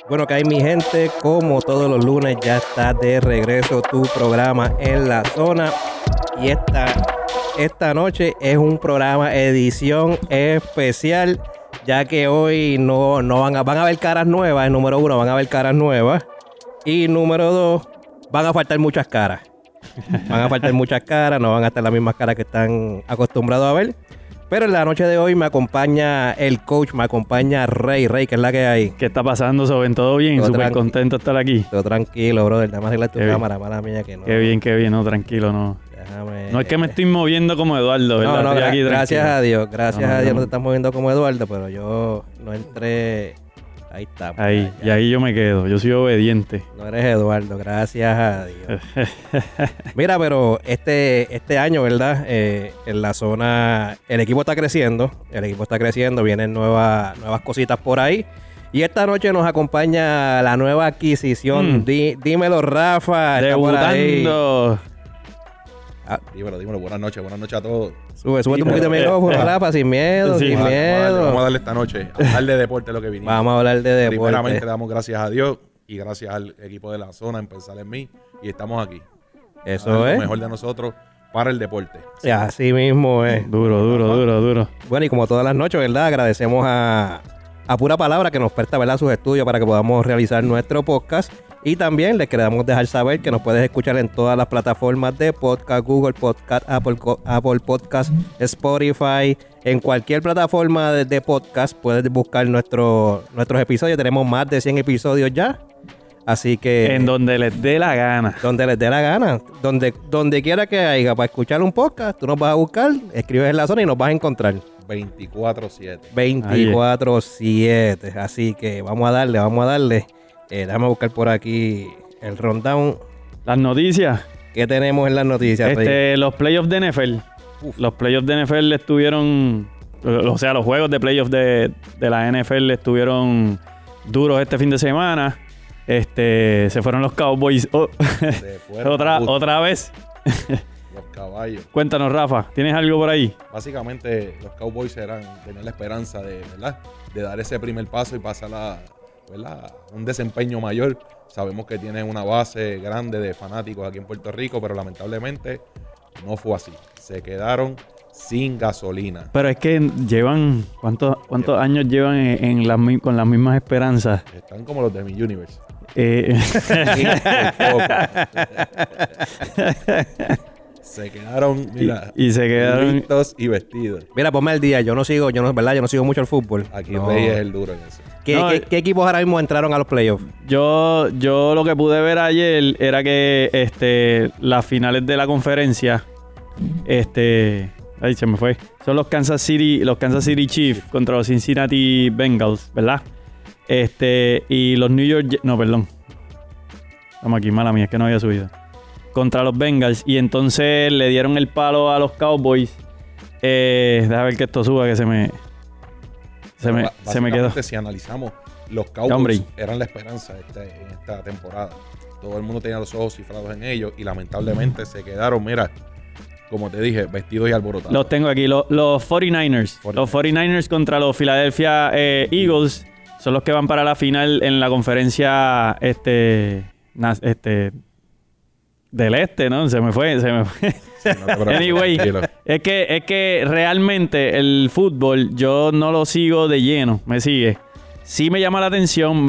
Bueno, que hay mi gente, como todos los lunes ya está de regreso tu programa En la Zona. Y esta noche es un programa edición especial, ya que hoy no van a haber caras nuevas. Número uno, van a haber caras nuevas. Y número dos, van a faltar muchas caras. Van a faltar muchas caras, no van a estar las mismas caras que están acostumbrados a ver. Pero en la noche de hoy me acompaña el coach, me acompaña Rey, que es la que hay. ¿Qué está pasando, Soben? ¿Todo bien? Súper contento de estar aquí. Todo tranquilo, brother. Nada más arreglar tu cámara, mala mía que no. Qué bien. No, tranquilo, no. Déjame. No es que me estoy moviendo como Eduardo, ¿verdad? No, aquí gracias a Dios. Gracias a Dios no te estás moviendo como Eduardo, pero yo no entré. Ahí está. Ahí, y ahí yo me quedo. Yo soy obediente. No eres Eduardo, gracias a Dios. Mira, pero este año, ¿verdad? En la zona, el equipo está creciendo. Vienen nuevas cositas por ahí. Y esta noche nos acompaña la nueva adquisición. Dímelo, Rafa. Debutando. Dímelo. Buenas noches a todos. Sube un poquito de micrófono, Rafa, sin miedo. Vamos a darle esta noche. A hablar de deporte lo que vinimos. Vamos a hablar de deporte. Primeramente damos gracias a Dios y gracias al equipo de la zona en pensar en mí. Y estamos aquí. Eso es. Lo mejor de nosotros para el deporte. Sí. Así mismo es. Duro. Bueno, y como todas las noches, ¿verdad? Agradecemos a Pura Palabra que nos presta, ¿verdad?, sus estudios para que podamos realizar nuestro podcast. Y también les queremos dejar saber que nos puedes escuchar en todas las plataformas de podcast, Google Podcast, Apple Podcast, Spotify, en cualquier plataforma de podcast puedes buscar nuestros episodios. Tenemos más de 100 episodios ya. Así que... En donde les dé la gana. Donde quiera que haya para escuchar un podcast, tú nos vas a buscar, escribes En la Zona y nos vas a encontrar. 24/7. 24/7. Así que vamos a darle. Déjame buscar por aquí el rundown. Las noticias. ¿Qué tenemos en las noticias? Los playoffs de NFL. Los playoffs de NFL estuvieron... O sea, los juegos de playoffs de la NFL estuvieron duros este fin de semana. Se fueron los Cowboys. Otra vez. Los caballos. Cuéntanos, Rafa. ¿Tienes algo por ahí? Básicamente, los Cowboys tenían la esperanza de dar ese primer paso y pasar a un desempeño mayor. Sabemos que tienen una base grande de fanáticos aquí en Puerto Rico, pero lamentablemente no fue así. Se quedaron sin gasolina. Pero es que llevan... ¿Cuántos años llevan con las mismas esperanzas? Están como los de mi Universe. Se quedaron, mira, y se quedaron listos y vestidos. Mira, ponme al día. Yo no sigo mucho el fútbol. Aquí Rey es el duro en eso. ¿Qué equipos ahora mismo entraron a los playoffs? Yo lo que pude ver ayer era que las finales de la conferencia, ahí se me fue. Son los Kansas City Chiefs contra los Cincinnati Bengals, ¿verdad? Y los New York... No, perdón. Estamos aquí, mala mía, es que no había subido. Contra los Bengals. Y entonces le dieron el palo a los Cowboys. Déjame ver que esto suba, que se me quedó. Si analizamos, los Cowboys eran la esperanza en esta temporada. Todo el mundo tenía los ojos cifrados en ellos y lamentablemente se quedaron, mira, como te dije, vestidos y alborotados. Los tengo aquí, los 49ers. Los 49ers contra los Philadelphia Eagles son los que van para la final en la conferencia del este, ¿no? Se me fue. Anyway, es que realmente el fútbol yo no lo sigo de lleno, me sigue. Sí me llamó la atención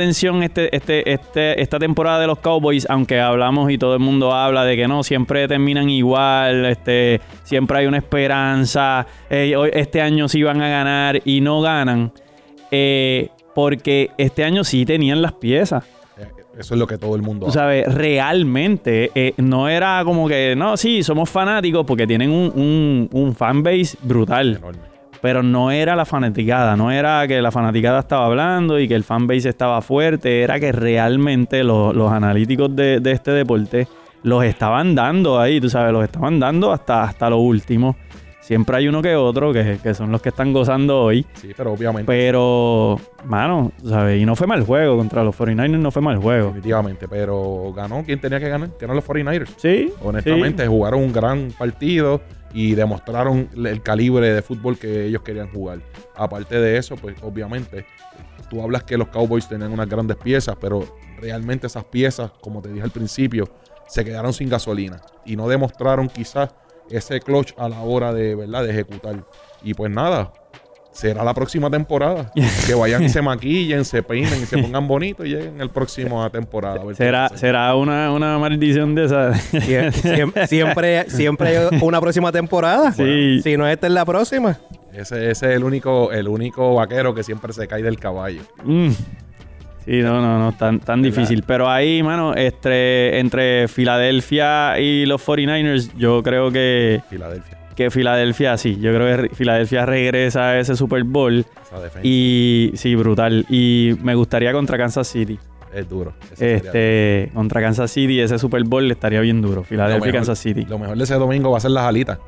esta temporada de los Cowboys, aunque hablamos y todo el mundo habla de que no, siempre terminan igual, siempre hay una esperanza, este año sí van a ganar y no ganan, porque este año sí tenían las piezas. Eso es lo que todo el mundo habla. Tú sabes, realmente no era como que, no, sí, somos fanáticos porque tienen un fanbase brutal. Enorme. Pero no era la fanaticada, no era que la fanaticada estaba hablando y que el fanbase estaba fuerte, era que realmente los analíticos de este deporte los estaban dando ahí, tú sabes, los estaban dando hasta lo último. Siempre hay uno que otro que son los que están gozando hoy. Sí, pero obviamente. Pero, mano, ¿sabes? Y no fue mal juego contra los 49ers, no fue mal juego. Definitivamente, pero ganó quien tenía que ganar, que eran los 49ers. Sí. Honestamente, jugaron un gran partido y demostraron el calibre de fútbol que ellos querían jugar. Aparte de eso, pues obviamente tú hablas que los Cowboys tenían unas grandes piezas, pero realmente esas piezas, como te dije al principio, se quedaron sin gasolina y no demostraron quizás ese clutch a la hora de, ¿verdad?, de ejecutar. Y pues nada, será la próxima temporada. Que vayan y se maquillen, se peinen y se pongan bonitos y lleguen el próximo temporada. Será una maldición de esa. Siempre hay una próxima temporada. Sí. Si no, esta es la próxima. Ese es el único vaquero que siempre se cae del caballo. Sí, no, tan difícil. Pero ahí, mano, entre Filadelfia y los 49ers, yo creo que Filadelfia, sí. Yo creo que Filadelfia regresa a ese Super Bowl. Esa defensa. Y sí, brutal. Y me gustaría contra Kansas City. Es duro. Contra Kansas City, ese Super Bowl estaría bien duro. Filadelfia y Kansas City. Lo mejor de ese domingo va a ser las alitas.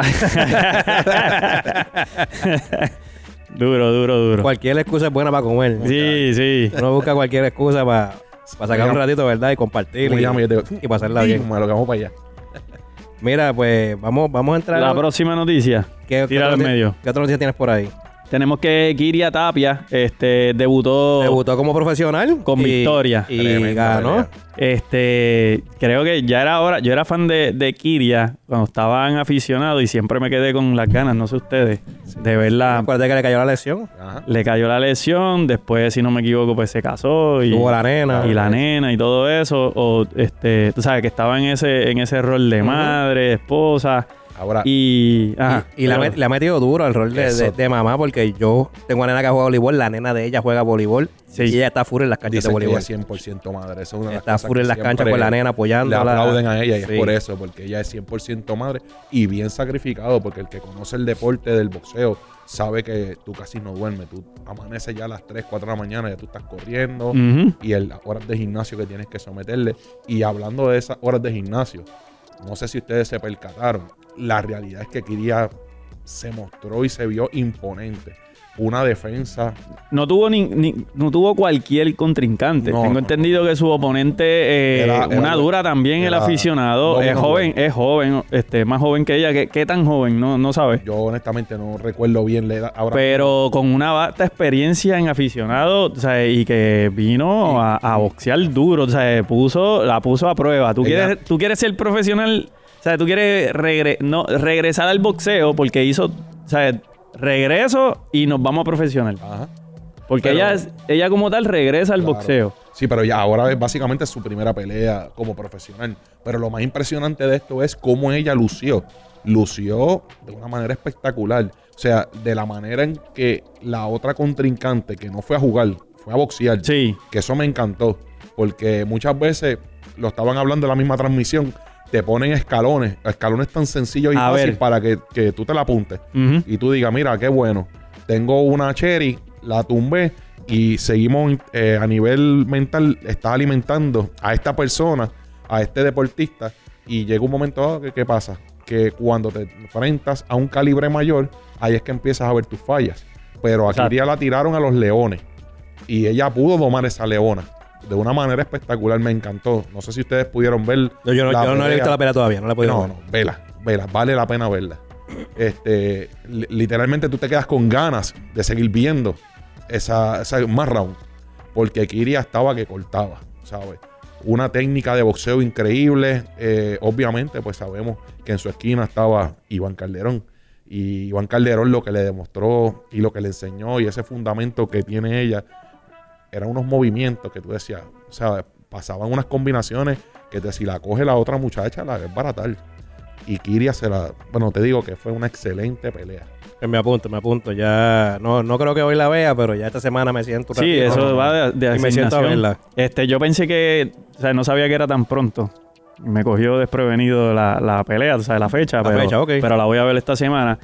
Duro. Cualquier excusa es buena para comer. Sí. Uno busca cualquier excusa para sacar un ratito, ¿verdad? Y compartir y pasarla bien. Me lo vamos para allá. Mira, pues vamos a entrar. La próxima noticia. Tira al medio. ¿Qué otra noticia tienes por ahí? Tenemos que Kiria Tapia debutó como profesional con victoria y ganó. Creo que ya era hora. Yo era fan de Kiria cuando estaban aficionados y siempre me quedé con las ganas, no sé ustedes, de verla. Acuérdate que le cayó la lesión. Ajá. Le cayó la lesión, después, si no me equivoco, pues se casó y tuvo la nena. Y la nena y todo eso. O tú sabes que estaba en ese rol de madre, esposa. Ahora, le ha metido duro al rol de mamá, porque yo tengo una nena que juega voleibol, la nena de ella juega voleibol, y ella está full en las canchas de voleibol. Ella es 100% madre. Eso es una de las está cosas full en las canchas con la nena apoyándola. Le aplauden a ella y es por eso, porque ella es 100% madre y bien sacrificado, porque el que conoce el deporte del boxeo sabe que tú casi no duermes. Tú amaneces ya a las 3, 4 de la mañana, ya tú estás corriendo y las horas de gimnasio que tienes que someterle. Y hablando de esas horas de gimnasio, no sé si ustedes se percataron, la realidad es que Kiria se mostró y se vio imponente. Una defensa. No tuvo cualquier contrincante. Tengo entendido que su oponente era dura también, el aficionado. Es joven, más joven que ella. ¿Qué tan joven? No sabe. Yo honestamente no recuerdo bien la edad. Pero con una vasta experiencia en aficionado, o sea, y que vino a boxear duro, o sea, la puso a prueba. ¿Tú quieres ser profesional? O sea, tú quieres regresar al boxeo porque hizo, o sea, regreso y nos vamos a profesional. Ajá. Porque ella como tal regresa al boxeo. Sí, pero ya ahora es básicamente su primera pelea como profesional. Pero lo más impresionante de esto es cómo ella lució. Lució de una manera espectacular. O sea, de la manera en que la otra contrincante, que no fue a jugar, fue a boxear. Sí. Que eso me encantó. Porque muchas veces, lo estaban hablando en la misma transmisión, te ponen escalones tan sencillos y fáciles para que tú te la apuntes. Y tú digas, mira, qué bueno. Tengo una cherry, la tumbé y seguimos a nivel mental, estás alimentando a esta persona, a este deportista. Y llega un momento dado que, ¿qué pasa? Que cuando te enfrentas a un calibre mayor, ahí es que empiezas a ver tus fallas. Pero a Kiria la tiraron a los leones y ella pudo domar esa leona de una manera espectacular. Me encantó. No sé si ustedes pudieron ver. Yo no he visto la pelea todavía, no la he podido ver. No, vela, vale la pena verla. Literalmente tú te quedas con ganas de seguir viendo esa más round, porque Kiria estaba que cortaba, ¿sabes? Una técnica de boxeo increíble. Obviamente, pues sabemos que en su esquina estaba Iván Calderón. Y Iván Calderón lo que le demostró y lo que le enseñó y ese fundamento que tiene ella eran unos movimientos que tú decías, o sea, pasaban unas combinaciones que si la coge la otra muchacha la es baratar. Y Kiria te digo que fue una excelente pelea. Me apunto. Ya no creo que hoy la vea, pero ya esta semana me siento. Sí, eso va de y me siento a verla. Yo pensé que, o sea, no sabía que era tan pronto. Me cogió la pelea, o sea, la fecha. Pero la voy a ver esta semana.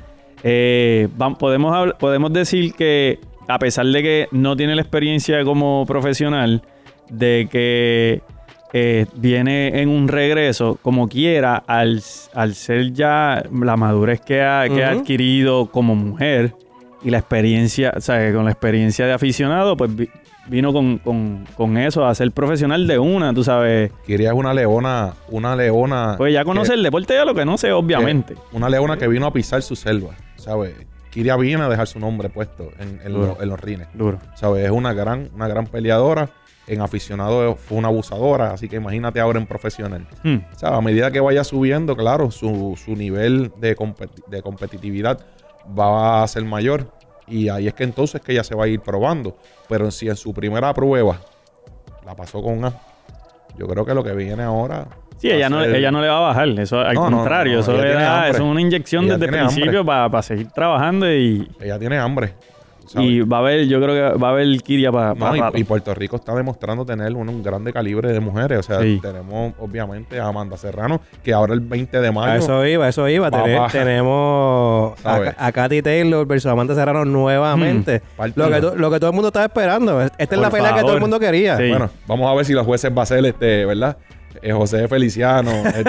Podemos decir que, a pesar de que no tiene la experiencia como profesional, de que viene en un regreso, como quiera, al ser ya la madurez que ha adquirido como mujer y la experiencia, o sea, con la experiencia de aficionado, pues vino con eso, a ser profesional de una, tú sabes. Kiria es una leona. Pues ya conoce el deporte de lo que no sé, obviamente. Una leona que vino a pisar su selva, ¿sabes? Kiria viene a dejar su nombre puesto en los rines. Duro. ¿Sabes? Es una gran peleadora. En aficionado fue una abusadora, así que imagínate ahora en profesional. O sea, a medida que vaya subiendo, claro, su nivel de competitividad va a ser mayor. Y ahí es que entonces que ella se va a ir probando. Pero si en su primera prueba la pasó con A, yo creo que lo que viene ahora... Sí, ella no le va a bajar. Eso al contrario, eso le da, eso es una inyección desde el principio para seguir trabajando y... Ella tiene hambre. ¿sabes? Y va a haber, yo creo que va a haber Kiria para y Puerto Rico está demostrando tener un grande calibre de mujeres. O sea, tenemos obviamente a Amanda Serrano, que ahora el 20 de mayo... Eso iba. Tenemos a Katy Taylor versus Amanda Serrano nuevamente. Lo que todo el mundo estaba esperando. Esta es la pelea que todo el mundo quería. Sí. Bueno, vamos a ver si los jueces va a ser ¿verdad? José Feliciano.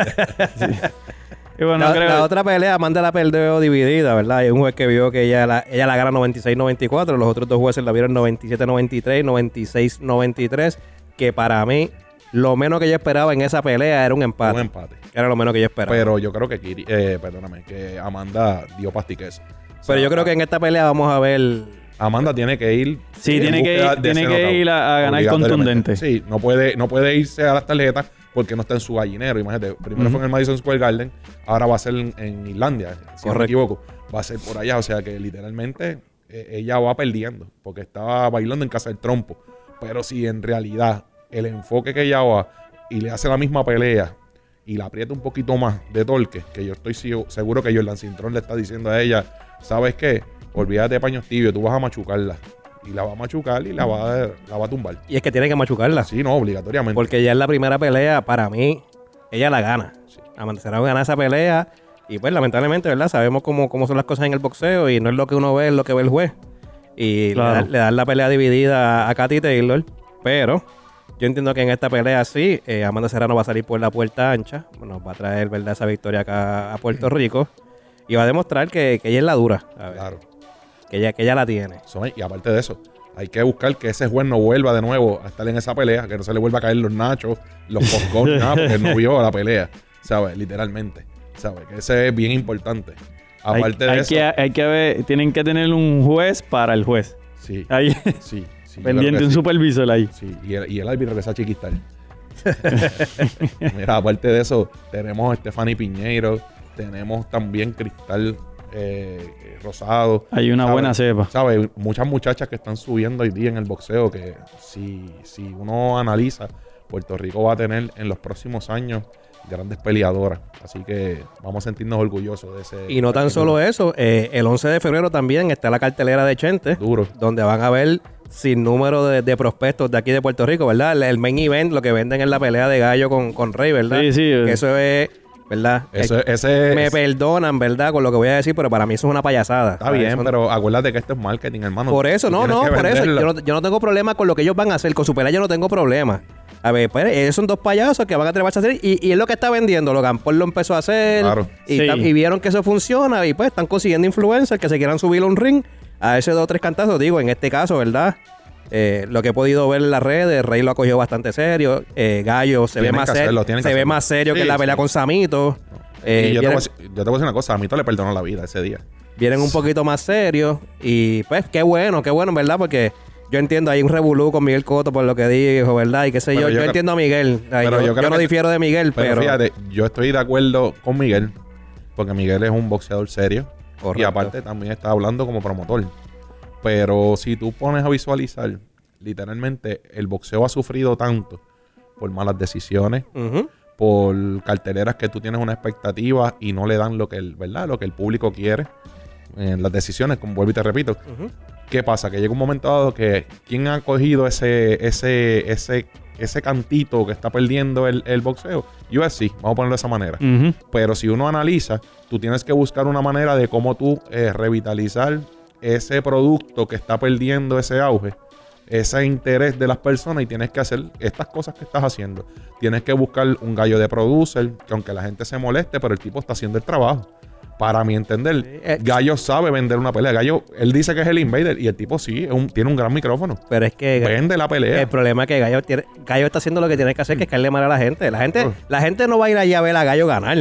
Y bueno, la otra pelea, Amanda la perdió dividida, ¿verdad? Hay un juez que vio que ella la gana 96-94, los otros dos jueces la vieron 97-93, 96-93, que para mí, lo menos que yo esperaba en esa pelea era un empate. Un empate. Era lo menos que yo esperaba. Pero yo creo que que Amanda dio pastiquez. Pero yo creo que en esta pelea vamos a ver... Amanda tiene que ir... Sí, tiene que ir a ganar contundente. Sí, no puede irse a las tarjetas porque no está en su gallinero. Imagínate, primero fue en el Madison Square Garden, ahora va a ser en Irlanda, si no me equivoco. Va a ser por allá, o sea que literalmente ella va perdiendo porque estaba bailando en casa del trompo. Pero si en realidad el enfoque que ella va y le hace la misma pelea y la aprieta un poquito más de torque, que yo estoy seguro que Jordan Cintrón le está diciendo a ella, ¿sabes qué? Olvídate de paños tibios, tú vas a machucarla. Y la va a machucar y la va a tumbar. Y es que tiene que machucarla. Sí, no, obligatoriamente. Porque ya en la primera pelea, para mí, ella la gana. Sí. Amanda Serrano gana esa pelea. Y pues, lamentablemente, ¿verdad? Sabemos cómo son las cosas en el boxeo. Y no es lo que uno ve, es lo que ve el juez. Y claro, le dan la pelea dividida a Katy Taylor. Pero yo entiendo que en esta pelea sí, Amanda Serrano va a salir por la puerta ancha. Nos va a traer, ¿verdad?, esa victoria acá a Puerto Rico. Y va a demostrar que ella es la dura. A ver. Claro. Que ella la tiene. Y aparte de eso, hay que buscar que ese juez no vuelva de nuevo a estar en esa pelea, que no se le vuelva a caer los nachos, los popcorn, nada, porque no vio la pelea, ¿sabes? Literalmente, ¿sabes? Que ese es bien importante. Aparte de eso... hay que ver, tienen que tener un juez para el juez. Sí. Ahí. Sí. Pendiente, un supervisor ahí. Sí, y el árbitro que sea chiquistar. Mira, aparte de eso, tenemos a Stephanie Piñeiro, tenemos también Cristal Rosado. Hay una buena cepa. ¿Sabes? Muchas muchachas que están subiendo hoy día en el boxeo que si uno analiza, Puerto Rico va a tener en los próximos años grandes peleadoras. Así que vamos a sentirnos orgullosos de ese... Y no tan solo eso, el 11 de febrero también está la cartelera de Chente. Duro. Donde van a ver sin número de prospectos de aquí de Puerto Rico, ¿verdad? El main event, lo que venden es la pelea de gallo con Rey, ¿verdad? Sí. Que eso es... ¿verdad? Me perdonan, ¿verdad? Con lo que voy a decir, pero para mí eso es una payasada. Está bien, pero acuérdate que esto es marketing, hermano. Por eso, por eso. Yo no tengo problema con lo que ellos van a hacer. Con su pelea yo no tengo problema. A ver, pues ellos son dos payasos que van a atreverse a hacer y es lo que está vendiendo. Logan Paul lo empezó a hacer. Claro. Y vieron que eso funciona y pues están consiguiendo influencers que se quieran subir a un ring a ese 2 o 3 cantazos. Digo, en este caso, ¿verdad? Lo que he podido ver en las redes, Rey lo ha cogido bastante serio. Gallo se ve más serio que la pelea con Samito. Y yo te voy a decir una cosa, Samito le perdonó la vida ese día. Vienen un poquito más serios y pues qué bueno, ¿verdad? Porque yo entiendo, hay un revolú con Miguel Cotto por lo que dijo, ¿verdad? Y qué sé yo entiendo a Miguel. Yo no difiero de Miguel, pero... fíjate, yo estoy de acuerdo con Miguel, porque Miguel es un boxeador serio. Correcto. Y aparte también está hablando como promotor. Pero si tú pones a visualizar, literalmente el boxeo ha sufrido tanto por malas decisiones, por carteleras que tú tienes una expectativa y no le dan lo que el público quiere en las decisiones, como vuelvo y te repito. ¿Qué pasa? Que llega un momento dado que ¿quién ha cogido ese cantito que está perdiendo el boxeo? UFC, vamos a ponerlo de esa manera. Pero si uno analiza, tú tienes que buscar una manera de cómo tú revitalizar ese producto que está perdiendo ese auge, ese interés de las personas, y tienes que hacer estas cosas que estás haciendo. Tienes que buscar un gallo de producer, que aunque la gente se moleste, pero el tipo está haciendo el trabajo. Para mi entender, Gallo sabe vender una pelea. Gallo, él dice que es el Invader y el tipo sí, tiene un gran micrófono. Pero es que vende la pelea. El problema es que Gallo está haciendo lo que tiene que hacer, que es caerle mal a la gente. La gente no va a ir allá a ver a Gallo ganar.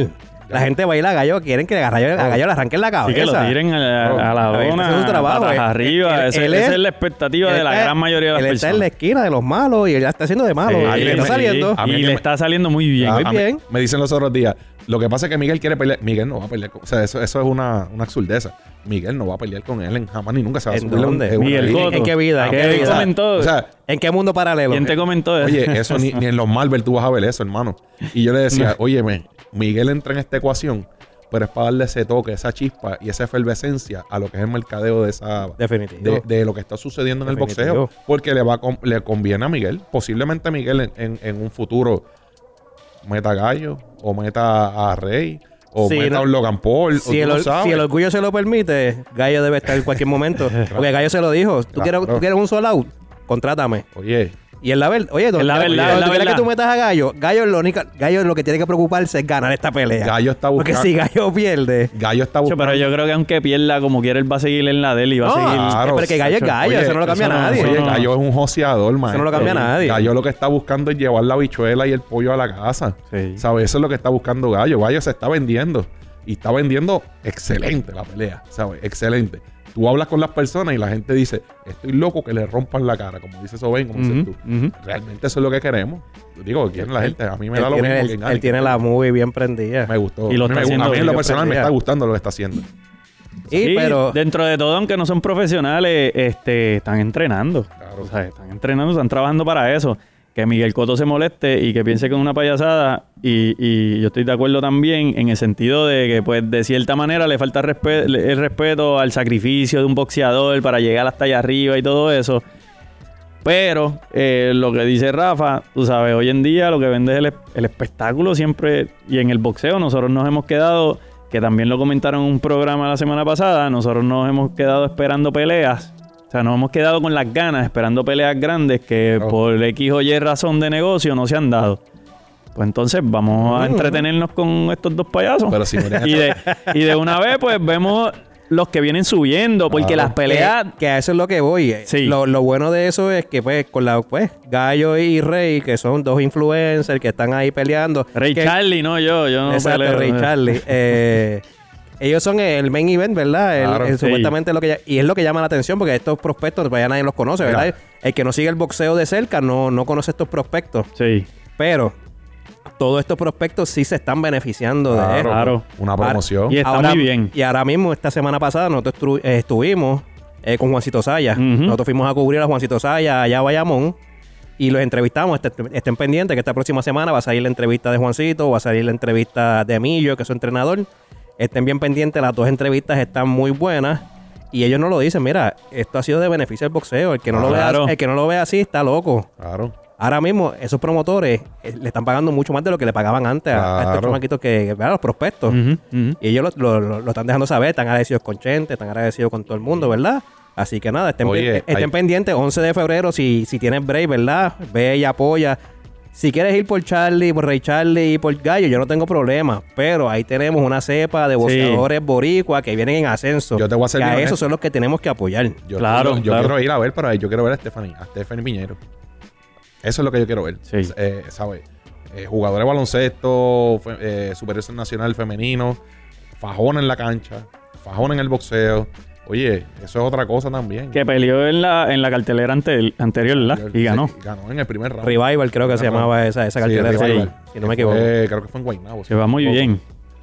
La gente va a ir a Gallo, quieren que a Gallo le arranquen la cabeza. Sí, que lo tiren a la lona, ese es su trabajo. patas arriba. Esa es la expectativa de la gran mayoría de las personas. Él está en la esquina de los malos y él ya está haciendo de malo. Sí, y le está saliendo. Y le está saliendo muy bien. Muy bien. Me dicen los otros días, lo que pasa es que Miguel quiere pelear. Miguel no va a pelear. O sea, eso es una absurdeza. Miguel no va a pelear con él jamás ni nunca se va a ¿En subir. dónde? Miguel Cotto. ¿En qué vida? ¿En qué vida? Comentó? O sea, ¿En qué mundo paralelo? ¿Quién te comentó eso? oye, eso ni en los Marvel tú vas a ver eso, hermano. Y yo le decía, óyeme, Miguel entra en esta ecuación, pero es para darle ese toque, esa chispa y esa efervescencia a lo que es el mercadeo de esa Definitivo. de lo que está sucediendo en el Definitivo. boxeo. Porque le conviene a Miguel. Posiblemente Miguel en un futuro meta a Gallo o meta a Rey o Sí, meta a un Logan Paul. Si o tú el, no sabes. si el orgullo se lo permite, Gallo debe estar en cualquier momento. Porque Gallo se lo dijo. ¿Tú Claro. quieres un solo out? Contrátame. Oye, Y es la verdad. Oye, Es la verdad, donde es la quiera verdad. que tú metas a Gallo, Gallo lo que tiene que preocuparse es ganar esta pelea. Gallo está Porque buscando. si Gallo pierde... Gallo está buscando. Pero yo creo que aunque pierda como quiera, él va a seguir en la de él y va a seguir. Claro. pero que Gallo es Gallo. Oye, eso no lo cambia eso no- nadie. Oye, no. Gallo es un joseador, man. Eso no lo cambia nadie. Gallo lo que está buscando es llevar la habichuela y el pollo a la casa. Sí. ¿Sabes? Eso es lo que está buscando Gallo. Gallo se está vendiendo. Y está vendiendo excelente la pelea. ¿Sabes? Excelente. Tú hablas con las personas y la gente dice, estoy loco que le rompan la cara. Como dice Soben, como dices tú. Ujú. Realmente eso es lo que queremos. Digo, quiere la gente. A mí me da lo mismo que Él tiene la movie bien prendida. Me gustó. Y lo a mí, está haciendo a mí en lo bien personal me prendida. está gustando lo que está haciendo. Sí, Sí, pero... dentro de todo, aunque no son profesionales, están entrenando. Claro. O sea, están entrenando, están trabajando para eso. Que Miguel Cotto se moleste y que piense que es una payasada. Y yo estoy de acuerdo también en el sentido de que, pues, de cierta manera le falta el respeto al sacrificio de un boxeador para llegar hasta allá arriba y todo eso. Pero lo que dice Rafa, tú sabes, hoy en día lo que vende es el espectáculo siempre. Y en el boxeo nosotros nos hemos quedado, que también lo comentaron en un programa la semana pasada, nosotros nos hemos quedado esperando peleas. O sea, nos hemos quedado con las ganas esperando peleas grandes que Oh. por X o Y razón de negocio no se han dado. Pues entonces vamos a entretenernos con estos dos payasos. Pero si miren y de una vez, pues vemos los que vienen subiendo, porque Claro. las peleas... Que a eso es lo que voy. Sí. Lo bueno de eso es que, pues, con Gallo y Rey, que son dos influencers que están ahí peleando. Ray que- Charlie, no yo no Exacto, peleo. Ray Charlie. Ellos son el main event, ¿verdad? Claro. El Sí. supuestamente lo que y es lo que llama la atención porque estos prospectos pues ya nadie los conoce, ¿verdad? Mira. El que no sigue el boxeo de cerca no conoce estos prospectos, Sí, pero todos estos prospectos sí se están beneficiando de esto. claro. Una promoción. Y está muy bien. Y ahora mismo, esta semana pasada, nosotros estuvimos con Juancito Saya. Ujú. Nosotros fuimos a cubrir a Juancito Saya allá a Bayamón y los entrevistamos. Estén pendientes que esta próxima semana va a salir la entrevista de Juancito, va a salir la entrevista de Emilio, que es su entrenador. Estén bien pendientes, las dos entrevistas están muy buenas. Y ellos no lo dicen, mira, esto ha sido de beneficio al boxeo. El que no, Claro. el que no lo vea así está loco. Claro. Ahora mismo, esos promotores le están pagando mucho más de lo que le pagaban antes a estos Claro. chamaquitos ¿verdad? Los prospectos. Ujú, ujú. Y ellos lo están dejando saber, están agradecidos con Chente, están agradecidos con todo el mundo, ¿verdad? Así que nada, estén, Oye, estén hay- pendientes, 11 de febrero, si tienes break, ¿verdad? Ve y apoya. Si quieres ir por Charlie, por Ray Charlie y por Gallo, yo no tengo problema. Pero ahí tenemos una cepa de boxeadores boricuas que vienen en ascenso. Yo te voy a ser que bien a honesto. esos son los que tenemos que apoyar. Yo, Claro, yo claro. quiero ir a ver, pero yo quiero ver a Stephanie Piñero. Eso es lo que yo quiero ver. Sí. ¿Sabes? Jugadores de baloncesto, superior nacional femenino, fajón en la cancha, fajón en el boxeo. Oye, eso es otra cosa también. Que peleó en la cartelera anterior, ¿verdad? Y ganó. Sí, ganó en el primer round. Revival creo que se llamaba esa Sí, cartelera. Revival. Si no me equivoco. Creo que fue en Guaynabo. Se va muy bien.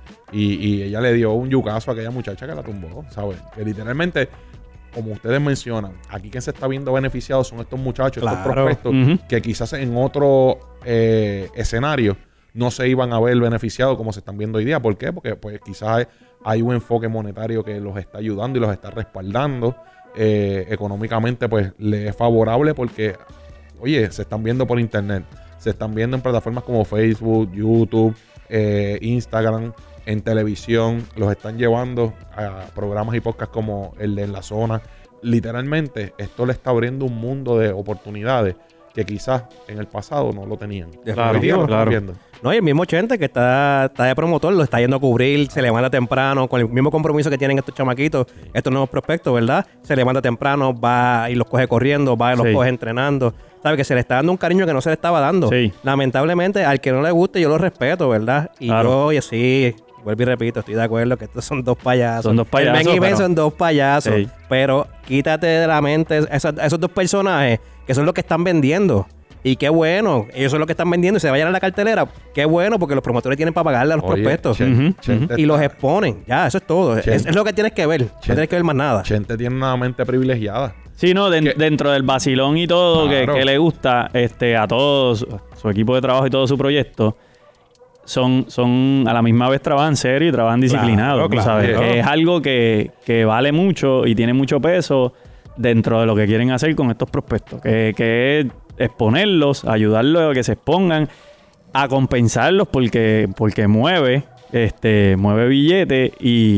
Y ella le dio un yucazo a aquella muchacha que la tumbó, ¿sabes? Que literalmente, como ustedes mencionan, aquí quien se está viendo beneficiado son estos muchachos, estos Claro. prospectos, Ujú. que quizás en otro escenario no se iban a ver beneficiados como se están viendo hoy día. ¿Por qué? Porque pues quizás hay un enfoque monetario que los está ayudando y los está respaldando. Económicamente pues le es favorable porque, oye, se están viendo por internet, se están viendo en plataformas como Facebook, YouTube, Instagram, en televisión, los están llevando a programas y podcasts como el de En la Zona. Literalmente esto le está abriendo un mundo de oportunidades que quizás en el pasado no lo tenían. Claro, Hoy día lo están claro. viendo. No, y el mismo Chente que está de promotor, lo está yendo a cubrir, se levanta temprano, con el mismo compromiso que tienen estos chamaquitos, estos nuevos prospectos, ¿verdad? Se levanta temprano, va y los coge corriendo, va y los Sí. coge entrenando. ¿Sabe? Que se le está dando un cariño que no se le estaba dando. Sí. Lamentablemente, al que no le guste, yo lo respeto, ¿verdad? Y Claro. yo, oye, sí, vuelvo y repito, estoy de acuerdo que estos son dos payasos. Son dos payasos, El main event pero- son dos payasos. Sí. Pero quítate de la mente esos dos personajes que son los que están vendiendo. Y qué bueno, ellos son los que están vendiendo y se vayan a la cartelera. Qué bueno, porque los promotores tienen para pagarle a los Oye, prospectos. Chente Y los está- exponen. Ya, eso es todo. Es lo que tienes que ver. No tienes que ver más nada. Chente tiene una mente privilegiada. Sí, no, Que- dentro del vacilón y todo Claro. que le gusta a todos su equipo de trabajo y todo su proyecto, son a la misma vez trabajan serio y trabajan disciplinados, Claro, tú sabes, claro. que es algo que vale mucho y tiene mucho peso dentro de lo que quieren hacer con estos prospectos, que es exponerlos, ayudarlos a que se expongan, a compensarlos porque mueve billete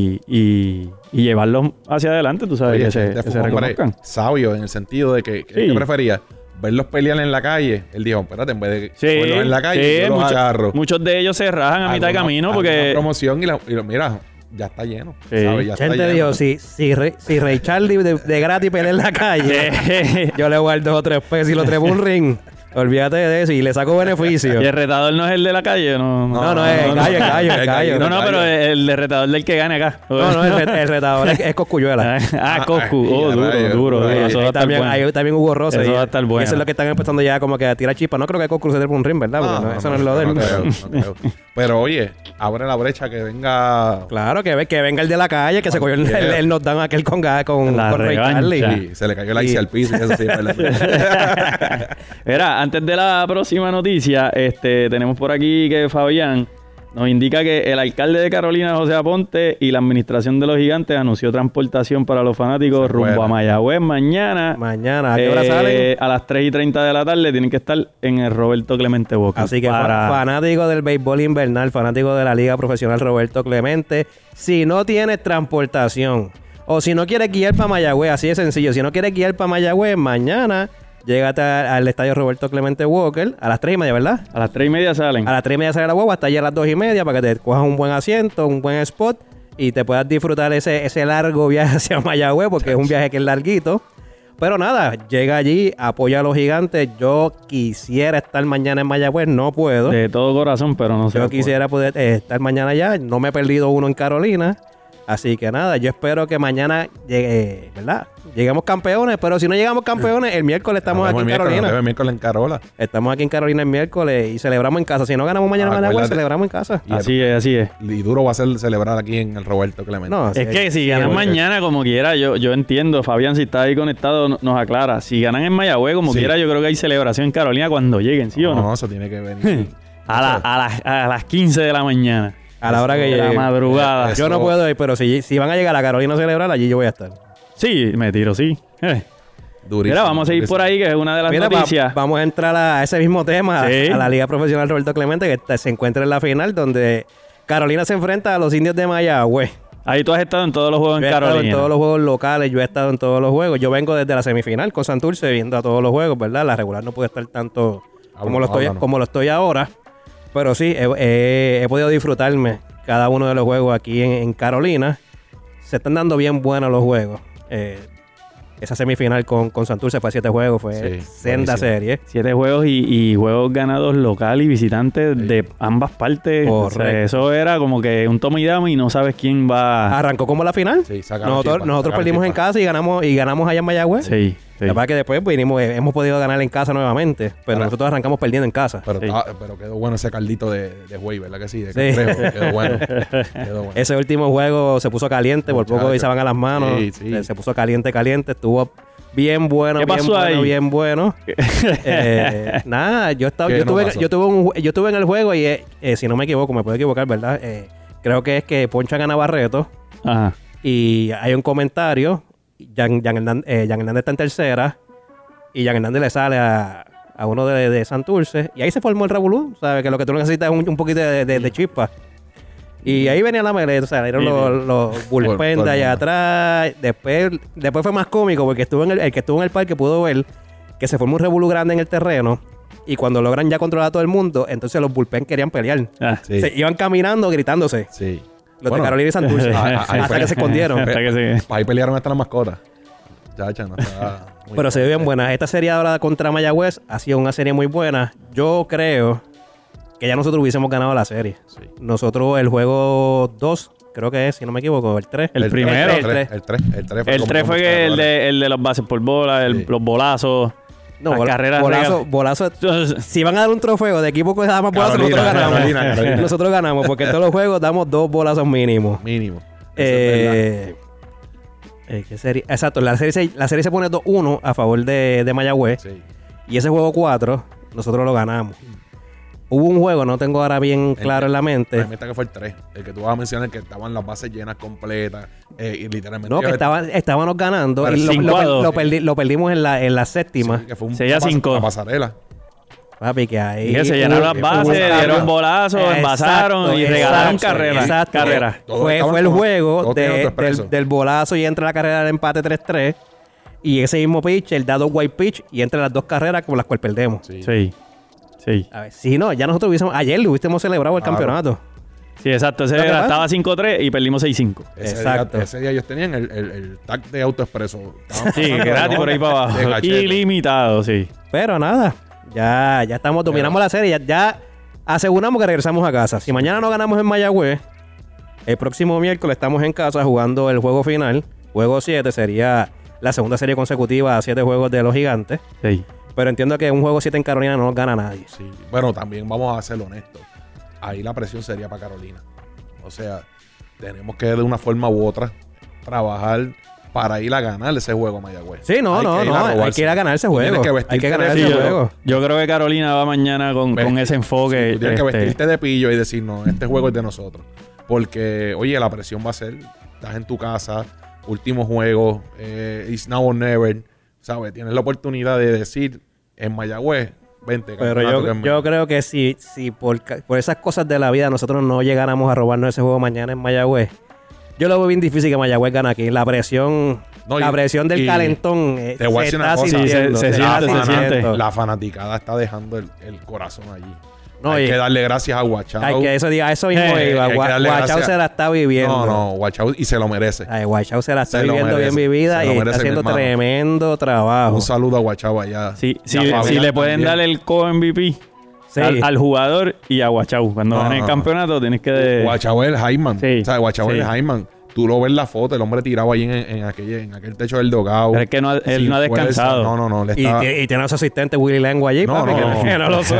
y llevarlos hacia adelante, tú sabes, Oye, que se Chente fue un hombre reconozcan. sabio en el sentido de que Sí. ¿qué prefería? Verlos pelear en la calle. Él dijo, espérate, en vez de Sí, verlos en la calle, yo los agarro. muchos de ellos se rajan a mitad de camino Hago una porque... promoción y mira, ya está lleno. Sí. ¿sabes? Ya está Gente lleno. dijo, si Ray Charlie de gratis pelea en la calle, yo le guardo 2 o 3 pesos y lo trepo un ring. Olvídate de eso y le saco beneficio. ¿Y el retador no es el de la calle? No, No, es gallo. No, pero el de retador del que gane acá. No, el retador es Coscuyuela. Coscu. ya, Duro. rayos. Eso va a estar También, bueno. hay también Hugo Rosa. Eso y- va a estar y bueno. eso es lo que están empezando ya como que a tirar chispas. No creo que Coscu se trepe un ring, ¿verdad? Porque eso no es lo de él. creo. Pero oye, abre la brecha que venga. Claro, que venga el de la calle, que se cogió el knockdown aquel con La Ray revancha. Charlie. Sí, se le cayó la IC al piso y eso sí, es verdad. Mira, antes de la próxima noticia, tenemos por aquí que Fabián nos indica que el alcalde de Carolina, José Aponte, y la administración de los Gigantes anunció transportación para los fanáticos rumbo a Mayagüez mañana. Mañana, ¿a qué hora salen? A las 3:30 de la tarde tienen que estar en el Roberto Clemente Walker. Así que para... fanático del béisbol invernal, fanático de la Liga Profesional Roberto Clemente, si no tienes transportación o si no quieres guiar para Mayagüez, así de sencillo, si no quieres guiar para Mayagüez, mañana llégate al estadio Roberto Clemente Walker a las 3:30, ¿verdad? A las 3:30 salen. A las 3:30 sale la guagua, hasta allá a las 2:30 para que te cojas un buen asiento, un buen spot y te puedas disfrutar ese largo viaje hacia Mayagüez, porque es un viaje que es larguito. Pero nada, llega allí, apoya a los Gigantes. Yo quisiera estar mañana en Mayagüez, no puedo. De todo corazón, pero no sé. Yo quisiera poder estar mañana allá. No me he perdido uno en Carolina. Así que nada, yo espero que mañana llegue, ¿verdad? Lleguemos campeones, pero si no llegamos campeones, el miércoles estamos aquí en Carolina. El miércoles en Carola. Estamos aquí en Carolina el miércoles y celebramos en casa. Si no ganamos mañana en Mayagüez, Acuérdate. celebramos en casa. Así es. Y duro va a ser celebrar aquí en el Roberto Clemente. No, Es que si ganan porque- mañana, como quiera, yo entiendo. Fabián, si está ahí conectado, nos aclara. Si ganan en Mayagüez, como Sí. quiera, yo creo que hay celebración en Carolina cuando lleguen, ¿sí o no? No, eso tiene que venir. A las 15 de la mañana. a la hora que De la llegue. madrugada. Eso- Yo no puedo ir, pero si van a llegar a Carolina a celebrar, allí yo voy a estar. Sí, me tiro, sí. Durísimo. Mira, vamos a seguir por ahí, que es una de las Mira, noticias. vamos a entrar a ese mismo tema, Sí. a la Liga Profesional Roberto Clemente, que se encuentra en la final, donde Carolina se enfrenta a los Indios de Mayagüez. Ahí tú has estado en todos los juegos Yo he en estado Carolina. en todos los juegos locales, yo he estado en todos los juegos. Yo vengo desde la semifinal con Santurce viendo a todos los juegos, ¿verdad? La regular no pude estar tanto como lo estoy ahora. Pero sí, he podido disfrutarme cada uno de los juegos aquí en Carolina. Se están dando bien buenos los juegos. Esa semifinal con Santurce fue 7 juegos, fue Sí, senda buenísimo. serie. 7 juegos y juegos ganados local y visitantes de ambas partes. O sea, Correcto. eso era como que un toma y dama y no sabes quién va. Arrancó como la final. Sí, sacaron Nosotros chispa, sacaron perdimos en chispa. casa y ganamos allá en Mayagüez. Sí, sí. La verdad es que después hemos podido ganar en casa nuevamente, pero Ahora- nosotros arrancamos perdiendo en casa. Pero, Sí. pero quedó bueno ese caldito de güey, ¿verdad que sí? De Sí. cangrejo. Quedó bueno. Quedó bueno. Ese último juego se puso caliente, por poco Muchacho. y se van a las manos. Sí, sí. Se puso caliente, estuvo bien bueno, ¿Qué bien pasó bueno, ahí? bien bueno. Nada, yo ¿Qué no pasó? estuve en el juego y si no me equivoco, me puedo equivocar, ¿verdad? Creo que es que ponchan a Navarreto Ajá. y hay un comentario. Jan Hernández está en tercera y Jan Hernández le sale a uno de Santurce y ahí se formó el revolú, ¿sabes? Que lo que tú necesitas es un poquito de chispa. Y ahí venía la meleta, o sea, eran Sí, los bullpen Todo de el allá mundo. atrás. Después fue más cómico porque el que estuvo en el parque pudo ver que se formó un revolú grande en el terreno y cuando logran ya controlar a todo el mundo, entonces los bullpen querían pelear. Ah, Sí. Se iban caminando, gritándose. Sí. Los Bueno, de Carolina y Santurce. ahí hasta fue. que se escondieron. hasta que se- Ahí pelearon hasta las mascotas. Chacha, no está muy Pero se ve bien buena. Esta serie ahora contra Mayagüez ha sido una serie muy buena. Yo creo que ya nosotros hubiésemos ganado la serie. Sí. Nosotros, el juego 2, creo que es, si no me equivoco, el 3. El primero. El 3 El 3 fue el de los bases por bola, Sí. los bolazos. No, las carreras bolazo. Si van a dar un trofeo de equipo que da más bolazos, Carolina, nosotros ganamos. Carolina. Nosotros ganamos, porque en todos los juegos damos 2 bolazos mínimos. Mínimo. Eso es verdad. ¿Qué serie? Exacto, la serie se pone 2-1 a favor de Mayagüez. Sí. Y ese juego 4, nosotros lo ganamos. Hubo un juego, no tengo ahora bien claro en la mente. Me que fue el 3. El que tú vas a mencionar, que estaban las bases llenas completas. Y literalmente. No, que estábamos ganando. Pero Y 5-2. lo perdimos en la séptima. Sí, que fue un 6-5. una pasarela. Papi, que ahí. Y que se llenaron las bases, dieron bolazos, envasaron y regalaron carreras. Exacto. Fue el juego del bolazo y entra la carrera del empate 3-3. Y ese mismo pitch, el dado white pitch, y entre las 2 carreras con las cuales perdemos. Sí. A ver, si no, ya nosotros ayer lo hubiésemos celebrado el campeonato. Sí, exacto. Ese ¿Lo que día pasa? estaba 5-3 y perdimos 6-5. Exacto. Ese día ellos tenían el tag de AutoExpreso. Sí, gratis por ahí para De abajo. cachete. Ilimitado, sí. Pero nada, ya estamos, dominamos la serie, ya aseguramos que regresamos a casa. Si mañana no ganamos en Mayagüez, el próximo miércoles estamos en casa jugando el juego final. Juego 7 sería la segunda serie consecutiva a 7 juegos de los Gigantes. Sí. Pero entiendo que un juego 7 en Carolina no nos gana nadie. Sí. Bueno, también vamos a ser honestos. Ahí la presión sería para Carolina. O sea, tenemos que de una forma u otra trabajar para ir a ganar ese juego a Mayagüez. Sí, no, hay que ir a ganar ese juego. Tienes que Hay vestirte que ganar de ese pillo. juego. Yo creo que Carolina va mañana con ese enfoque. Sí, tú tienes que vestirte de pillo y decir, no, este juego es de nosotros. Porque, oye, la presión va a ser, estás en tu casa, último juego, it's now or never, ¿sabes? Tienes la oportunidad de decir, en Mayagüez, vente. Pero campeonato que es yo creo que si por esas cosas de la vida nosotros no llegáramos a robarnos ese juego mañana en Mayagüez, yo lo veo bien difícil que Mayagüez gane aquí. La presión del calentón te voy a decir una cosa. sintiendo, se siente. La fanaticada está dejando el corazón allí. No, hay y- que darle gracias a Guachau. Hay que eso mismo iba. hay que darle Guachau gracias. se la está viviendo. No, Guachau, y se lo merece. Guachau se la está Se lo viviendo merece. bien vivida Se y lo está merece, haciendo mi hermano. tremendo trabajo. Un saludo a Guachau allá. Sí, Y a Fabián si le pueden también. dar el co-MVP Sí. al jugador y a Guachau. Cuando gane el campeonato tienes que... Guachau es el Jaimán. Sí, O sea, Guachau es sí. el Jaimán. Tú lo ves en la foto, el hombre tirado ahí en aquel techo del dogado. Pero es que él no ha descansado. No. Le Y está... tiene a su asistente Willy Lengua allí, No, papi, no. que no lo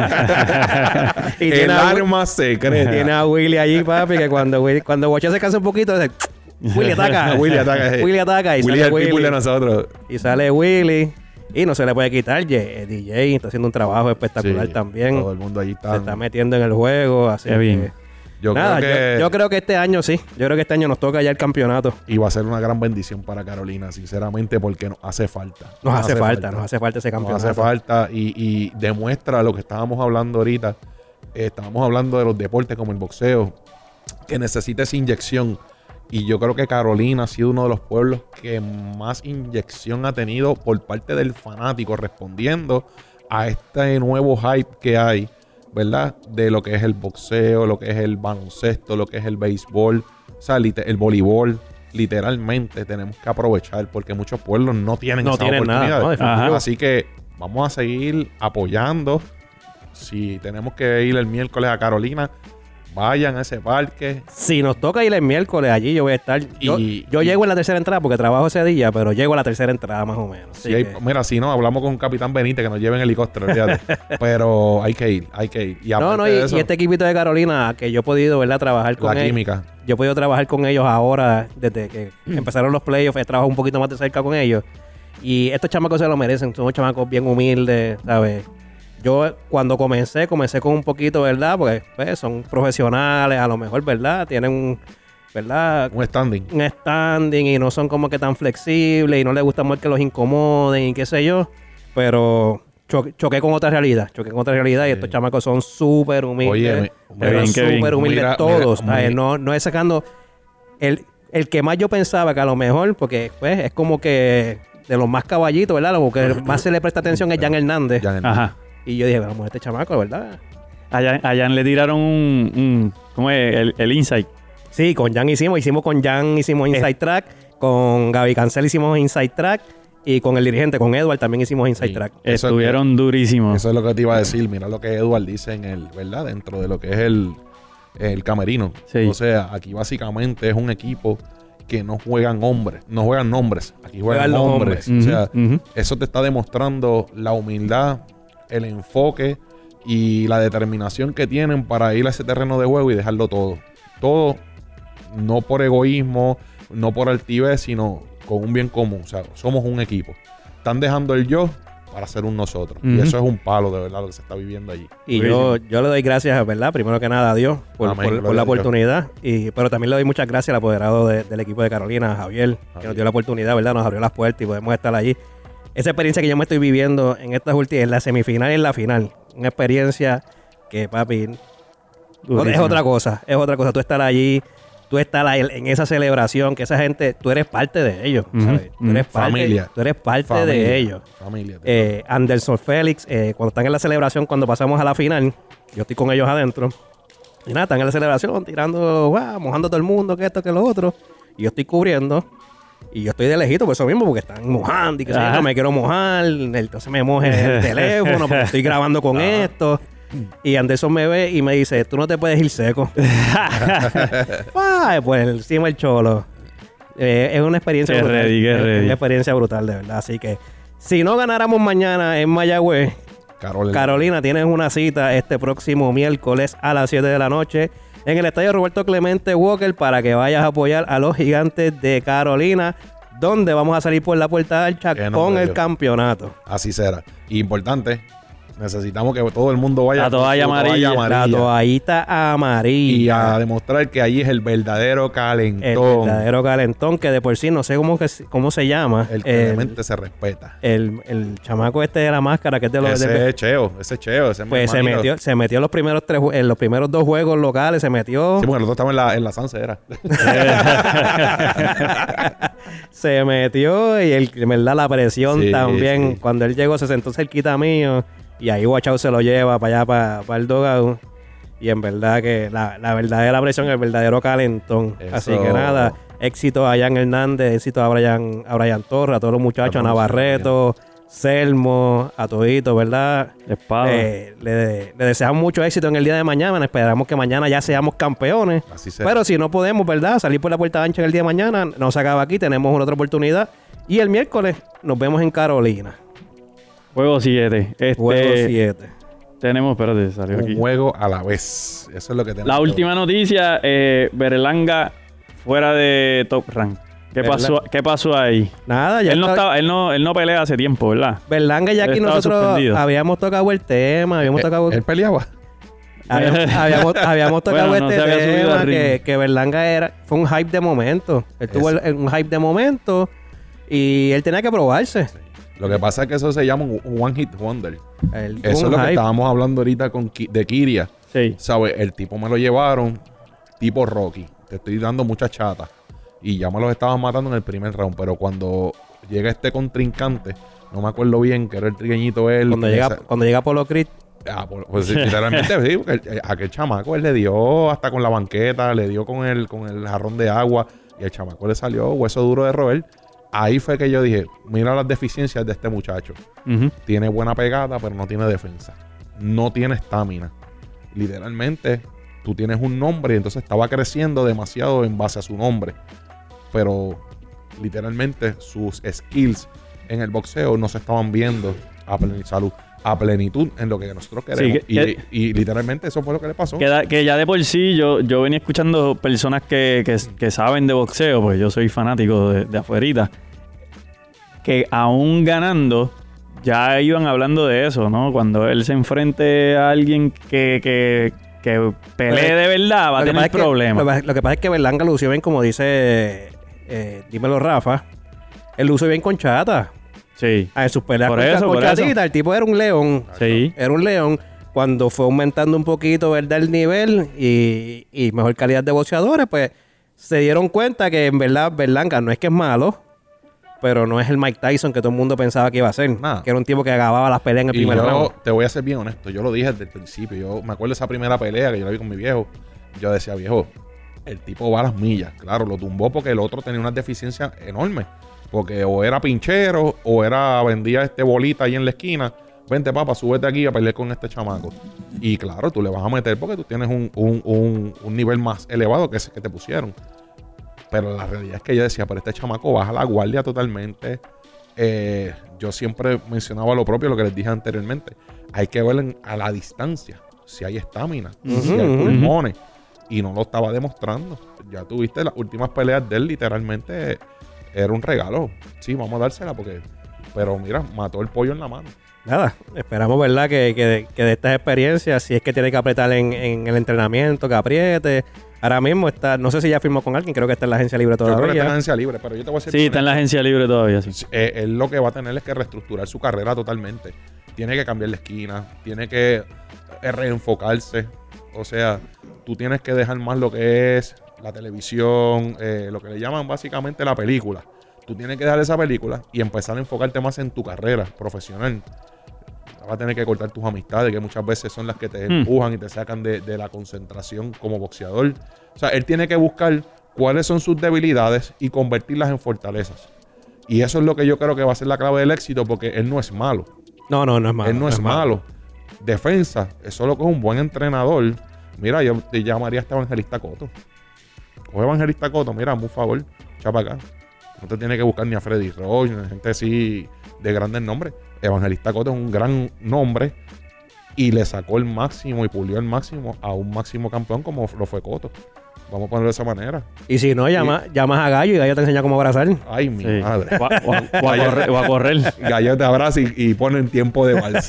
suelta. y el tiene arma secreta. tiene a Willy allí, papi, que cuando Guachau se cansa un poquito, dice, Willy ataca. Willy ataca. Willy ataca y Willy es sale el pitbull de Willy. nosotros. Y sale Willy. Y no se le puede quitar. DJ está haciendo un trabajo espectacular Sí, también. Todo el mundo allí Se está metiendo en el juego. Así Qué bien. que, Yo nada, creo que yo creo que este año sí. Yo creo que este año nos toca ya el campeonato. y va a ser una gran bendición para Carolina, sinceramente, porque nos hace falta. Nos hace falta ese Nos campeonato. hace falta y demuestra lo que estábamos hablando ahorita. Estábamos hablando de los deportes como el boxeo, que necesita esa inyección. Y yo creo que Carolina ha sido uno de los pueblos que más inyección ha tenido por parte del fanático, respondiendo a este nuevo hype que hay, ¿verdad? De lo que es el boxeo, lo que es el baloncesto, lo que es el béisbol, o sea, el voleibol. Literalmente tenemos que aprovechar porque muchos pueblos no tienen esa oportunidad. nada. No, definitivo. Así que vamos a seguir apoyando. Si tenemos que ir el miércoles a Carolina, vayan a ese parque. Si nos toca ir el miércoles allí, yo voy a estar. Yo llego en la tercera entrada porque trabajo ese día, pero llego a la tercera entrada más o menos. Así Si hay- que- mira, si no, hablamos con Capitán Benítez que nos lleve en helicóptero, olvídate. Pero hay que ir. Y no, aparte y de eso, este equipito de Carolina que yo he podido, ¿verdad? Trabajar con la él. química. Yo he podido trabajar con ellos ahora, desde que empezaron los playoffs, he trabajado un poquito más de cerca con ellos. Y estos chamacos se lo merecen, son chamacos bien humildes, ¿sabes? Yo cuando comencé con un poquito, ¿verdad? Porque pues, son profesionales, a lo mejor, ¿verdad? Tienen, ¿verdad? Un standing. Un standing y no son como que tan flexibles y no les gusta mucho que los incomoden y qué sé yo. Pero choqué con otra realidad. Y estos chamacos son súper humildes. Oye, pero qué bien. súper humildes Mira, todos. mira, ¿sabes? No es sacando... El que más yo pensaba que a lo mejor, porque pues es como que de los más caballitos, ¿verdad? Lo que más se le presta atención es Jan Hernández. Ajá. Y yo dije, vamos, este chamaco, ¿verdad? A Jan le tiraron ¿cómo es? El insight. Sí, con Jan hicimos Inside Track, con Gaby Cancel hicimos Inside Track Y con el dirigente, con Edward, también hicimos Inside Sí. Track. Eso Estuvieron durísimos. Eso es lo que te iba a decir. Mira lo que Edward dice en el, ¿verdad? Dentro de lo que es el camerino. Sí. O sea, aquí básicamente es un equipo que no juegan hombres, no juegan nombres. Aquí juegan hombres. Ujú, O sea, ujú. eso te está demostrando la humildad, el enfoque y la determinación que tienen para ir a ese terreno de juego y dejarlo todo. Todo, no por egoísmo, no por altivez, sino con un bien común. O sea, somos un equipo. Están dejando el yo para ser un nosotros. Y Ujú. eso es un palo, de verdad, lo que se está viviendo allí. Y yo le doy gracias, ¿verdad? Primero que nada a Dios por, Amén, por gloria la a Dios. oportunidad. Pero también le doy muchas gracias al apoderado del equipo de Carolina, a Javier, que nos dio la oportunidad, ¿verdad? Nos abrió las puertas y podemos estar allí. Esa experiencia que yo me estoy viviendo en estas últimas, en la semifinal y en la final. Una experiencia que, papi, es Durísimo. otra cosa. Es otra cosa. Tú estar allí, tú estar ahí en esa celebración, que esa gente, tú eres parte de ellos, Ujú, ¿sabes? Tú eres parte, Familia. Tú eres parte de ellos. Familia. Anderson Félix, cuando están en la celebración, cuando pasamos a la final, yo estoy con ellos adentro. Y nada, están en la celebración, tirando, mojando a todo el mundo, que esto, que lo otro. Y yo estoy cubriendo. Y yo estoy de lejito por eso mismo, porque están mojando y que Ajá. no me quiero mojar. Entonces me moje el teléfono porque estoy grabando con esto. Y Anderson me ve y me dice, tú no te puedes ir seco. Pues encima el cholo. Es una experiencia Qué brutal. ready, qué Es ready. una experiencia brutal, de verdad. Así que si no ganáramos mañana en Mayagüez, Carolina, tienes una cita este próximo miércoles a las 7 de la noche en el estadio Roberto Clemente Walker para que vayas a apoyar a los Gigantes de Carolina, donde vamos a salir por la puerta ancha Qué con nombre, el Dios. campeonato. Así será. Y importante, necesitamos que todo el mundo vaya La toalla con su amarilla. La toallita y amarilla. a demostrar que ahí es el verdadero El calentón. verdadero calentón, que de por sí no sé cómo se llama. El que realmente se respeta. El chamaco este de la máscara, que es de los Ese es Cheo, ese es mi pues hermanito. se metió en los primeros en los primeros 2 juegos locales, se metió. Sí, porque nosotros estamos en la Sanse, era. Se metió y en verdad la presión Sí, también. sí. Cuando él llegó se sentó cerquita mío y ahí Guachao se lo lleva para allá, para el dogout. Y en verdad que la verdadera presión, el verdadero calentón. Eso. Así que nada, éxito a Jan Hernández, éxito a Brian Torres, a todos los muchachos, a Navarreto, Selmo, a todito, ¿verdad? Espada. Le deseamos mucho éxito en el día de mañana. Esperamos que mañana ya seamos campeones. Así será. Pero si no podemos, ¿verdad? Salir por la puerta ancha en el día de mañana, no se acaba aquí, tenemos una otra oportunidad. Y el miércoles nos vemos en Carolina. Juego 7. Juego 7. Tenemos, espérate, salió Un aquí. juego a la vez. Eso es lo que tenemos. La que última noticia, Berlanga fuera de Top Rank. ¿Qué pasó ahí? Nada, ya Él no, está- él no pelea hace tiempo, ¿verdad? Berlanga, ya Él aquí estaba nosotros suspendido. habíamos tocado el tema, habíamos tocado, Él peleaba. habíamos tocado Bueno, no este se había subido tema al ring. que Berlanga fue un hype de momento. Él tuvo Eso. un hype de momento y él tenía que probarse. Lo que pasa es que eso se llama un One Hit Wonder. Él tuvo Eso es un lo que hype. estábamos hablando ahorita de Kiria. Sí. ¿Sabes? El tipo me lo llevaron tipo Rocky. Te estoy dando muchas chatas. Y ya me los estaban matando en el primer round. Pero cuando llega este contrincante, no me acuerdo bien que era el trigueñito él. Cuando llega Polo Creed, Pues literalmente sí, porque aquel chamaco él le dio hasta con la banqueta, le dio con el jarrón de agua. Y el chamaco le salió hueso duro de roer. Ahí fue que yo dije, mira las deficiencias de este muchacho. Ujú. Tiene buena pegada, pero no tiene defensa. No tiene estamina. Literalmente, tú tienes un nombre y entonces estaba creciendo demasiado en base a su nombre. Pero literalmente sus skills en el boxeo no se estaban viendo a plenitud en lo que nosotros queremos. Sí, y literalmente eso fue lo que le pasó. Que ya de por sí yo venía escuchando personas que saben de boxeo, pues yo soy fanático de afuerita, que aún ganando ya iban hablando de eso, ¿no? Cuando él se enfrente a alguien que pelee de verdad, va a tener problemas. Lo que pasa es que Berlanga lució bien, como dice dímelo Rafa, él lució bien con Chata. Sí. En sus peleas Por con, eso, con por Chatita, eso. el tipo era un león. Sí. Era un león. Cuando fue aumentando un poquito, ¿verdad?, el nivel y mejor calidad de boxeadores, pues se dieron cuenta que en verdad Berlanga no es que es malo, pero no es el Mike Tyson que todo el mundo pensaba que iba a ser. Nah. Que era un tipo que acababa las peleas en el Y primer round. yo te voy a ser bien honesto. Yo lo dije desde el principio. Yo me acuerdo de esa primera pelea que yo la vi con mi viejo. Yo decía, viejo, el tipo va a las millas. Claro, lo tumbó porque el otro tenía unas deficiencias enormes. Porque o era pinchero o vendía bolita ahí en la esquina. Vente, papá, súbete aquí a pelear con este chamaco. Y claro, tú le vas a meter porque tú tienes un nivel más elevado que ese que te pusieron. Pero la realidad es que yo decía, pero este chamaco baja la guardia totalmente. Yo siempre mencionaba lo propio, lo que les dije anteriormente. Hay que ver a la distancia si hay estamina, si hay pulmones. Y no lo estaba demostrando. Ya tuviste las últimas peleas de él, literalmente era un regalo. Sí, vamos a dársela pero mira, mató el pollo en la mano. Nada, esperamos, ¿verdad? Que de estas experiencias, si es que tiene que apretar en el entrenamiento, que apriete. Ahora mismo está, no sé si ya firmó con alguien, creo que está en la agencia libre todavía. Yo creo que está en la agencia libre, pero yo te voy a decir... Sí, está en la agencia libre todavía, sí. Él lo que va a tener es que reestructurar su carrera totalmente. Tiene que cambiar la esquina, tiene que reenfocarse. O sea, tú tienes que dejar más lo que es la televisión, lo que le llaman básicamente la película. Tú tienes que dejar esa película y empezar a enfocarte más en tu carrera profesional. Vas a tener que cortar tus amistades, que muchas veces son las que te empujan y te sacan de la concentración como boxeador. O sea, él tiene que buscar cuáles son sus debilidades y convertirlas en fortalezas. Y eso es lo que yo creo que va a ser la clave del éxito, porque él no es malo. No es malo. Él no es malo. Defensa, eso es lo que es un buen entrenador. Mira, yo te llamaría a este Evangelista Cotto. Coge Evangelista Cotto, mira, por favor, echa para acá. No te tiene que buscar ni a Freddy Roach, ni a gente así de grandes nombres. Evangelista Cotto es un gran nombre y le sacó el máximo y pulió el máximo a un máximo campeón como lo fue Cotto. Vamos a ponerlo de esa manera. Y si no, llamas a Gallo y Gallo te enseña cómo abrazar. Ay, mi madre. O a correr. Gallo te abraza y pone en tiempo de vals.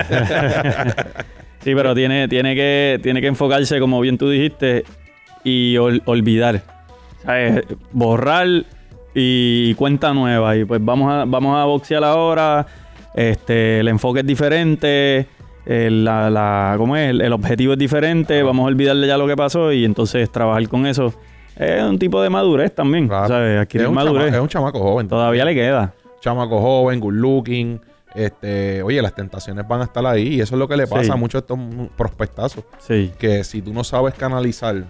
Sí, pero tiene que enfocarse, como bien tú dijiste, y olvidar. ¿Sabes? Borrar y cuenta nueva. Y pues vamos a boxear ahora. El enfoque es diferente. ¿Cómo es? El objetivo es diferente. Vamos a olvidarle ya lo que pasó y entonces trabajar con eso. Es un tipo de madurez también. Claro. ¿Sabes? Adquirir madurez. Es un chamaco joven. Todavía le queda. Chamaco joven, good looking. Oye, las tentaciones van a estar ahí y eso es lo que le pasa a muchos de estos prospectazos. Sí. Que si tú no sabes canalizarlo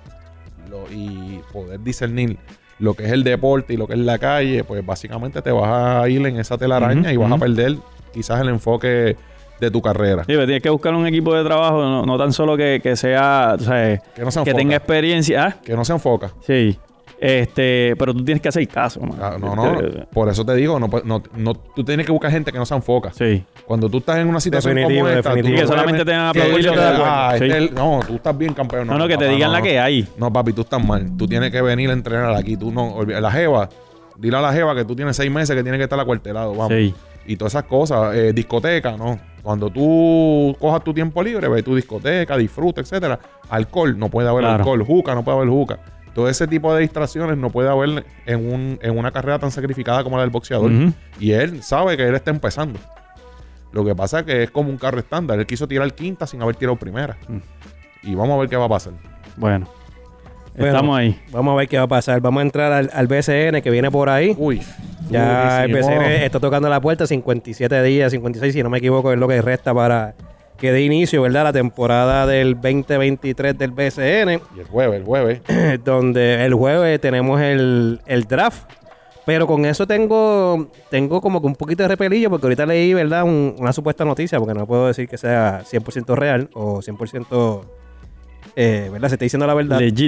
y poder discernir lo que es el deporte y lo que es la calle, pues básicamente te vas a ir en esa telaraña y vas a perder quizás el enfoque de tu carrera. Sí, pero tienes que buscar un equipo de trabajo, no tan solo que sea, o sea, que tenga experiencia. ¿Ah? Que no se enfoca. Sí. Pero tú tienes que hacer caso, man. No. Por eso te digo, tú tienes que buscar gente que no se enfoca. Sí. Cuando tú estás en una situación como esta, tú que solamente te van a aplaudir. No, tú estás bien, campeón. No, que te digan la que hay. No, papi, tú estás mal. Tú tienes que venir a entrenar aquí. Tú no, la jeva, dile a la jeva que tú tienes 6 meses que tienes que estar acuartelado, vamos. Sí. Y todas esas cosas, discoteca, ¿no? Cuando tú cojas tu tiempo libre, ve tu discoteca, disfruta, etcétera. Alcohol, no puede haber alcohol. Juca, no puede haber juca. Todo ese tipo de distracciones no puede haber en una carrera tan sacrificada como la del boxeador. Y él sabe que él está empezando. Lo que pasa es que es como un carro estándar. Él quiso tirar quinta sin haber tirado primera. Y vamos a ver qué va a pasar. Bueno, estamos ahí. Vamos a ver qué va a pasar. Vamos a entrar al BCN que viene por ahí. Uy. Ya durísimo. El BCN está tocando la puerta. 57 días, 56 si no me equivoco, es lo que resta para que dé inicio, ¿verdad? La temporada del 2023 del BCN. Y el jueves. Donde el jueves tenemos el draft. Pero con eso tengo como que un poquito de repelillo, porque ahorita leí, ¿verdad? Una supuesta noticia, porque no puedo decir que sea 100% real o 100%, ¿verdad? Se está diciendo la verdad. Legit.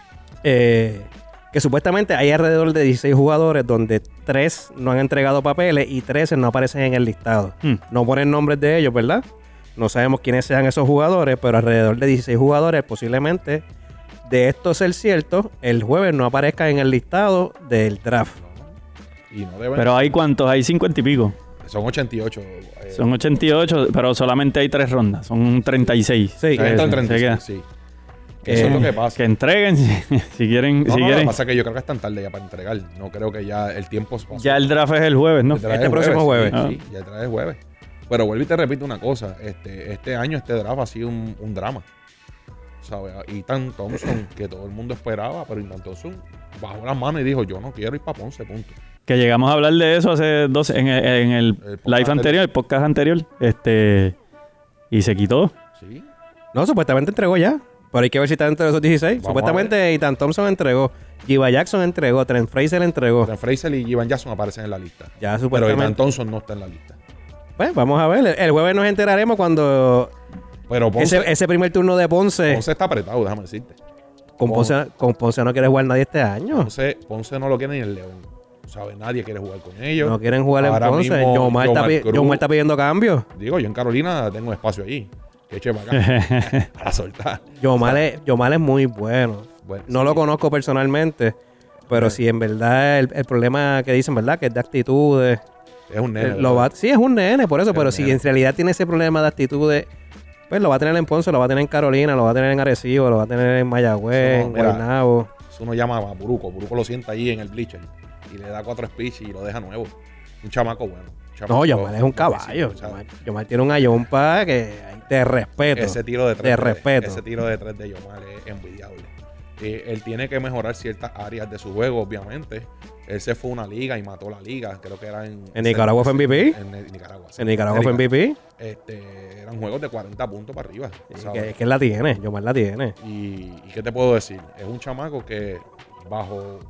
Que supuestamente hay alrededor de 16 jugadores donde 3 no han entregado papeles y 13 no aparecen en el listado. No ponen nombres de ellos, ¿verdad? No sabemos quiénes sean esos jugadores, pero alrededor de 16 jugadores posiblemente, de esto ser cierto, el jueves no aparezca en el listado del draft. Y no deben... Pero ¿hay cuántos? Hay 50 y pico. Son 88. Son 88, pero solamente hay 3 rondas. Son 36. Sí. Entran 36, sí. Eso es lo que pasa. Que entreguen si quieren. No, si quieren. Lo que pasa es que yo creo que es tan tarde ya para entregar. No creo que ya el tiempo pasó. Ya el draft es el jueves, ¿no? Este próximo jueves. Sí, ya el draft es jueves. Pero vuelvo y te repito una cosa. Este año este draft ha sido un drama. ¿Sabes? Ethan Thompson, que todo el mundo esperaba, pero Ethan Thompson bajó las manos y dijo, yo no quiero ir para Ponce, punto. Que llegamos a hablar de eso hace 12 en el live anterior, el podcast anterior. Y se quitó. Sí. No, supuestamente entregó ya. Pero hay que ver si está dentro de esos 16. Vamos Supuestamente Ethan Thompson entregó. Jiva Jackson entregó. Trent Fraser entregó. Trent Fraser y Ivan Jackson aparecen en la lista. Ya Pero supuestamente. Ethan Thompson no está en la lista. Pues vamos a ver. El jueves nos enteraremos cuando Pero Ponce, ese primer turno de Ponce. Ponce está apretado, déjame decirte. Con Ponce no quiere jugar nadie este año. Ponce no lo quiere ni el León. ¿Sabes? Nadie quiere jugar con ellos. No quieren jugar en Ahora Ponce. mismo, Yomar está pidiendo cambios. Digo, yo en Carolina tengo espacio allí. Que eche para acá. Para soltar. Yomar es muy bueno. Bueno, No sí. lo conozco personalmente. Pero si en verdad el problema que dicen, ¿verdad? Que es de actitudes. Es un nene. Sí, es un nene, por eso. Es Pero un si nene. en realidad tiene ese problema de actitudes, pues lo va a tener en Ponce, lo va a tener en Carolina, lo va a tener en Arecibo, lo va a tener en Mayagüez, No, en mira. Guaynabo. Eso uno llama a Buruco. Buruco lo sienta ahí en el bleacher. Y le da 4 speech y lo deja nuevo. Un chamaco bueno. No, Yomar es un caballo. buenísimo, ¿sabes? Yomar tiene un ayompa que te respeto. Ese tiro de 3 de respeto. Ese tiro de 3 de Yomar es envidiable. Él tiene que mejorar ciertas áreas de su juego, obviamente. Él se fue a una liga y mató la liga. Creo que era en Nicaragua fue MVP? En Nicaragua. sí. En Nicaragua fue MVP. Eran juegos de 40 puntos para arriba. ¿sabes? Que él la tiene, Yomar la tiene. Y qué te puedo decir, es un chamaco que bajo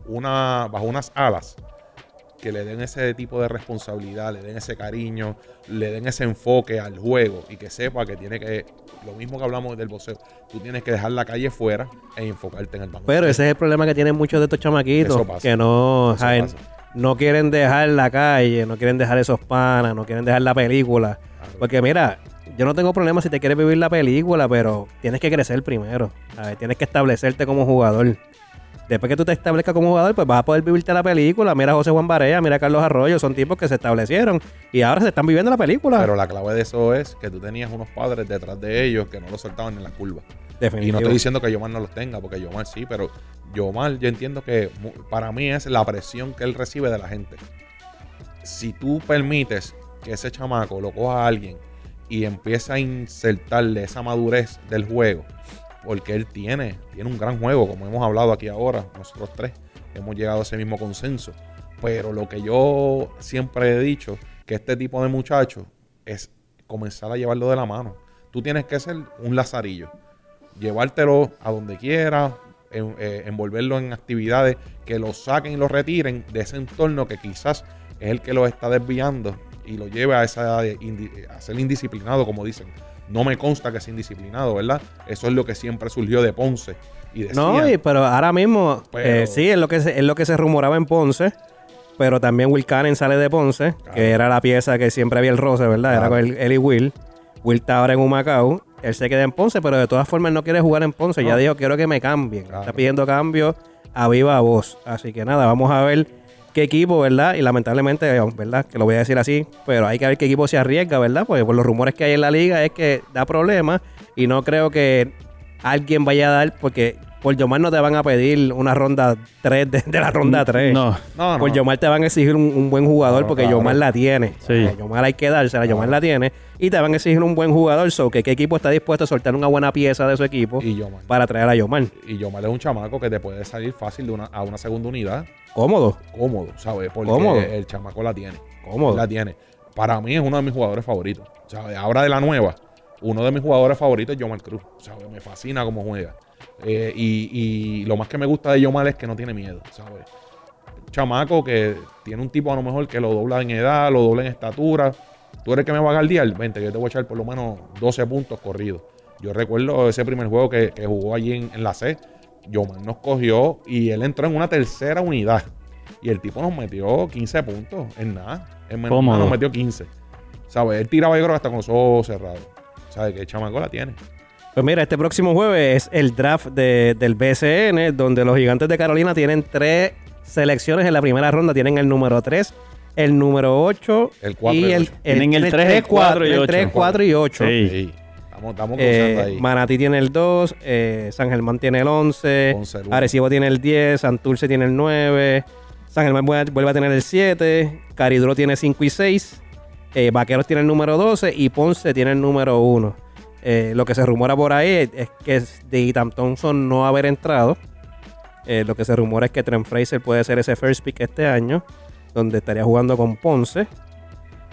unas alas que le den ese tipo de responsabilidad, le den ese cariño, le den ese enfoque al juego y que sepa que tiene que, lo mismo que hablamos del boxeo, tú tienes que dejar la calle fuera e enfocarte en el baloncesto. Pero ese es el problema que tienen muchos de estos chamaquitos. Eso pasa. Que no, Eso ¿saben? pasa. No quieren dejar la calle, no quieren dejar esos panas, no quieren dejar la película. Claro. Porque mira, yo no tengo problema si te quieres vivir la película, pero tienes que crecer primero. ¿Sabes? Tienes que establecerte como jugador. Después que tú te establezcas como jugador, pues vas a poder vivirte la película. Mira a José Juan Barea, mira a Carlos Arroyo. Son tipos que se establecieron y ahora se están viviendo la película. Pero la clave de eso es que tú tenías unos padres detrás de ellos que no los soltaban en la curva. Y Definitivo. no estoy diciendo que Yomar no los tenga, porque Yomar sí, pero Yomar yo entiendo que para mí es la presión que él recibe de la gente. Si tú permites que ese chamaco lo coja a alguien y empieza a insertarle esa madurez del juego, porque él tiene un gran juego, como hemos hablado aquí ahora, nosotros tres hemos llegado a ese mismo consenso. Pero lo que yo siempre he dicho, que este tipo de muchachos es comenzar a llevarlo de la mano. Tú tienes que ser un lazarillo, llevártelo a donde quiera, envolverlo en actividades que lo saquen y lo retiren de ese entorno que quizás es el que lo está desviando y lo lleve a ser indisciplinado, como dicen. No me consta que sea indisciplinado, ¿verdad? Eso es lo que siempre surgió de Ponce. Y decían, No, pero ahora mismo, Pero- sí, es lo que se rumoraba en Ponce. Pero también Will Cannon sale de Ponce, Claro. que era la pieza que siempre había el roce, ¿verdad? Era Claro. con él y Will. Will está ahora en Humacao. Él se queda en Ponce, pero de todas formas él no quiere jugar en Ponce. No. Ya dijo, quiero que me cambien. Claro. Está pidiendo cambio a viva voz. Así que nada, vamos a ver qué equipo, ¿verdad? Y lamentablemente, ¿verdad? Que lo voy a decir así, pero hay que ver qué equipo se arriesga, ¿verdad? Porque por los rumores que hay en la liga es que da problemas y no creo que alguien vaya a dar, porque por Yomar no te van a pedir una ronda 3 de la ronda 3. No. no, Por no. Yomar te van a exigir un buen jugador Claro, porque claro. Yomar la tiene. Sí. Yomar hay que dársela, Yomar Claro. la tiene. Y te van a exigir un buen jugador. So, que qué equipo está dispuesto a soltar una buena pieza de su equipo Y Yomar. para traer a Yomar. Y Yomar es un chamaco que te puede salir fácil a una segunda unidad. Cómodo, Cómodo, ¿sabes? Porque Cómodo. el chamaco la tiene. cómodo. Él la tiene. Para mí es uno de mis jugadores favoritos. ¿Sabes? Ahora de la nueva, uno de mis jugadores favoritos es Yomar Cruz. ¿Sabes? Me fascina cómo juega. Y lo más que me gusta de Yomar es que no tiene miedo. ¿Sabes? Un chamaco que tiene un tipo a lo mejor que lo dobla en edad, lo dobla en estatura. Tú eres el que me va a guardiar. Vente, que yo te voy a echar por lo menos 12 puntos corridos. Yo recuerdo ese primer juego que jugó allí en la C. Yomar nos cogió y él entró en una tercera unidad. Y el tipo nos metió 15 puntos en nada. En menos Cómodo. nada nos metió 15. ¿Sabes? Él tiraba yo creo hasta con los ojos cerrados. ¿Sabes? Que el chamaco la tiene. Pues mira, este próximo jueves es el draft del BCN, donde los Gigantes de Carolina tienen 3 selecciones en la primera ronda. Tienen el número 3, el número 8 El 4 y y el el, 8. Tienen el 3, el 4 y el 8. 3, 4 y 8. Sí. Sí. Estamos cruzando ahí. Manatí tiene el 2, San Germán tiene el 11, Ponce el 1. Arecibo tiene el 10, Santurce tiene el 9, San Germán vuelve a tener el 7, Cariduro tiene 5 y 6, Vaqueros tiene el número 12 y Ponce tiene el número 1. Lo que se rumora por ahí es que de Ethan Thompson no haber entrado. Lo que se rumora es que Trent Fraser puede ser ese first pick este año, donde estaría jugando con Ponce.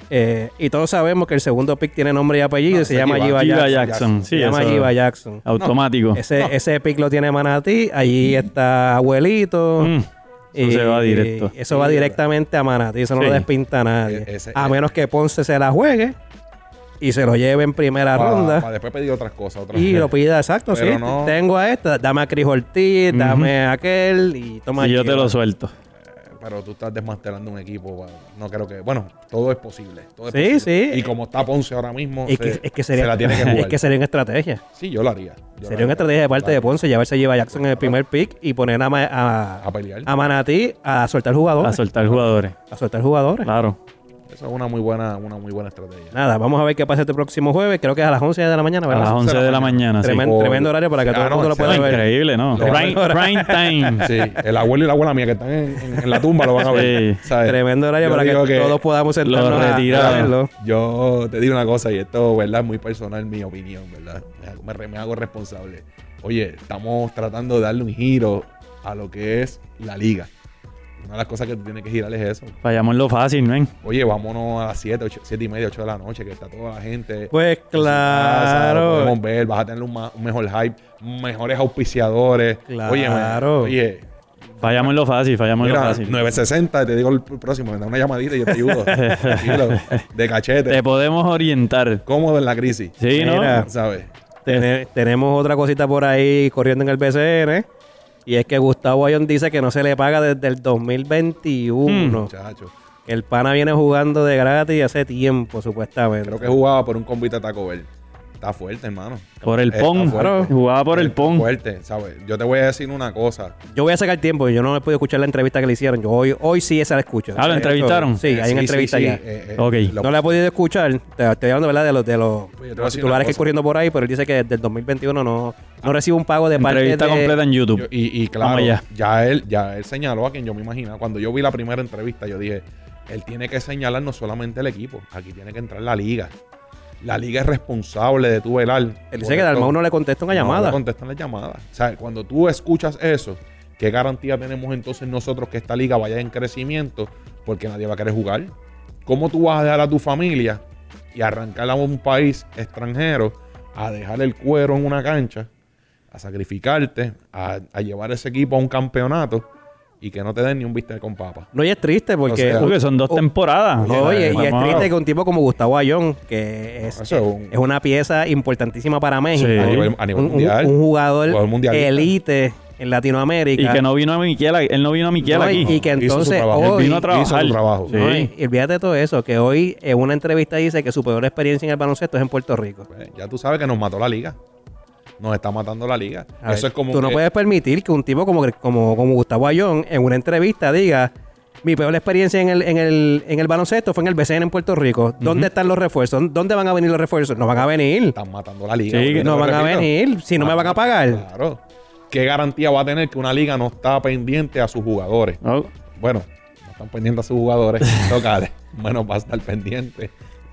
Y todos sabemos que el segundo pick tiene nombre y apellido y se llama Jiva Jiva Jackson. Jackson. Sí, Se llama eso- Jiva Jackson. Automático. Ese pick lo tiene Manatí. Allí está Abuelito. Eso se va directo. Eso va directamente a Manatí. Eso no Sí. lo despinta a nadie. Ese- A menos que Ponce se la juegue y se lo lleve en primera ronda. Para después pedir otras cosas. Otras Y lo pida, exacto, Pero sí. no- Tengo a esta, dame a Chris Ortiz, dame a aquel y toma Y yo Jiva. te lo suelto. Pero tú estás desmantelando un equipo. Bueno, no creo que... Bueno, todo es posible. Todo es Sí, posible. sí. Y como está Ponce ahora mismo, Es que sería, se la tiene que jugar. es que sería una estrategia. Sí, yo lo haría. Sería una estrategia de parte de Ponce llevarse a Jiva Jackson en el primer pick y poner A pelear. a Manatí a soltar A jugadores. soltar jugadores. A soltar jugadores. Claro. Eso es una muy buena estrategia. Nada, vamos a ver qué pasa este próximo jueves. Creo que es a las 11 de la mañana, A ¿verdad? las 11 de la mañana. Sí. Tremendo horario para que todo el mundo lo pueda No, ver. increíble, ¿no? Lo- Prime time. Sí, el abuelo y la abuela mía que están en la tumba lo van a ver. Sí. ¿sabes? Tremendo horario Yo para digo que todos podamos los sentarnos a retirados. verlo. Yo te digo una cosa, y esto, ¿verdad? Es muy personal mi opinión, ¿verdad? Me hago responsable. Oye, estamos tratando de darle un giro a lo que es la liga. Una de las cosas que tú tienes que girar es eso. Vayamos en lo fácil, ven. Oye, vámonos a las 7 y media, 8 de la noche, que está toda la gente. Pues en su casa, claro. lo podemos ver, vas a tener un mejor hype, mejores auspiciadores. Claro. Oye, Fallamos en lo fácil, fallamos en lo mira, fácil. 960, te digo el próximo, me da una llamadita y yo te ayudo. Tranquilo, de cachete. Te podemos orientar. Cómodo en la crisis. Sí, ¿no? Mira. ¿Sabes? Tenemos otra cosita por ahí corriendo en el BCN. Y es que Gustavo Ayón dice que no se le paga desde el 2021. Muchacho. Que el pana viene jugando de gratis hace tiempo, supuestamente. Creo que jugaba por un convite de Taco Bell. Está fuerte, hermano. Por el Está PON. fuerte. Jugaba por el Está PON. fuerte, ¿sabes? Yo te voy a decir una cosa. Yo voy a sacar tiempo. Yo no he podido escuchar la entrevista que le hicieron. Yo hoy sí esa la escucho. Ah, ¿lo entrevistaron? Sí, hay una entrevista ya. Ok. No la he podido escuchar. Te estoy hablando, ¿verdad? De los Oye, te voy a los decir titulares una que hay cosa. corriendo por ahí, pero él dice que desde el 2021 no recibe un pago de parte Entrevista de... completa en YouTube. Y claro, Vamos allá. ya él señaló a quien yo me imaginaba. Cuando yo vi la primera entrevista, yo dije, él tiene que señalar no solamente el equipo, aquí tiene que entrar la liga. La liga es responsable de tu velar. Él dice que Dalmau no le contesta una llamada. No le contestan las llamadas. O sea, cuando tú escuchas eso, ¿qué garantía tenemos entonces nosotros que esta liga vaya en crecimiento? Porque nadie va a querer jugar. ¿Cómo tú vas a dejar a tu familia y arrancar a un país extranjero a dejar el cuero en una cancha, a sacrificarte, a llevar ese equipo a un campeonato y que no te den ni un bistec con papa? No, y es triste porque... O sea, Porque son 2 temporadas. Oye, y es Vamos. triste que un tipo como Gustavo Ayón, que es Eso es es una pieza importantísima para México, Sí. A nivel mundial. un jugador elite en Latinoamérica. Y que no vino a Miquel, él no vino a Miquel No, aquí. y que Hizo su entonces trabajo. Él hoy... vino a trabajar. hizo su trabajo. Sí. No, y olvídate de todo eso, que hoy en una entrevista dice que su peor experiencia en el baloncesto es en Puerto Rico. Pues, ya tú sabes que nos mató la liga. Nos está matando la liga. A Eso ver, es como tú no que- puedes permitir que un tipo como Gustavo Ayón en una entrevista diga: mi peor experiencia en el baloncesto fue en el BCN en Puerto Rico. ¿Dónde están los refuerzos? ¿Dónde van a venir los refuerzos? No van a venir. Están matando la liga. Sí, porque No te lo van a repito. venir. Si no me van a pagar. Claro. ¿Qué garantía va a tener que una liga no está pendiente a sus jugadores? Oh, Bueno, no están pendientes a sus jugadores locales. Bueno, va a estar pendiente.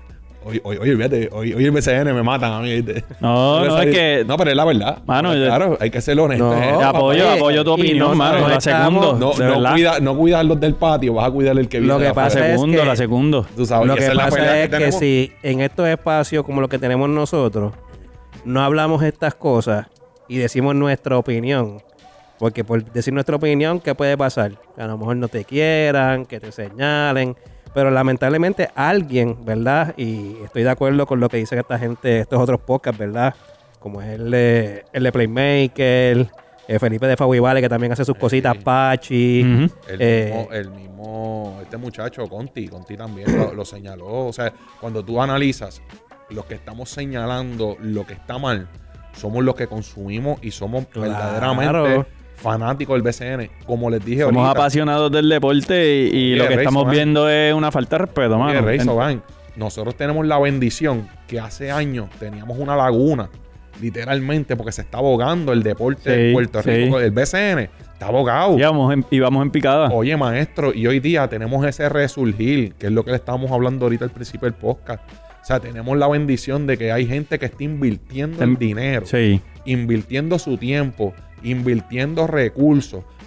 Oye, fíjate, hoy el BCN me matan a mí. ¿viste? No, no, es que... No, pero es la verdad. Mano, yo- claro, hay que ser honesto. No, ¿eh? apoyo, oye, apoyo tu y opinión, no- mano. no la estamos- segundo. de verdad. No cuidar los del patio, vas a cuidar el que viene. Lo que de pasa afuera. es segundo, que- la segundo. Tú sabes, Lo y que esa es la pasa pelea es que tenemos. si en estos espacios como los que tenemos nosotros no hablamos estas cosas y decimos nuestra opinión, porque por decir nuestra opinión, ¿qué puede pasar? Que a lo mejor no te quieran, que te señalen, pero lamentablemente alguien, ¿verdad? Y estoy de acuerdo con lo que dice esta gente, estos otros podcasts, ¿verdad? Como es el de Playmaker, Felipe de Faguivale, que también hace sus cositas, Pachi. Ujú. El mismo, este muchacho, Conti también lo señaló. O sea, cuando tú analizas lo que estamos señalando, lo que está mal, somos los que consumimos y somos Claro. verdaderamente fanáticos del BCN. Como les dije Somos ahorita. apasionados del deporte y lo que Rey estamos Soban. viendo es una falta de respeto, Oye, mano. Rey Soban, nosotros tenemos la bendición que hace años teníamos una laguna, literalmente, porque se está abogando el deporte Sí, de Puerto Rico. sí. El BCN está abogado. Íbamos en picada. Oye, maestro, y hoy día tenemos ese resurgir, que es lo que le estábamos hablando ahorita al principio del podcast. O sea, tenemos la bendición de que hay gente que está invirtiendo el dinero, Sí. invirtiendo su tiempo, invirtiendo recursos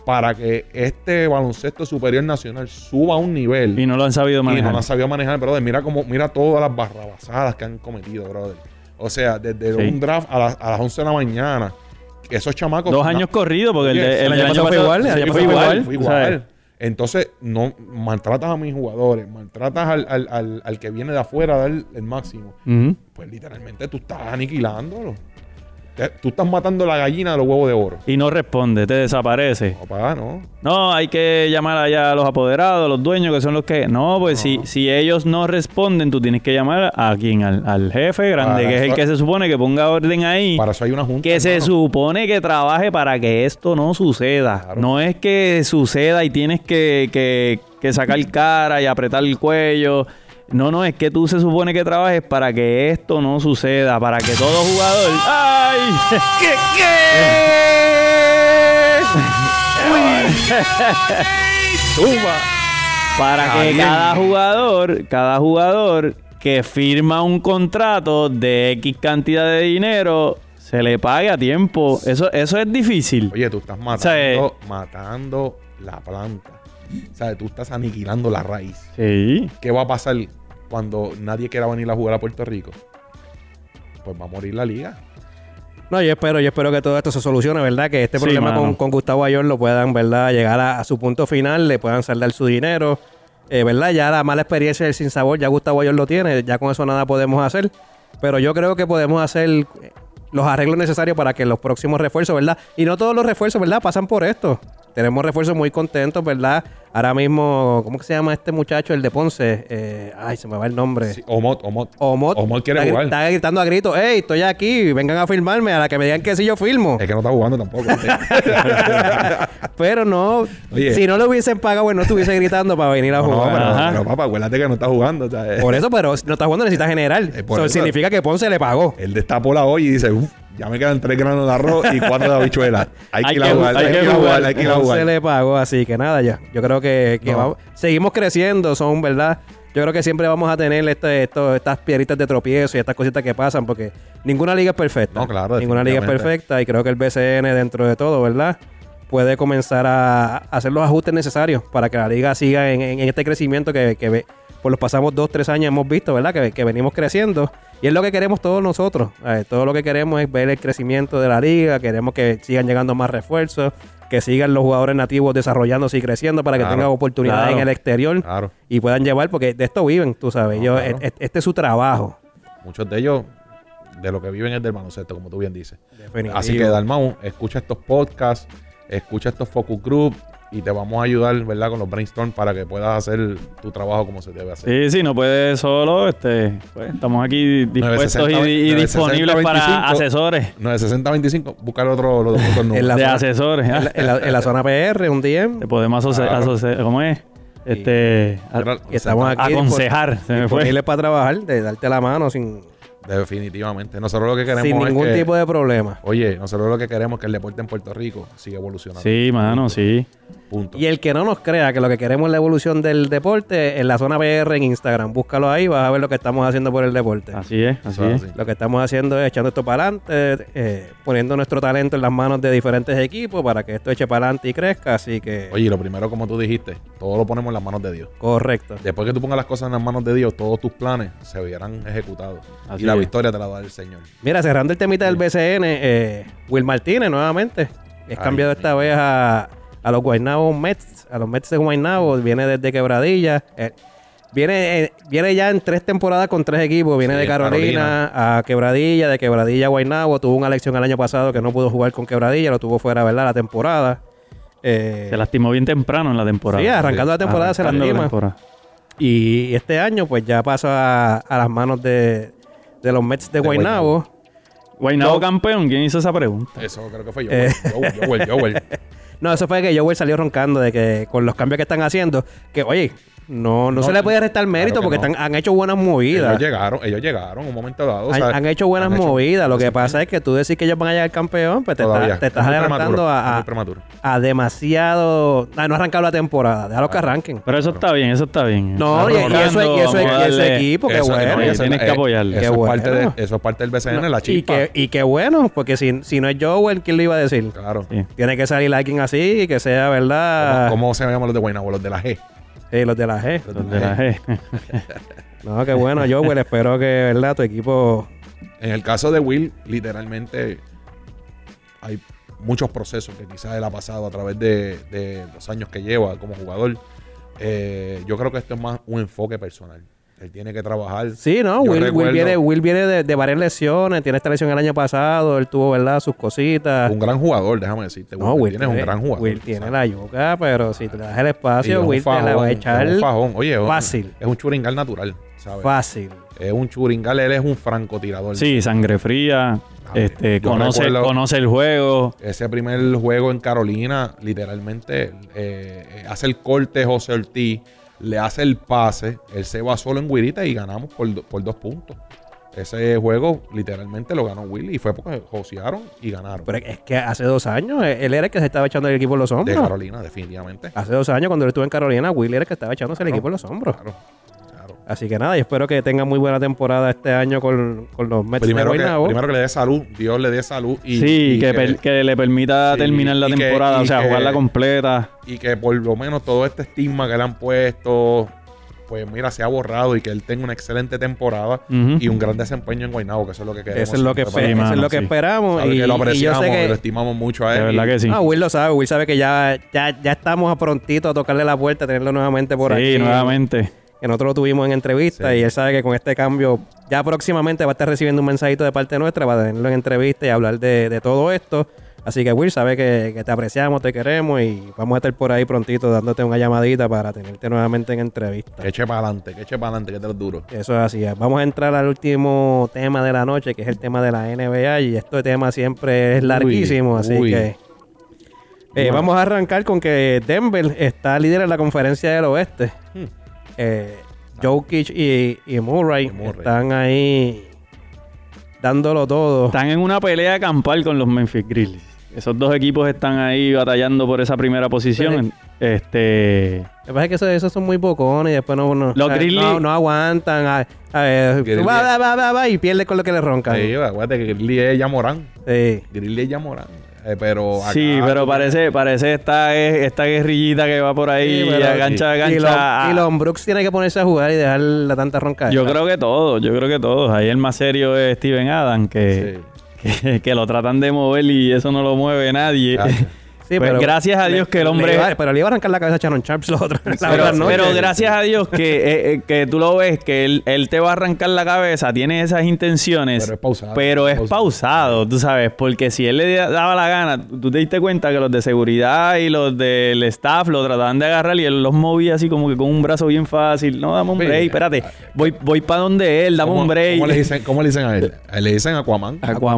para que este baloncesto superior nacional suba a un nivel. Y no lo han sabido Y manejar. no lo han sabido manejar, brother. Mira todas las barrabasadas que han cometido, brother. O sea, desde Sí. un draft a las 11 de la mañana, esos chamacos... 2 años corridos, porque Oye, el año pasado fue igual, el Sí, año fue pasado igual, fue fue ¿sabes? igual. Entonces, no maltratas a mis jugadores, maltratas al que viene de afuera a dar el máximo. Ujú. Pues literalmente tú estás aniquilándolo. Tú estás matando la gallina de los huevos de oro. Y no responde, te desaparece. No, papá, no. No, hay que llamar allá a los apoderados, a los dueños, que son los que... No, pues No. Si ellos no responden, tú tienes que llamar a quién, al jefe grande, Para que es el eso- que se supone que ponga orden ahí. Para eso hay una junta. Que se hermano. supone que trabaje para que esto no suceda. Claro. No es que suceda y tienes que sacar cara y apretar el cuello. No, es que tú se supone que trabajes para que esto no suceda. Para que todo jugador... ¡Ay! Zumba. Para que Caliente. cada jugador que firma un contrato de X cantidad de dinero se le pague a tiempo. Eso es difícil. Oye, tú estás matando la planta. O sea, tú estás aniquilando la raíz. Sí. ¿Qué va a pasar cuando nadie quiera venir a jugar a Puerto Rico? Pues va a morir la liga. No, yo espero que todo esto se solucione, ¿verdad? Que este Sí, problema mano. con Gustavo Ayón lo puedan, ¿verdad? Llegar a su punto final, le puedan saldar su dinero, ¿verdad? Ya la mala experiencia del sinsabor, ya Gustavo Ayón lo tiene, ya con eso nada podemos hacer. Pero yo creo que podemos hacer los arreglos necesarios para que los próximos refuerzos, ¿verdad? Y no todos los refuerzos, ¿verdad? Pasan por esto. Tenemos refuerzos muy contentos, ¿verdad? Ahora mismo, ¿cómo que se llama este muchacho, el de Ponce? Ay, se me va el nombre. Sí, Omot. Omot quiere está, jugar. está gritando a gritos, ¡Ey, estoy aquí! Vengan a filmarme. A la que me digan que sí, yo filmo. Es que no está jugando tampoco. Pero no, Oye. si no lo hubiesen pagado, bueno, no estuviese gritando para venir a No, jugar. Ajá. pero papá, acuérdate que no está jugando. O sea, Por eso, pero no está jugando, necesita generar. por Eso eso. significa que Ponce le pagó. Él destapó la olla y dice, ya me quedan 3 granos de arroz y 4 de habichuelas. Hay que ir a jugar, hay que ir a jugar, hay que ir a Ponce jugar. le pagó, así que nada, ya. Yo creo que No. seguimos creciendo, son verdad. Yo creo que siempre vamos a tener estas piedritas de tropiezo y estas cositas que pasan, porque ninguna liga es perfecta. No, claro, Ninguna liga es definitivamente. perfecta y creo que el BCN, dentro de todo, ¿verdad? Puede comenzar a hacer los ajustes necesarios para que la liga siga en este crecimiento que por los pasamos 2-3 años hemos visto, ¿verdad? Que venimos creciendo. Y es lo que queremos todos nosotros. Todo lo que queremos es ver el crecimiento de la liga. Queremos que sigan llegando más refuerzos, que sigan los jugadores nativos desarrollándose y creciendo para que Claro, tengan oportunidades claro. en el exterior Claro. y puedan llevar, porque de esto viven, tú sabes. No, claro. Este es su trabajo. Muchos de ellos, de lo que viven es del baloncesto, como tú bien dices. Definitivo. Así que, Dalmau, escucha estos podcasts, escucha estos focus group y te vamos a ayudar, ¿verdad? Con los brainstorm para que puedas hacer tu trabajo como se debe hacer. Sí, no puedes solo. Pues, estamos aquí dispuestos 960, y disponibles 960, para 25. asesores. 960-25, busca los otros números. En la De zona- asesores. en la zona PR, un DM. Te podemos asociar. ¿Cómo es? Y estamos aquí Aconsejar. Se me fue. disponibles para trabajar, de darte la mano sin Definitivamente. Nosotros lo que queremos sin es ningún que, tipo de problema. Oye, nosotros lo que queremos es que el deporte en Puerto Rico siga evolucionando. Sí, mano, sí. Punto. Y el que no nos crea que lo que queremos es la evolución del deporte, en la zona PR en Instagram, búscalo ahí, vas a ver lo que estamos haciendo por el deporte. Así es, así Eso es. es así. Lo que estamos haciendo es echando esto para adelante, poniendo nuestro talento en las manos de diferentes equipos para que esto eche para adelante y crezca. Así que, Oye, lo primero, como tú dijiste, todo lo ponemos en las manos de Dios. correcto. Después que tú pongas las cosas en las manos de Dios, todos tus planes se verán ejecutados. Así y la es. victoria te la va a dar el Señor. Mira, cerrando el temita del BCN, Will Martínez nuevamente es Ay, cambiado esta vez a los Guaynabo Mets, a los Mets de Guaynabo, viene desde Quebradilla. Viene ya en 3 temporadas con 3 equipos. Viene Sí, de Carolina a Quebradilla, de Quebradilla a Guaynabo. Tuvo una elección el año pasado que no pudo jugar con Quebradilla, lo tuvo fuera, ¿verdad? La temporada. Se lastimó bien temprano en la temporada. Sí, arrancando la temporada se Arrancando la lastima. temporada. Y este año, pues ya pasa a las manos de los Mets de Guaynabo. Guaynabo No. campeón, ¿quién hizo esa pregunta? Eso creo que fue Joel. No, eso fue que Joel salió roncando de que con los cambios que están haciendo, que oye, No se le puede restar mérito claro que porque han hecho buenas movidas. Ellos llegaron un momento dado. O sea, Han hecho buenas movidas. Lo que pasa es que tú decís que ellos van a llegar campeón, pues te estás adelantando a demasiado... no arrancar la temporada. Déjalo que arranquen. Pero eso está bien, eso está bien. No, y ese equipo, qué bueno. Tienes que apoyarle. Eso es parte del BCN, la chispa. Y qué bueno, porque si no es Joel, ¿quién lo iba a decir? Claro. Sí. Tiene que salir alguien así, que sea verdad. ¿Cómo se llaman los de Guaynabo? Los de la G. Sí, los de la G. Los de la G. No, qué bueno, Joel. Espero que, verdad, tu equipo... En el caso de Will, literalmente hay muchos procesos que quizás él ha pasado a través de los años que lleva como jugador. Yo creo que esto es más un enfoque personal. Él tiene que trabajar. Sí, ¿no? Will viene de varias lesiones. Tiene esta lesión el año pasado. Él tuvo, ¿verdad? Sus cositas. Un gran jugador, déjame decirte. No, Will tiene un gran jugador. Will tiene la yuca, pero si te das el espacio, Will te la va a echar fácil. Es un churingal natural, ¿sabes? Fácil. Es un churingal. Él es un francotirador. Sí, sangre fría. Conoce el juego. Ese primer juego en Carolina, literalmente, hace el corte José Ortiz. Le hace el pase, él se va solo en Guirita y ganamos por 2 puntos. Ese juego literalmente lo ganó Will y fue porque josearon y ganaron. Pero es que hace 2 años él era el que se estaba echando el equipo en los hombros. De Carolina, definitivamente. Hace 2 años cuando él estuvo en Carolina, Will era el que estaba echándose el equipo en los hombros. Claro. Así que nada, yo espero que tenga muy buena temporada este año con los Mets de Guaynabo. Primero que le dé salud, Dios le dé salud. Que le permita terminar la temporada, jugarla completa. Y que por lo menos todo este estigma que le han puesto, pues mira, se ha borrado y que él tenga una excelente temporada y un gran desempeño en Guaynabo, que eso es lo que queremos. Eso es lo que, esperamos. Y que lo apreciamos, que lo estimamos mucho a él. De verdad que sí. Will lo sabe. Will sabe que ya estamos a prontito a tocarle la puerta, a tenerlo nuevamente por aquí. Sí, nuevamente. Que nosotros lo tuvimos en entrevista y él sabe que con este cambio ya próximamente va a estar recibiendo un mensajito de parte nuestra para tenerlo en entrevista y hablar de todo esto. Así que Will sabe que te apreciamos, te queremos y vamos a estar por ahí prontito dándote una llamadita para tenerte nuevamente en entrevista. Que eche para adelante, que te lo duro. Eso es así. Vamos a entrar al último tema de la noche, que es el tema de la NBA y este tema siempre es larguísimo, así que... vamos a arrancar con que Denver está líder en la conferencia del oeste. Jokic y Murray están ahí dándolo todo. Están en una pelea campal con los Memphis Grizzlies. Esos dos equipos están ahí batallando por esa primera posición. Lo que pasa es que esos son muy pocones y después los Grizzlies no aguantan. Va y pierde con lo que le roncan. Sí, acuérdate que Grizzly es Yamorán. Sí. Grizzly es Yamorán. Pero acá, sí, pero parece esta guerrillita que va por ahí gancha. Y los Brooks tiene que ponerse a jugar y dejar la tanta ronca. Yo creo que todos. Ahí el más serio es Steven Adams, que lo tratan de mover y eso no lo mueve nadie. Sí, pues pero gracias a Dios que el hombre... Pero le iba a arrancar la cabeza a Shannon Sharp pero gracias a Dios que tú lo ves, que él te va a arrancar la cabeza, tiene esas intenciones, pero es pausado, tú sabes, porque si él le daba la gana, tú te diste cuenta que los de seguridad y los del staff lo trataban de agarrar y él los movía así como que con un brazo bien fácil. No, dame un break, espérate, voy para donde él, dame un break. ¿Cómo le dicen a él? Le dicen Aquaman.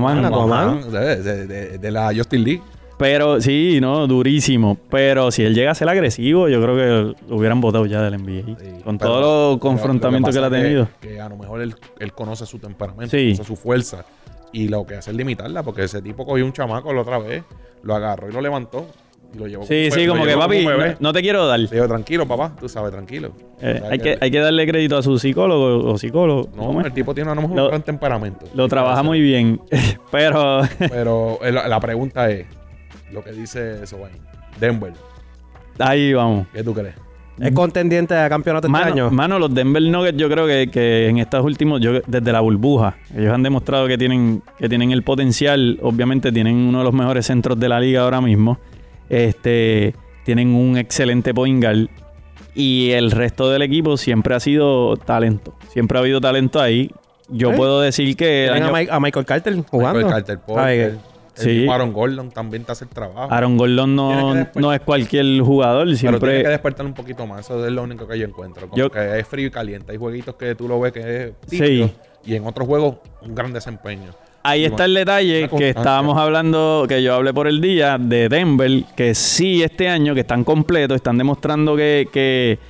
De la Justin League. Pero sí, no, durísimo. Pero si él llega a ser agresivo, yo creo que lo hubieran votado ya del NBA. Sí, con todos los confrontamientos que él ha tenido. Que a lo mejor él conoce su temperamento, conoce su fuerza. Y lo que hace es limitarla, porque ese tipo cogió un chamaco la otra vez, lo agarró y lo levantó. Y lo llevó como que papi, no te quiero dar. Le digo, tranquilo, papá, tú sabes, tranquilo. Hay que darle crédito a su psicólogo o psicólogo. No, el tipo tiene a lo mejor un gran temperamento. Lo trabaja muy bien, pero la pregunta es, lo que dice eso, Denver. Ahí vamos. ¿Qué tú crees? ¿Es contendiente a campeonato este año? Mano, los Denver Nuggets yo creo que en estos últimos, desde la burbuja, ellos han demostrado que tienen el potencial. Obviamente tienen uno de los mejores centros de la liga ahora mismo. Tienen un excelente point guard. Y el resto del equipo siempre ha sido talento. Siempre ha habido talento ahí. Yo puedo decir que... a Michael Carter jugando. Michael Carter, Porter. Sí. Aaron Gordon también te hace el trabajo. Aaron Gordon no es cualquier jugador. Siempre... Pero tiene que despertar un poquito más. Eso es lo único que yo encuentro. Que es frío y caliente. Hay jueguitos que tú lo ves que es tibio. Y en otros juegos, un gran desempeño. Ahí está el detalle que estábamos hablando, que yo hablé por el día, de Denver, que sí este año, que están completos, están demostrando que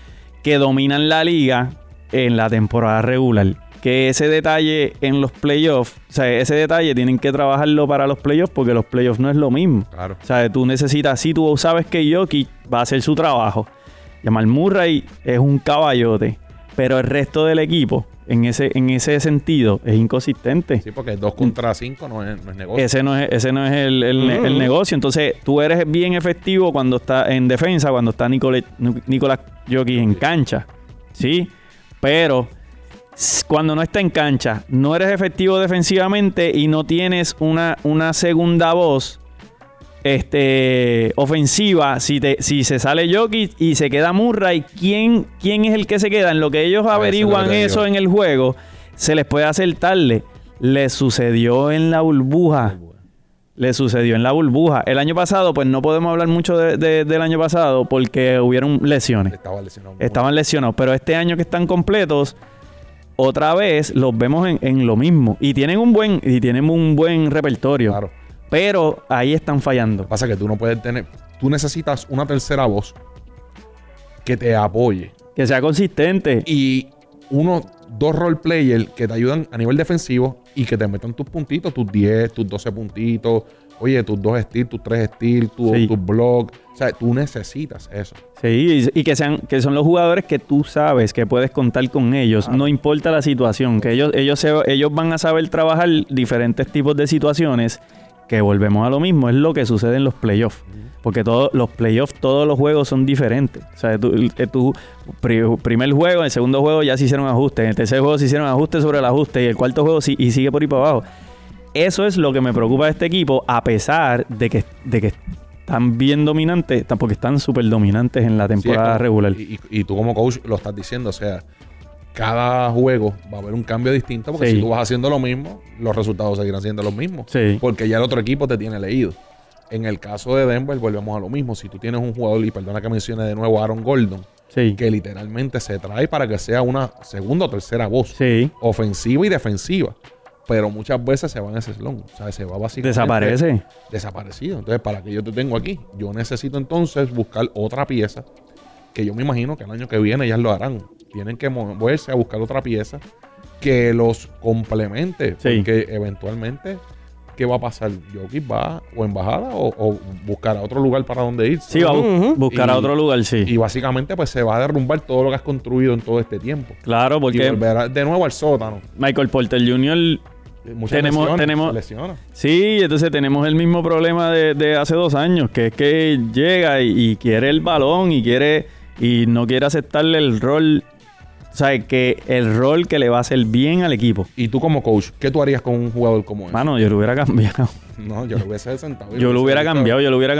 que dominan la liga en la temporada regular. Que ese detalle en los playoffs, o sea, ese detalle tienen que trabajarlo para los playoffs porque los playoffs no es lo mismo. Claro. O sea, tú necesitas, si tú sabes que Jokic va a hacer su trabajo, Jamal Murray es un caballote, pero el resto del equipo, en ese sentido, es inconsistente. Sí, porque 2 contra 5 no es negocio. Ese no es el negocio. Entonces, tú eres bien efectivo cuando está en defensa, cuando está Nicolás Jokic en cancha. ¿Sí? Pero cuando no está en cancha, no eres efectivo defensivamente y no tienes una segunda voz ofensiva. Si se sale Jokic y se queda Murray, ¿quién es el que se queda? En lo que ellos averiguan eso en el juego, se les puede hacer tarde. Le sucedió en la burbuja. El año pasado, pues no podemos hablar mucho del año pasado porque hubieron lesiones. Estaban lesionados. Pero este año que están completos, otra vez los vemos en lo mismo. Y tienen un buen repertorio. Claro. Pero ahí están fallando. Pasa que tú no puedes tener... Tú necesitas una tercera voz que te apoye. Que sea consistente. Y 2 role players que te ayudan a nivel defensivo y que te metan tus puntitos, tus 10, tus 12 puntitos. Oye, tus 2 steals, tus 3 steals, tus blocks. O sea, tú necesitas eso. Sí, y que son los jugadores que tú sabes que puedes contar con ellos. No importa la situación. Que ellos van a saber trabajar diferentes tipos de situaciones. Que volvemos a lo mismo. Es lo que sucede en los playoffs. Porque los playoffs, todos los juegos son diferentes. O sea, primer juego, el segundo juego ya se hicieron ajustes. En el tercer juego se hicieron ajustes sobre el ajuste. Y el cuarto juego y sigue por ahí para abajo. Eso es lo que me preocupa de este equipo, a pesar de que están bien dominantes, porque están súper dominantes en la temporada regular. Y tú como coach lo estás diciendo, o sea, cada juego va a haber un cambio distinto, porque si tú vas haciendo lo mismo, los resultados seguirán siendo los mismos. Sí. Porque ya el otro equipo te tiene leído. En el caso de Denver, volvemos a lo mismo. Si tú tienes un jugador, y perdona que mencione de nuevo a Aaron Gordon, que literalmente se trae para que sea una segunda o tercera voz, ofensiva y defensiva. Pero muchas veces se va en ese slump. O sea, se va básicamente... Desaparecido. Entonces, ¿para qué yo te tengo aquí? Yo necesito entonces buscar otra pieza, que yo me imagino que el año que viene ya lo harán. Tienen que moverse a buscar otra pieza que los complemente. Porque eventualmente, ¿qué va a pasar? Jokic va o en bajada o buscar a otro lugar para donde ir. Sí, va a buscar a otro lugar, sí. Y básicamente pues se va a derrumbar todo lo que has construido en todo este tiempo. Claro, porque... Y volverá de nuevo al sótano. Michael Porter Jr. tenemos lesiones. Sí, entonces tenemos el mismo problema de hace 2 años, que es que llega y quiere el balón y no quiere aceptarle el rol. O sea, que el rol que le va a hacer bien al equipo. Y tú como coach, ¿qué tú harías con un jugador como ese? Mano, yo lo hubiera cambiado. No, yo lo hubiese sentado. Yo lo hubiera cambiado.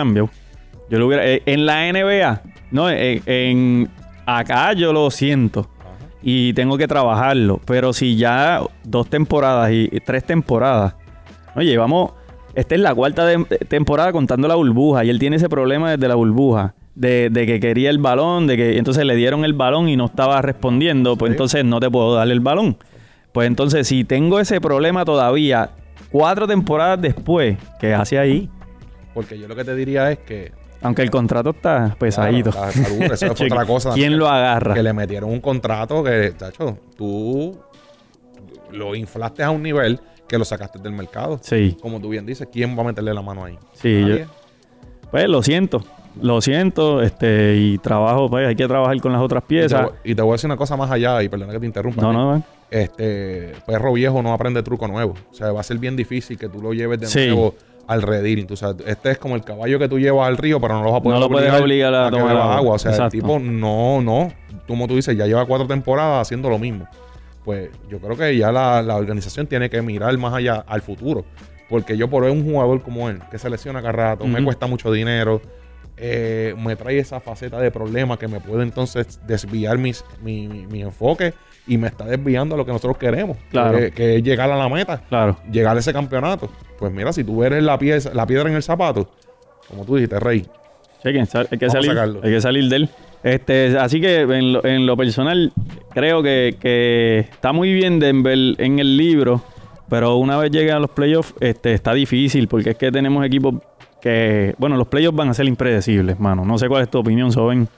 En la NBA, no, acá yo lo siento. Y tengo que trabajarlo. Pero si ya 2 temporadas y 3 temporadas. Oye, esta es la 4ª temporada contando la burbuja. Y él tiene ese problema desde la burbuja. De que quería el balón, de que entonces le dieron el balón y no estaba respondiendo. Pues entonces no te puedo dar el balón. Pues entonces si tengo ese problema todavía 4 temporadas después, ¿qué hace ahí? Porque yo lo que te diría es que... Aunque el contrato está pesadito. Claro, eso es otra cosa. ¿Quién lo agarra? Que le metieron un contrato que, chacho, tú lo inflaste a un nivel que lo sacaste del mercado. Sí. Como tú bien dices, ¿quién va a meterle la mano ahí? Sí, pues lo siento, y trabajo, pues hay que trabajar con las otras piezas. Y te voy a decir una cosa más allá, y perdona que te interrumpa. No. Perro viejo no aprende truco nuevo. O sea, va a ser bien difícil que tú lo lleves de nuevo al redil. O sea, este es como el caballo que tú llevas al río, pero no lo vas a poder puedes obligar a tomar agua. O sea, exacto. El tipo no. Como tú dices, ya lleva 4 temporadas haciendo lo mismo. Pues yo creo que ya la organización tiene que mirar más allá al futuro. Porque yo por ver un jugador como él, que se lesiona cada rato, me cuesta mucho dinero, me trae esa faceta de problema que me puede entonces desviar mi enfoque y me está desviando a lo que nosotros queremos, claro. que es llegar a la meta, claro. Llegar a ese campeonato. Pues mira, si tú eres la piedra en el zapato, como tú dijiste, Rey, hay que salir de él. Así que en lo personal creo que está muy bien Denver en el libro, pero una vez lleguen a los playoffs está difícil, porque es que tenemos equipos que, bueno, los playoffs van a ser impredecibles, mano. No sé cuál es tu opinión, Soben.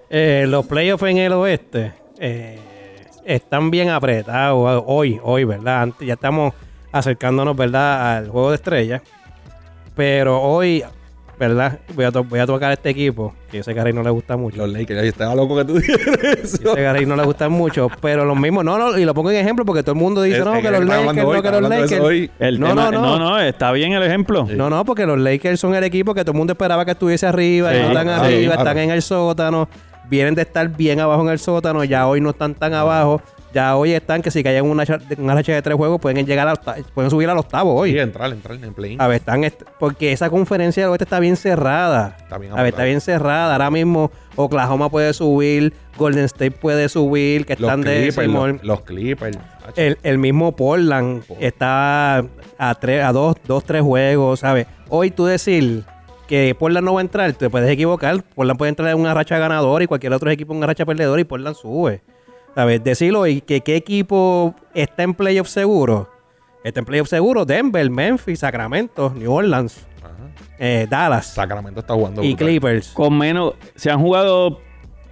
Los playoffs en el oeste están bien apretados hoy, ¿verdad? Antes, ya estamos acercándonos, ¿verdad?, al juego de estrellas. Pero hoy, ¿verdad? Voy a tocar a este equipo, que yo sé que a Rey no le gusta mucho. Los Lakers, yo estaba loco que tú dijeras eso. Yo sé que a Rey no le gustan mucho, pero los mismos, y lo pongo en ejemplo porque todo el mundo dice, que los Lakers, No, está bien el ejemplo. Sí. No, porque los Lakers son el equipo que todo el mundo esperaba que estuviese arriba, y no están arriba, están en el sótano, vienen de estar bien abajo en el sótano, ya hoy no están tan abajo. Ya hoy están que si caen una racha de 3 juegos pueden llegar pueden subir al octavo hoy. Sí, entrar en el play-in. A ver, porque esa conferencia del oeste está bien cerrada. Está bien cerrada. Ahora mismo Oklahoma puede subir, Golden State puede subir, que están los Clippers. El mismo Portland está a 2-3 juegos, ¿sabes? Hoy tú decir que Portland no va a entrar, te puedes equivocar. Portland puede entrar en una racha ganadora y cualquier otro equipo en una racha perdedora y Portland sube. ¿Sabes? Decirlo y que qué equipo está en playoff seguro. Está en playoff seguro Denver, Memphis, Sacramento, New Orleans, Dallas. Sacramento está jugando y brutal. Clippers. Con menos, se han jugado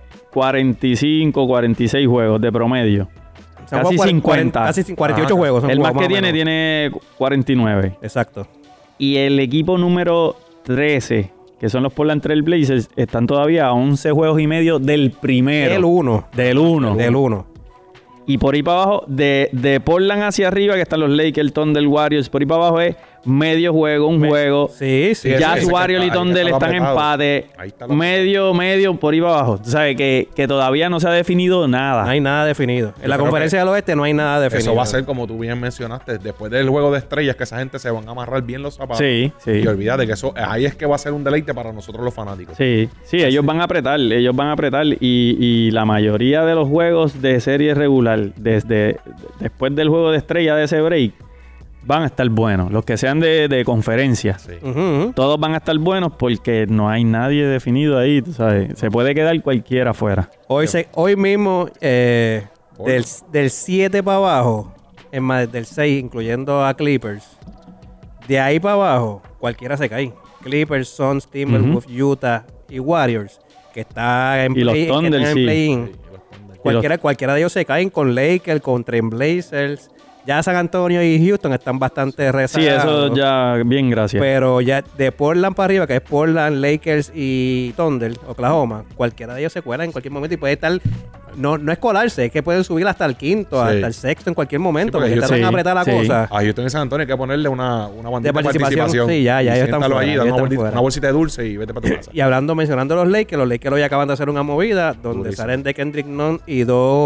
45, 46 juegos de promedio. Casi 50. Casi 48 juegos. El más que tiene 49. Exacto. Y el equipo número 13, que son los Portland Trail Blazers, están todavía a 11 juegos y medio del primero. Del 1. Y por ahí para abajo, de Portland hacia arriba, que están los Lakers, Thunder, Warriors, por ahí para abajo es medio juego, un juego. Sí. Jazz, Warriors y Thunder están en empate. Medio, por ahí para abajo. Tú sabes que todavía no se ha definido nada. No hay nada definido. En la conferencia del oeste no hay nada definido. Eso va a ser, como tú bien mencionaste, después del juego de estrellas, que esa gente se van a amarrar bien los zapatos. Sí. Y olvídate que eso, ahí es que va a ser un deleite para nosotros los fanáticos. Sí, ellos van a apretar. Y la mayoría de los juegos de serie regular, después del juego de estrella de ese break, van a estar buenos. Los que sean de conferencia. Sí. Todos van a estar buenos porque no hay nadie definido ahí, tú sabes. Se puede quedar cualquiera afuera. Hoy mismo, del 7 para abajo, es más, del 6, incluyendo a Clippers, de ahí para abajo, cualquiera se cae. Clippers, Suns, Timberwolves, Utah y Warriors, que está en play-in. Cualquiera de ellos se caen con Lakers, con Trailblazers. Ya San Antonio y Houston están bastante rezagados. Sí, eso ya bien, gracias. Pero ya de Portland para arriba, que es Portland, Lakers y Thunder, Oklahoma, cualquiera de ellos se cuela en cualquier momento y puede estar... No es colarse, es que pueden subir hasta el quinto, hasta el sexto en cualquier momento, porque está tan apretada la cosa. A Houston y San Antonio hay que ponerle una bandita de participación. Sí, ya ellos están fuera. Ahí, una bolsita de dulce y vete para tu casa. Y mencionando los Lakers hoy acaban de hacer una movida donde salen de Kendrick Nunn y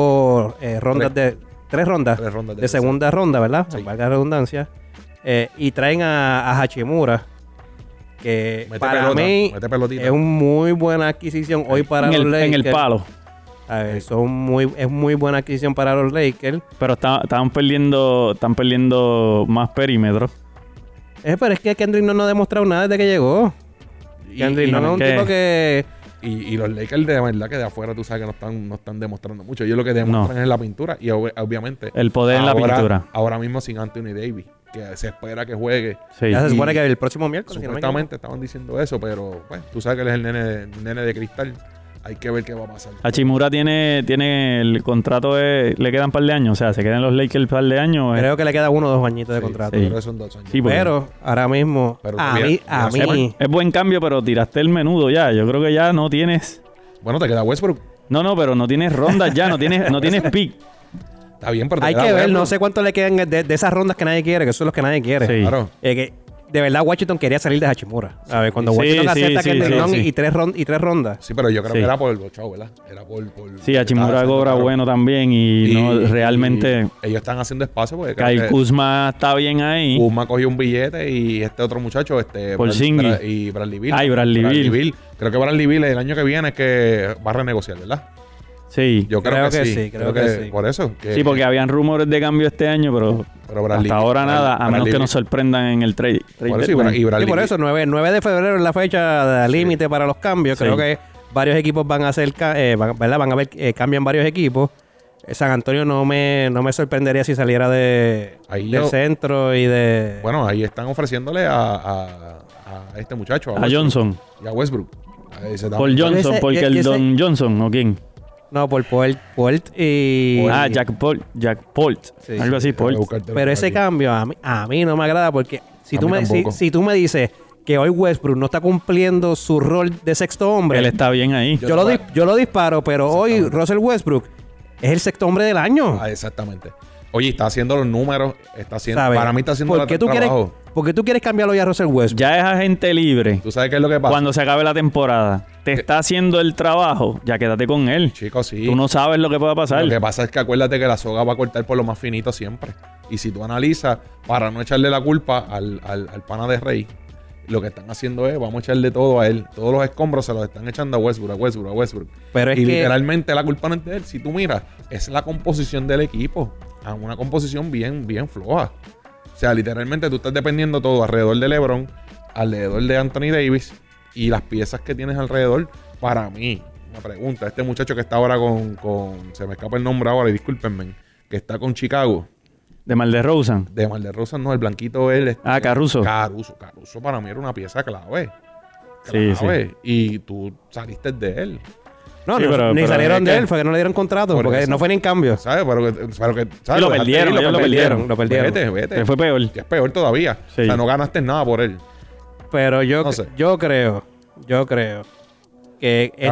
tres rondas de segunda ronda, ¿verdad? Sí. Valga la redundancia. Y traen a Hachimura, que para mí es una muy buena adquisición hoy para los Lakers. En el palo. A ver, es muy buena adquisición para los Lakers. Pero están perdiendo más perímetros. Pero es que Kendrick no ha demostrado nada desde que llegó. Kendrick no es un tipo que... Y los Lakers, de verdad, que de afuera tú sabes que no están demostrando mucho. Ellos lo que demuestran es la pintura y obviamente... El poder en la pintura. Ahora mismo sin Anthony Davis, que se espera que juegue. Sí. Ya se supone que el próximo miércoles... Supuestamente estaban diciendo eso, pero pues, tú sabes que él es el nene de cristal. Hay que ver qué va a pasar. Hachimura tiene el contrato, le quedan un par de años. O sea, ¿se quedan los Lakers un par de años? Creo que le queda 1 o 2 añitos de contrato. Sí. Pero son 2 años. Sí, pero ahora mismo, a mí... Es buen cambio, pero tiraste el menudo ya. Yo creo que ya no tienes... Bueno, te queda Westbrook. No, pero no tienes rondas ya. no tienes pick. Está bien, pero hay que ver. Westbrook. No sé cuánto le quedan de esas rondas que nadie quiere, que son los que nadie quiere. Sí. Claro. De verdad, Washington quería salir de Hachimura. A ver, cuando Washington acepta que y tres rondas. Sí, pero yo creo que era por el bochado, ¿verdad? Era por sí, Hachimura cobra bueno también y no realmente... ellos están haciendo espacio porque... Kyle Kuzma está bien ahí. Kuzma cogió un billete y este otro muchacho, Porzingis y Bradley Beal. Bradley Beal. Creo que Bradley Beal el año que viene es que va a renegociar, ¿verdad? Sí. Yo creo que sí. Creo que sí. Por eso. Sí, porque habían rumores de cambio este año, pero hasta ahora nada, a menos que nos sorprendan en el trade. Por eso, por eso, 9 de febrero es la fecha límite para los cambios. Creo que varios equipos van a hacer, ¿verdad? Van a ver cambio en varios equipos. San Antonio no me sorprendería si saliera del centro y de... Bueno, ahí están ofreciéndole a este muchacho. A Johnson. Y a Westbrook. Ese está- Paul Johnson, Ese- porque el ese- Don Johnson, ¿o quién? No, por Polt y... Jack Polt. Sí, Algo así, Déjame Polt. buscártelo Pero por ese aquí. cambio a mí no me agrada porque si A tú mí me, si, tampoco. si tú me dices que hoy Westbrook no está cumpliendo su rol de sexto hombre, Él está bien ahí. yo lo disparo, pero hoy Russell Westbrook es el sexto hombre del año. Ah, exactamente. Oye, está haciendo los números, está haciendo, ¿Sabes? para mí está haciendo ¿Por qué el tú quieres, trabajo. ¿Por qué tú quieres cambiarlo ya a Russell Westbrook? Ya es agente libre. ¿Tú sabes qué es lo que pasa? Cuando se acabe la temporada, te está haciendo el trabajo, ya quédate con él. Chicos, sí. Tú no sabes lo que pueda pasar. Lo que pasa es que acuérdate que la soga va a cortar por lo más finito siempre. Y si tú analizas, para no echarle la culpa al pana de Rey, lo que están haciendo es, vamos a echarle todo a él. Todos los escombros se los están echando a Westbrook. Pero es y que literalmente la culpa no es de él. Si tú miras, es la composición del equipo. A una composición bien, bien floja. O sea, literalmente tú estás dependiendo todo alrededor de LeBron, alrededor de Anthony Davis y las piezas que tienes alrededor. Para mí, una pregunta, este muchacho que está ahora con se me escapa el nombre ahora y discúlpenme, que está con Chicago. De DeRozan. De Rosen, no, el blanquito él. Caruso. Caruso para mí era una pieza clave. Sí, Clave. Y tú saliste de él. no, Sí, no, pero- ni pero salieron es de que- él, fue que no le dieron contrato, Por porque eso. no fue ni en cambio. ¿Sabes? Pero que ¿sabes? Sí, lo dejaste perdieron, ir, ellos lo perdieron. Lo perdieron. Vete. Que fue peor. Que es peor todavía. Sí. O sea, no ganaste nada por él. Pero No sé. yo creo que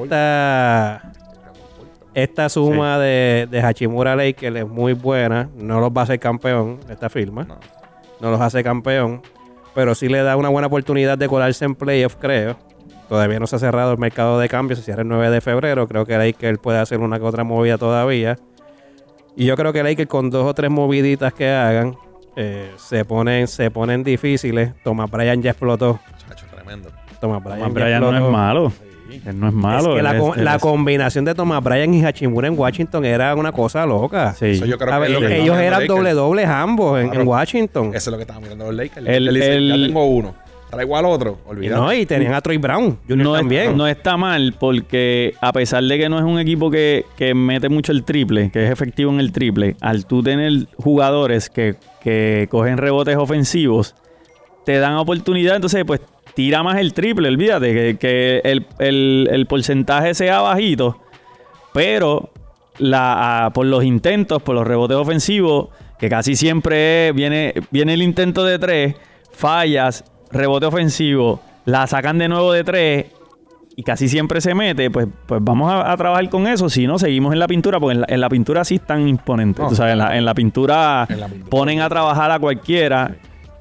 esta suma de Hachimura Lakers es muy buena. No los va a hacer campeón, esta firma. No los hace campeón. Pero sí le da una buena oportunidad de colarse en playoff, creo. Todavía no se ha cerrado el mercado de cambios. Se cierra el 9 de febrero. Creo que Lakers puede hacer una que otra movida todavía. Y yo creo que Lakers con 2 o 3 moviditas que hagan se ponen difíciles. Thomas Bryant ya explotó. Chacho, tremendo. Thomas Bryant, Thomas ya Bryant no es explotó. malo. Él no es malo. Es que él la es- combinación de Thomas Bryant y Hachimura en Washington era una cosa loca. Sí. Eso yo creo A que ver, es lo que ellos estaban eran mirando los doble ambos en Claro. Washington. Lakers. Eso es lo que estaban mirando los Lakers. El- Él dice, el- ya tengo uno. Traigo al otro. Olvídate. No, y tenían a Troy Brown Jr. no, también. no está mal porque a pesar de que no es un equipo que mete mucho el triple, que es efectivo en el triple, al tú tener jugadores que cogen rebotes ofensivos, te dan oportunidad, entonces pues tira más el triple, olvídate, que el porcentaje sea bajito, pero por los intentos, por los rebotes ofensivos, que casi siempre viene el intento de 3, fallas, rebote ofensivo, la sacan de nuevo de 3 y casi siempre se mete, pues vamos a trabajar con eso. Si no, seguimos en la pintura, porque en la pintura sí están imponentes. No, Tú sabes, en la pintura En la pintura. ponen a trabajar a cualquiera.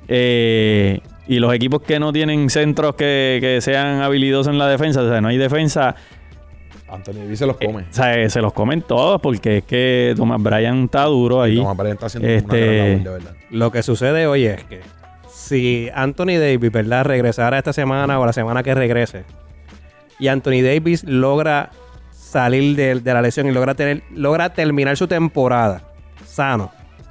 Y los equipos que no tienen centros que sean habilidosos en la defensa, o sea, no hay defensa, Anthony Davis se los come. o sea, se los comen todos, porque es que Thomas Bryant está duro ahí. Thomas Bryant está haciendo Este- una gran labor, de verdad. Lo que sucede hoy es que si Anthony Davis, ¿verdad?, regresara esta semana o la semana que regrese, y Anthony Davis logra salir de la lesión y logra terminar su temporada sano,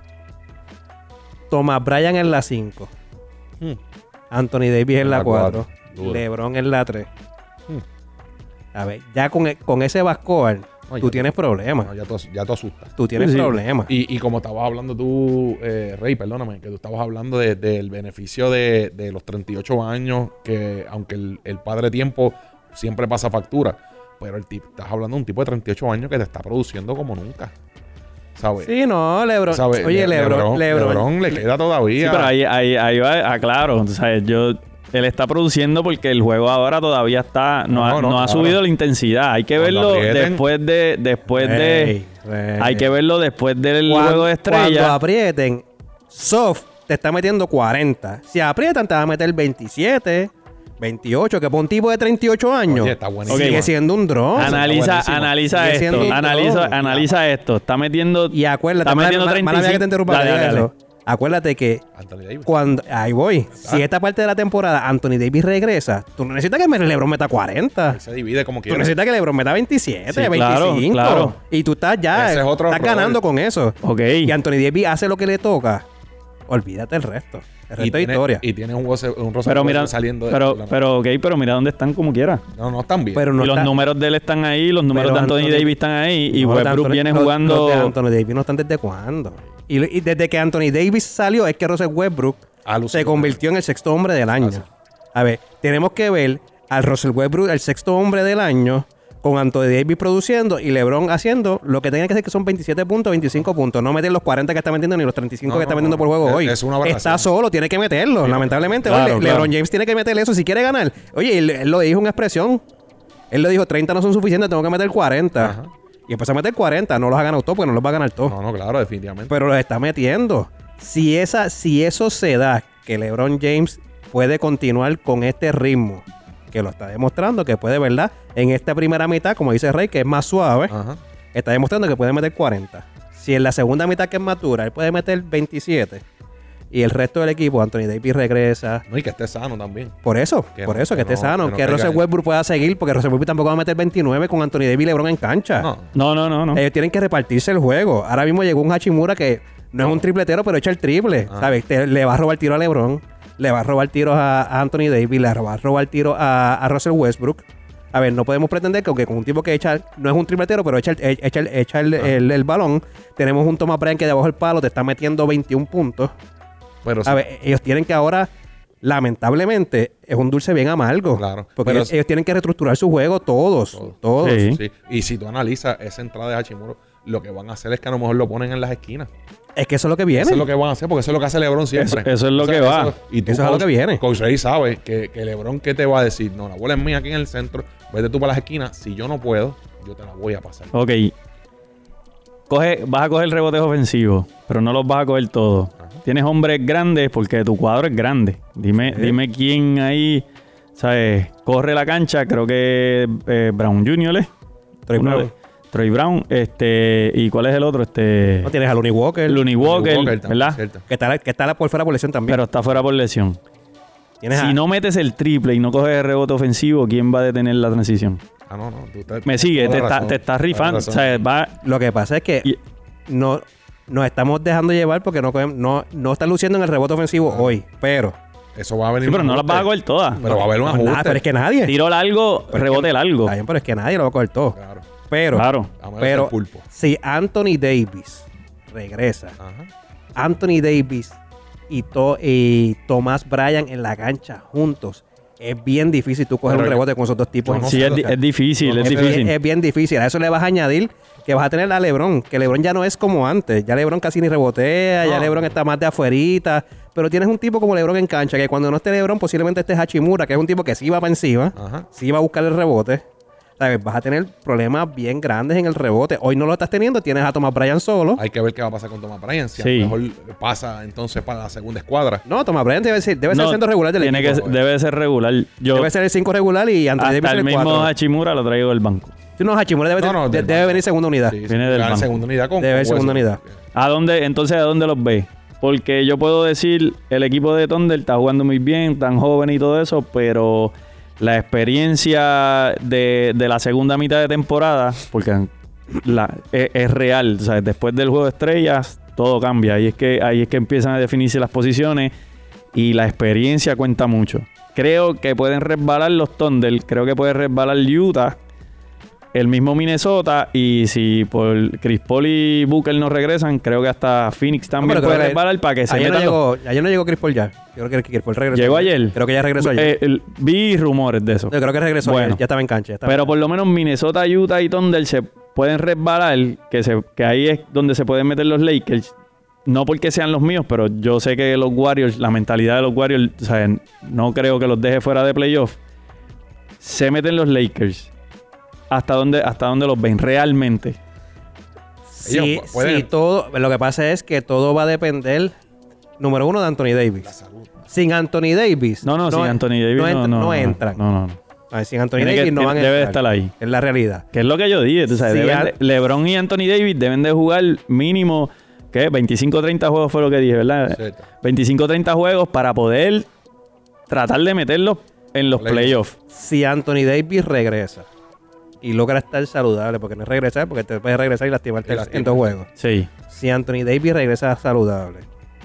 Thomas Bryant en la 5, Hmm. Anthony Davis en la 4, Duro. LeBron en la 3. Hmm. A ver, ya con ese backcourt, No, tú ya tienes problemas. No, ya tú asustas. Tú tienes Sí. problemas. Y como estabas hablando tú, Rey, perdóname, que tú estabas hablando del beneficio de los 38 años, que aunque el padre tiempo siempre pasa factura, pero estás hablando de un tipo de 38 años que te está produciendo como nunca. ¿Sabes? Sí, no, LeBron. ¿Sabes? Oye, LeBron. LeBron le queda todavía. Sí, pero ahí va, claro. O sea, él está produciendo porque el juego ahora todavía está. No ha claro. subido la intensidad. Hay que Cuando verlo aprieten. después de. Hay que verlo después del juego de Cuando estrella. aprieten, Soft te está metiendo 40. Si aprietan, te va a meter 27, 28, que para un tipo de 38 años Oye, está buenísimo. sigue siendo un drone. Analiza Sigue siendo un drone. analiza esto. Está metiendo. Y acuérdate, está mala metiendo mía que te interrumpa, Dale, que diga dale. eso. Acuérdate que Anthony Davis. ahí voy. Si esta parte de la temporada Anthony Davis regresa, tú no necesitas que LeBron meta 40. Ahí se divide como Tú quiera. necesitas que LeBron meta 27, Sí, claro, 25. claro. Y tú estás ya, Ese es otro estás rol. ganando con eso. Ok. Y Anthony Davis hace lo que le toca. Olvídate el resto. El resto es historia. Y tiene un Russell Pero mira, saliendo de pero mira dónde están como quiera. No están bien. Pero no y los está- números de él están ahí, los números de Pero Anthony Davis están ahí, y No, Westbrook Anthony- viene los- jugando. Los de Anthony Davis no están desde cuándo. Y desde que Anthony Davis salió es que Russell Westbrook Alucinante. se convirtió en el sexto hombre del año. Ah, sí. A ver, tenemos que ver al Russell Westbrook, el sexto hombre del año, con Anthony Davis produciendo y LeBron haciendo lo que tenía que hacer, que son 27 puntos, 25 puntos. No meter los 40 que está metiendo ni los 35 que está metiendo por juego hoy. Es una aberración. Está solo, tiene que meterlo. Sí, lamentablemente, claro, hoy claro. LeBron James tiene que meter eso si quiere ganar. Oye, él lo dijo en expresión. Él lo dijo, 30 no son suficientes, tengo que meter 40. Ajá. Y empezó a meter 40. No los ha ganado todos porque no los va a ganar todos. No, claro, definitivamente. Pero los está metiendo. Si eso se da, que LeBron James puede continuar con este ritmo, que lo está demostrando, que puede, ¿verdad? En esta primera mitad, como dice Rey, que es más suave, Ajá. está demostrando que puede meter 40. Si en la segunda mitad, que es más dura, él puede meter 27, y el resto del equipo, Anthony Davis regresa. No, y que esté sano también. Por eso Que que no- esté sano. que no Que caiga Russell ahí. Westbrook pueda seguir, porque Russell Westbrook tampoco va a meter 29 con Anthony Davis y LeBron en cancha. No. No. Ellos tienen que repartirse el juego. Ahora mismo llegó un Hachimura que no es un tripletero, pero echa el triple. Ah. ¿Sabes? Le va a robar tiro a LeBron, le va a robar tiros a Anthony Davis, le va a robar tiro a Russell Westbrook. A ver, no podemos pretender que con un tipo que echa, no es un tripletero, pero echa el balón. Tenemos un Thomas Bryant que debajo del palo te está metiendo 21 puntos. Pero sí. A ver, ellos tienen que ahora, lamentablemente, es un dulce bien amargo. Claro. Porque Pero ellos tienen que reestructurar su juego todos. Sí. Sí. Y si tú analizas esa entrada de Hachimura, lo que van a hacer es que a lo mejor lo ponen en las esquinas. Es que eso es lo que viene. Eso es lo que van a hacer, porque eso es lo que hace LeBron siempre. Eso es lo que va. Y tú, Eso es a lo que viene. Coach Ray sabe que LeBron, ¿qué te va a decir? No, la bola es mía aquí en el centro. Vete tú para las esquinas. Si yo no puedo, yo te la voy a pasar. Ok. Vas a coger rebotes ofensivos, pero no los vas a coger todos. Ajá. Tienes hombres grandes porque tu cuadro es grande. Dime quién ahí, ¿sabes? Corre la cancha. Creo que Brown Jr. ¿eh? Troy Uno Brown. de- Troy Brown. ¿Y cuál es el otro? No tienes a Looney Walker, Looney Walker, también, ¿verdad? cierto. que está por fuera por lesión también. Pero está fuera por lesión. Tienes Si a- no metes el triple y no coges el rebote ofensivo, ¿quién va a detener la transición? Ah, no. Me sigue, te estás Tienes rifando. O razón. sea, va... Lo que pasa es que y- no nos estamos dejando llevar porque no está luciendo en el rebote ofensivo hoy. Pero Eso va a venir. Sí, pero un no las vas a ajuste. coger todas. Pero va a haber un pues nada, ajuste. pero es que nadie. Tiro largo, rebote largo. Está bien, pero es que nadie lo va a coger todo. Claro. Pero, Claro. Vamos a ver pero el pulpo. si Anthony Davis regresa, Ajá. Anthony Davis y Thomas Bryant en la cancha juntos, es bien difícil tú coger Pero un rebote con esos dos tipos. yo no Sí, sé, es, o sea, es difícil, no es sé. difícil. Es bien difícil. A eso le vas a añadir que vas a tener a LeBron, que LeBron ya no es como antes. Ya LeBron casi ni rebotea, ya No. LeBron está más de afuerita. Pero tienes un tipo como LeBron en cancha, que cuando no esté LeBron posiblemente esté Hachimura, que es un tipo que sí va para encima, Ajá. sí va a buscar el rebote. ¿Sabes? Vas a tener problemas bien grandes en el rebote. Hoy no lo estás teniendo, tienes a Thomas Bryant solo. Hay que ver qué va a pasar con Thomas Bryant. Si Sí. a lo mejor pasa entonces para la segunda escuadra. No, Thomas Bryant debe ser No, el centro regular del tiene equipo. que, debe ser regular. Yo, Debe ser el 5 regular y Anthony Davis hasta el el mismo 4. Hachimura lo traigo del banco. Sí, no, Hachimura debe, No, del debe banco. venir segunda unidad. Sí, Viene del la banco. segunda unidad con Debe haber con segunda Westbrook. unidad. Entonces, ¿a dónde los ves? Porque yo puedo decir, el equipo de Thunder está jugando muy bien, tan joven y todo eso, pero la experiencia de la segunda mitad de temporada, porque es real, o sea, después del juego de estrellas, todo cambia. Ahí es que empiezan a definirse las posiciones y la experiencia cuenta mucho. Creo que pueden resbalar los Thunder, creo que puede resbalar Utah, el mismo Minnesota, y si por Chris Paul y Booker no regresan, creo que hasta Phoenix también pero puede creo que resbalar para que se Ayer metan los- ayer no llegó Chris Paul ya. Yo creo que Chris Paul regresó. ¿Llegó ayer? Creo que ya regresó ayer. Vi rumores de eso. Yo creo que regresó Bueno. ayer. Ya estaba en cancha. ya estaba Pero en por lo menos Minnesota, Utah y Thunder se pueden resbalar, que ahí es donde se pueden meter los Lakers. No porque sean los míos, pero yo sé que los Warriors, la mentalidad de los Warriors, o sea, no creo que los deje fuera de playoff. Se meten los Lakers. ¿Hasta dónde los ven realmente? Sí, Ellos pueden- sí, todo. Lo que pasa es que todo va a depender, número uno, de Anthony La Davis. salud. Sin Anthony Davis. No, sin Anthony Davis no entran. No. A ver, sin Anthony Tiene Davis que- no van a debe entrar. estar ahí. Es la realidad. Que es lo que yo dije, tú sabes, Sí, LeBron y Anthony Davis deben de jugar mínimo, ¿qué? 25-30 juegos fue lo que dije, ¿verdad? Cierto. 25-30 juegos para poder tratar de meterlos en los playoffs. Si Anthony Davis regresa y logra estar saludable, porque no es regresar, porque te puedes regresar y lastimarte Y lastima. en 2 juegos. Sí. Si Anthony Davis regresa saludable,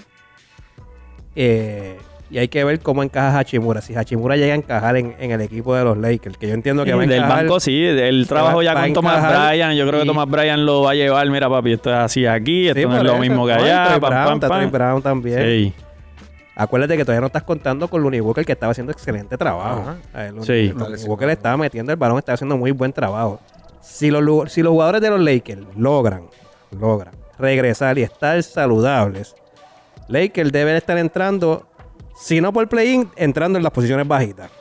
y hay que ver cómo encaja Hachimura. Si Hachimura llega a encajar en el equipo de los Lakers, que yo entiendo que va a Del encajar. banco sí, el trabajo ya va a con Thomas encajar Bryant. Yo creo que y- Thomas Bryant lo va a llevar. Mira, papi, esto es así aquí, esto Sí, no es por lo eso. mismo que No, y allá. Troy pam, Brown, pam, está pam. Troy Brown también. Sí. Acuérdate que todavía no estás contando con Looney Walker, que estaba haciendo excelente trabajo. Sí. Looney Walker le estaba metiendo el balón, estaba haciendo muy buen trabajo. Si los jugadores de los Lakers logran regresar y estar saludables, Lakers deben estar entrando, si no por play-in, entrando en las posiciones bajitas.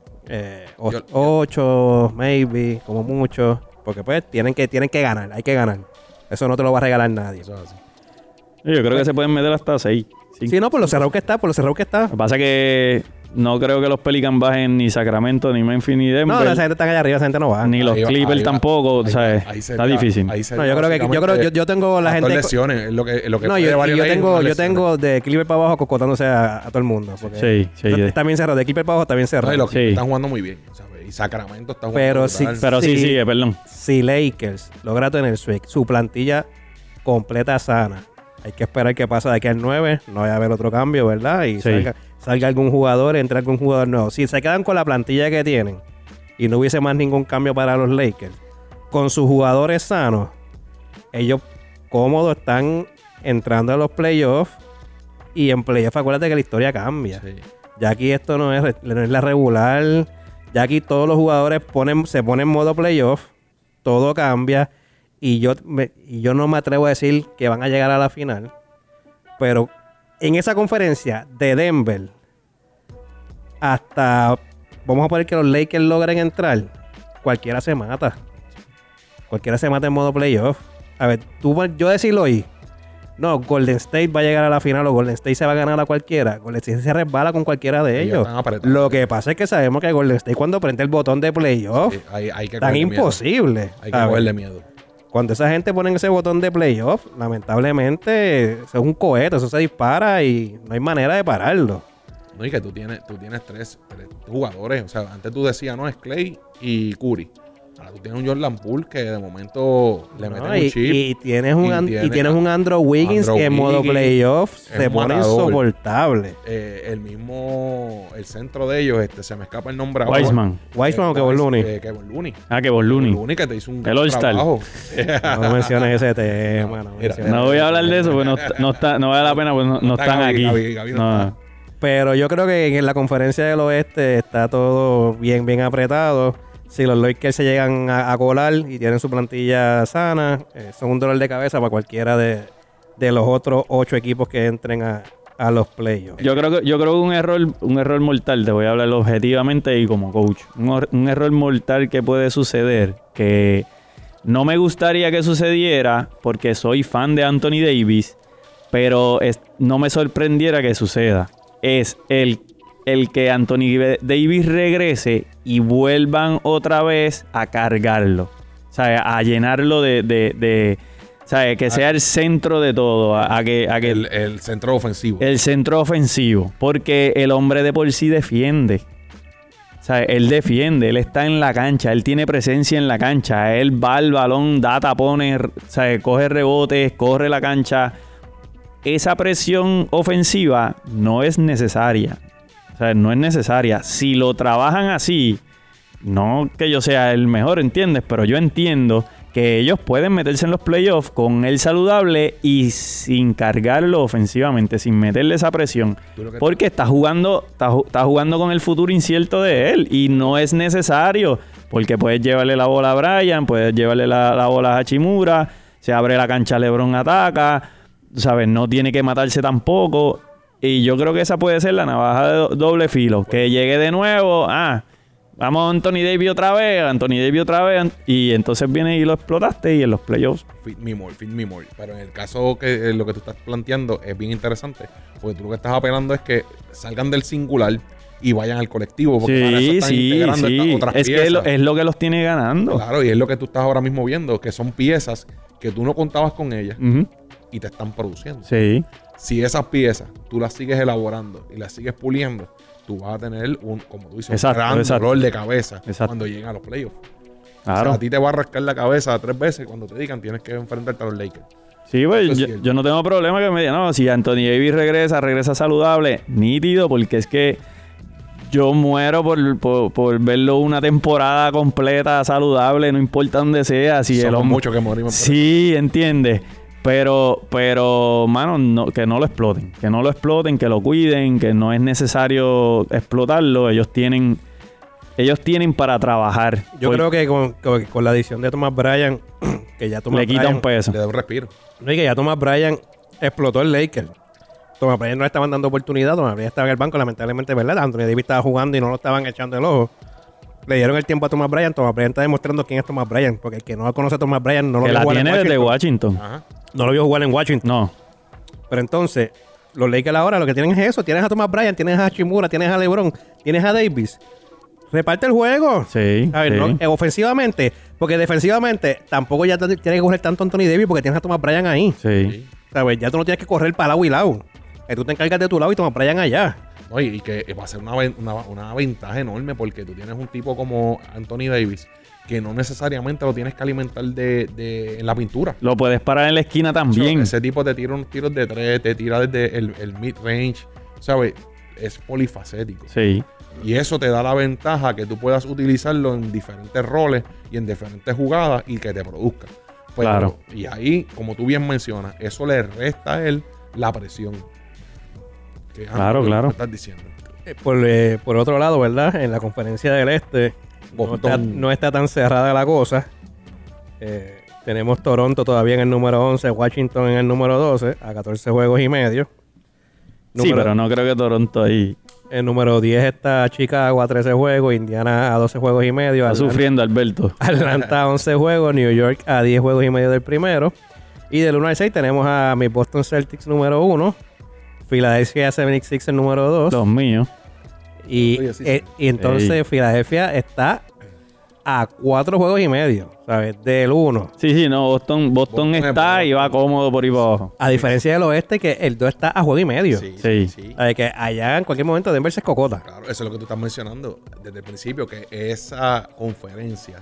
8, maybe, como mucho. Porque pues tienen que ganar, hay que ganar. Eso no te lo va a regalar nadie. Eso es así. Yo creo que se pueden meter hasta 6. Sí, no, por lo cerrado que está, Lo que pasa es que no creo que los Pelicans bajen ni Sacramento, ni Memphis, ni Denver. No, esa gente está allá arriba, esa gente no va. Ni los Clippers tampoco, ¿sabes? Está difícil. No, yo tengo la gente... lesiones, es lo que No, yo tengo de Clipper para abajo cocotándose a todo el mundo. Sí. Está bien cerrado. De Clipper para abajo está bien cerrado. No, y los que están jugando muy bien, ¿sabes? Y Sacramento está jugando Pero sí, perdón. Si Lakers logra tener su plantilla completa sana, hay que esperar que pase de aquí al 9, no vaya a haber otro cambio, ¿verdad? Y salga algún jugador, entre algún jugador nuevo. Si se quedan con la plantilla que tienen y no hubiese más ningún cambio para los Lakers, con sus jugadores sanos, ellos cómodos están entrando a los playoffs, y en playoffs acuérdate que la historia cambia. Sí. Ya aquí esto no es la regular, ya aquí todos los jugadores se ponen en modo playoff, todo cambia. Y yo no me atrevo a decir que van a llegar a la final. Pero en esa conferencia de Denver, hasta, vamos a poner que los Lakers logren entrar, cualquiera se mata. Cualquiera se mata en modo playoff. A ver, yo decirlo hoy, no, Golden State va a llegar a la final o Golden State se va a ganar a cualquiera. Golden State se resbala con cualquiera de ellos. Lo que pasa es que sabemos que Golden State, cuando prende el botón de playoff, hay que tan imposible. Hay que cogerle miedo. Cuando esa gente pone ese botón de playoff, lamentablemente eso es un cohete, eso se dispara y no hay manera de pararlo. No, y que tú tienes tres jugadores. O sea, antes tú decías, no, es Clay y Curry. Ahora tú tienes un Jordan Poole que de momento le meten un chip. Y tienes un Andrew Wiggins que en modo playoff se pone insoportable. El centro de ellos, se me escapa el nombre ahora. Wiseman o Kevon Looney. Kevon Looney. Kevon Looney. Looney que te hizo un el All-Star. No menciones ese tema. No voy a hablar de eso porque no vale la pena porque no están aquí. Gaby no está. Pero yo creo que en la conferencia del oeste está todo bien apretado. Si los Lakers se llegan a colar y tienen su plantilla sana, son un dolor de cabeza para cualquiera de los otros 8 equipos que entren a los playoffs. Yo creo que un error mortal, te voy a hablar objetivamente y como coach. Un error mortal que puede suceder, que no me gustaría que sucediera porque soy fan de Anthony Davis, pero no me sorprendiera que suceda. Es el que Anthony Davis regrese y vuelvan otra vez a cargarlo. O sea, a llenarlo de ¿sabes? Que sea el centro de todo. El centro ofensivo. El centro ofensivo. Porque el hombre de por sí defiende. O sea, él defiende, él está en la cancha, él tiene presencia en la cancha. Él va al balón, da tapones, ¿sabes? Coge rebotes, corre la cancha. Esa presión ofensiva no es necesaria. O sea, no es necesaria. Si lo trabajan así, no que yo sea el mejor, ¿entiendes? Pero yo entiendo que ellos pueden meterse en los playoffs con él saludable y sin cargarlo ofensivamente, sin meterle esa presión. Porque está jugando con el futuro incierto de él y no es necesario. Porque puedes llevarle la bola a Bryant, puedes llevarle la bola a Hachimura, se abre la cancha, LeBron ataca, ¿sabes? No tiene que matarse tampoco. Y yo creo que esa puede ser la navaja de doble filo. Que llegue de nuevo. Vamos Anthony Davis otra vez. Y entonces viene y lo explotaste y en los playoffs. Fit me more. Pero en el caso que lo que tú estás planteando es bien interesante. Porque tú lo que estás apelando es que salgan del singular y vayan al colectivo. Porque para eso están integrando estas otras piezas. Que es lo que los tiene ganando. Claro, y es lo que tú estás ahora mismo viendo. Que son piezas que tú no contabas con ellas. Y te están produciendo. Sí. Si esas piezas tú las sigues elaborando y las sigues puliendo, tú vas a tener como tú dices, un gran dolor de cabeza cuando lleguen a los playoffs. Claro. O sea, a ti te va a rascar la cabeza 3 veces cuando te digan tienes que enfrentarte a los Lakers. Sí, pues yo no tengo problema que me digan, no, si Anthony Davis regresa saludable, nítido, porque es que yo muero por verlo una temporada completa saludable, no importa dónde sea. Si somos muchos que morimos. Sí, entiendes. Pero, mano, no, que no lo exploten. Que no lo exploten, que lo cuiden, que no es necesario explotarlo. Ellos tienen para trabajar. Yo creo que con la adición de Thomas Bryant, que ya Thomas le quita Bryant, un peso. Le da un respiro. no, y que ya Thomas Bryant explotó el Lakers. Thomas Bryant no le estaban dando oportunidad. Thomas Bryant estaba en el banco, lamentablemente, ¿verdad? Anthony Davis estaba jugando y no lo estaban echando el ojo. Le dieron el tiempo a Thomas Bryant. Thomas Bryant está demostrando quién es Thomas Bryant. Porque el que no conoce a Thomas Bryant no lo Que vio la jugar en tiene desde Washington. Washington. Ajá. No lo vio jugar en Washington. No. Pero entonces, los Lakers ahora lo que tienen es eso. Tienes a Thomas Bryant, tienes a Hachimura, tienes a LeBron, tienes a Davis. Reparte el juego. Sí. A ver, sí. no, ofensivamente, porque defensivamente tampoco ya tienes que correr tanto Anthony Davis porque tienes a Thomas Bryant ahí. Sí. ¿Sabes? Ya tú no tienes que correr para lado y lado. Tú te encargas de tu lado y Thomas Bryant allá. No, y que va a ser una ventaja enorme porque tú tienes un tipo como Anthony Davis que no necesariamente lo tienes que alimentar en la pintura. Lo puedes parar en la esquina también. Ese tipo te tira unos tiros de 3, te tira desde el mid-range, ¿sabes? Es polifacético. Sí. Y eso te da la ventaja que tú puedas utilizarlo en diferentes roles y en diferentes jugadas y que te produzca. Pero, Claro. Y ahí, como tú bien mencionas, eso le resta a él la presión. Que Claro, lo que claro. estás diciendo. Por otro lado, ¿verdad? En la conferencia del Este no está tan cerrada la cosa. Tenemos Toronto todavía en el número 11, Washington en el número 12, a 14 juegos y medio. Sí, pero no creo que Toronto ahí El número 10 está Chicago a 13 juegos, Indiana a 12 juegos y medio. está sufriendo Alberto. Atlanta a 11 juegos, New York a 10 juegos y medio del primero. Y del 1 al 6 tenemos a mi Boston Celtics número 1, Philadelphia 76ers número 2. Los míos. Y, Oye, sí, sí. y entonces Filadelfia está a 4 juegos y medio, ¿sabes? Del 1. Sí, no, Boston está y va cómodo por ahí para abajo. A diferencia del oeste, que el 2 está a juego y medio. Sí. ¿Sabes? Que allá en cualquier momento Denver se escocota. Claro, eso es lo que tú estás mencionando desde el principio, que esa conferencia,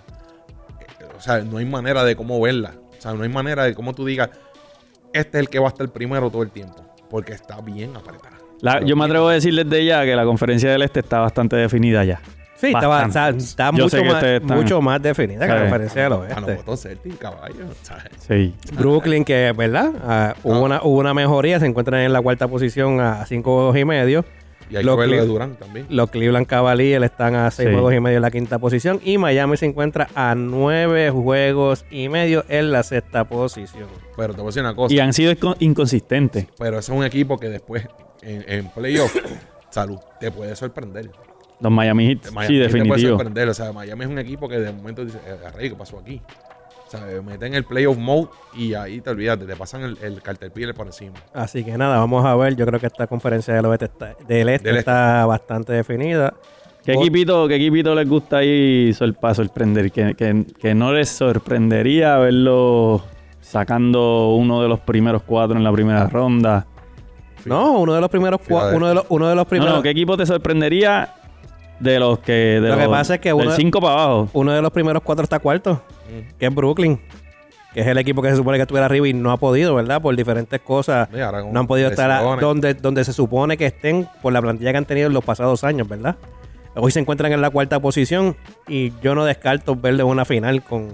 o sea, no hay manera de cómo verla. O sea, no hay manera de cómo tú digas, este es el que va a estar primero todo el tiempo, porque está bien apretada. Yo me atrevo a decir desde ya que la conferencia del Este está bastante definida ya. Sí, está Yo sé que ustedes están- mucho más definida que la Sí. conferencia del Ah, no, oeste. Boston Celtics, caballo. ¿Sabes? Sí. Brooklyn, que ¿verdad? Hubo una mejoría, se encuentran en la cuarta posición a 5 juegos y medio. Y hay Los que ver lo de Cle- Durant también. Los Cleveland Cavaliers están a 6 Sí. juegos y medio en la quinta posición. Y Miami se encuentra a 9 juegos y medio en la sexta posición. Pero te voy a decir una cosa. Y han sido inconsistentes. Pero ese es un equipo que después, en playoff, salud, te puede sorprender. Los Miami Heat, Miami sí, te puede definitivo. sorprender. O sea, Miami es un equipo que de momento dice, Rey, ¿qué pasó aquí? O sea, meten el playoff mode y ahí te olvidas, te pasan el Caterpillar por encima. Así que nada, vamos a ver. Yo creo que esta conferencia del oeste del este está bastante definida. ¿Qué equipito les gusta ahí para sorprender? Que no les sorprendería verlo sacando uno de los primeros 4 en la primera ronda. No, uno de los primeros uno de los primeros. No, ¿qué equipo te sorprendería de los que... Lo que pasa es que del 5 para abajo. Uno de los primeros 4 está cuarto, que es Brooklyn, que es el equipo que se supone que estuviera arriba y no ha podido, ¿verdad? Por diferentes cosas. Y ahora con No han podido estar lesiones. donde se supone que estén por la plantilla que han tenido en los pasados años, ¿verdad? Hoy se encuentran en la cuarta posición y yo no descarto verle una final con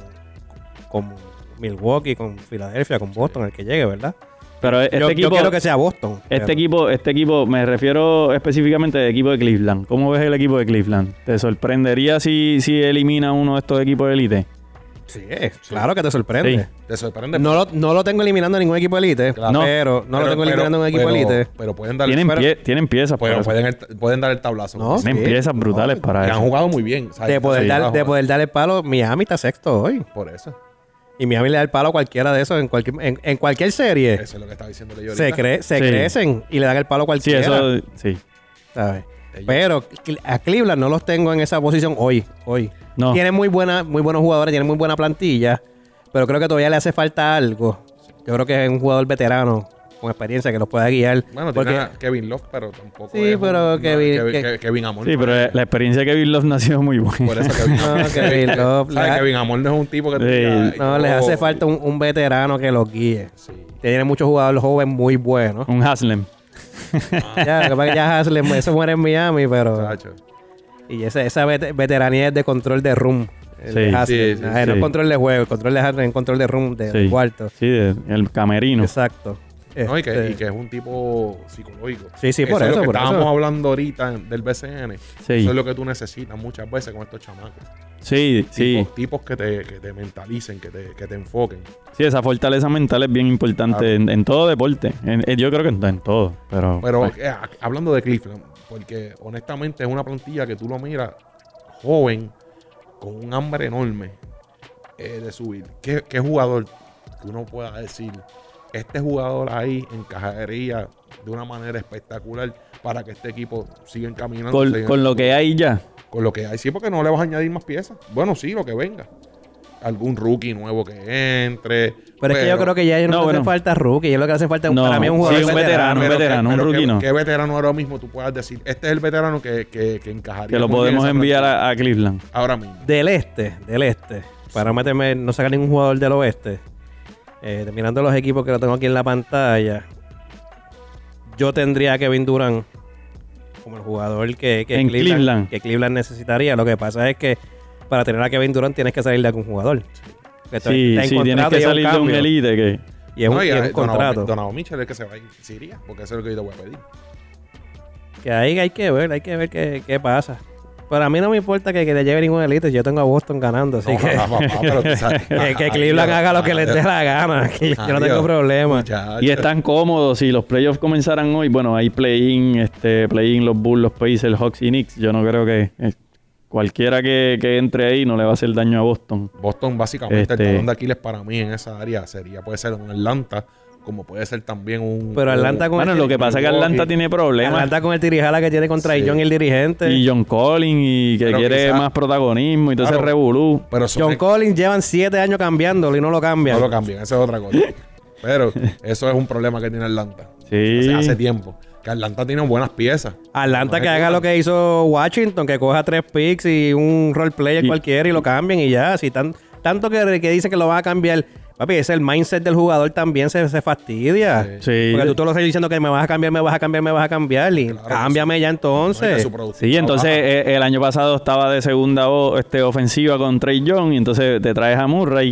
Milwaukee, con Filadelfia, con Boston, el que llegue, ¿verdad? Pero este Yo equipo... quiero que sea Boston. Este equipo, me refiero específicamente al equipo de Cleveland. ¿Cómo ves el equipo de Cleveland? ¿Te sorprendería si elimina uno de estos equipos de élite? Sí, claro que te sorprende. Sí. Te sorprende. No lo tengo eliminando a ningún equipo elite, Claro. pero no lo tengo eliminando a un equipo elite. Pero pueden dar Tienen piezas para pero eso. pueden dar el tablazo. No, Tienen sí. piezas brutales para Y han eso. jugado muy bien. ¿sabes? De poder Entonces, dar el palo, Miami está sexto hoy. Por eso. Y Miami le da el palo a cualquiera de esos en cualquier serie. Eso es lo que estaba diciéndole yo Se ahorita. Sí. crecen y le dan el palo a Sí, cualquiera. eso... Sí. ¿Sabes? Ellos- Pero a Cleveland no los tengo en esa posición hoy. No. Tienen muy buenos jugadores, tienen muy buena plantilla, pero creo que todavía le hace falta algo. Yo creo que es un jugador veterano con experiencia que los pueda guiar. Bueno, porque tiene a Kevin Love, pero tampoco. Sí, pero Kevin Amor. Sí, pero la experiencia que Kevin Love no ha sido muy buena. Por eso Kevin Amor. No, Kevin Love, ¿Sabes? le- Kevin Amor no es un tipo que. Sí. no, les hace falta un veterano que los guíe. Sí. Tiene muchos jugadores jóvenes muy buenos. Un Haslem. Ya, lo que pasa es que ya Haslem, eso muere en Miami, pero... Chacho. Y esa veteranía es de control de room. Sí. No sí. el control de juego, el control de Harden, el control de room, de cuarto. Sí, el camerino. Exacto. No, y que es un tipo psicológico. Sí, por es eso. lo que por estábamos eso. hablando ahorita del BCN. Sí. Eso es lo que tú necesitas muchas veces con estos chamacos. Sí. Tipos que te mentalicen, que te enfoquen. Sí, esa fortaleza mental es bien importante en todo deporte. Yo creo que en todo. Pero Hablando de Cleveland, porque honestamente es una plantilla que tú lo miras joven, con un hambre enorme de subir. ¿Qué jugador que uno pueda decir, este jugador ahí encajaría de una manera espectacular para que este equipo siga encaminando? con lo que hay ya. Con lo que hay, sí, porque no le vas a añadir más piezas. Bueno, sí, lo que venga. Algún rookie nuevo que entre. Pero es que yo creo que ya no hace falta rookie. Yo lo que hace falta para mí es un jugador un veterano, un rookie no. ¿Qué veterano ahora mismo tú puedas decir? Este es el veterano que encajaría. Que lo podemos enviar a Cleveland. Ahora mismo. Del este. Para no sacar ningún jugador del oeste. Mirando los equipos que lo tengo aquí en la pantalla. Yo tendría a Kevin Durant como el jugador que Cleveland necesitaría. Lo que pasa es que para tener a Kevin Durant tienes que salir de algún jugador. Sí, tienes que salir de un elite. Y es un contrato. Donovan Mitchell es el que se iría, porque eso es lo que yo te voy a pedir. Que ahí hay que ver qué pasa. Pero a mí no me importa que le lleve ningún elite. Yo tengo a Boston ganando, así que Cleveland haga lo que les dé la gana. Yo no tengo problema. Y están cómodos. Si los playoffs comenzaran hoy, bueno, hay play-in los Bulls, los Pacers, Hawks y Knicks. Yo no creo que cualquiera que entre ahí no le va a hacer daño a Boston. Boston, básicamente, el talón de Aquiles para mí en esa área puede ser un Atlanta, como puede ser también un... Pero Atlanta con lo que pasa es que Atlanta tiene problemas. Atlanta con el tirijala que tiene contra John y el dirigente. Y John Collins, y que quiere más protagonismo y todo ese revolú. John Collins llevan 7 años cambiándolo y no lo cambian. No lo cambian, esa es otra cosa. Pero eso es un problema que tiene Atlanta. Sí. Hace tiempo. Que Atlanta tiene buenas piezas. Atlanta que haga lo que hizo Washington, que coja 3 picks y un role player cualquiera y lo cambien y ya. Si tanto que dicen que lo van a cambiar... Papi, ese es el mindset del jugador también se fastidia. Sí. Porque tú lo estás diciendo que me vas a cambiar. Y claro, cámbiame ya entonces. Sí, entonces el año pasado estaba de segunda ofensiva con Trey Young. Y entonces te traes a Murray.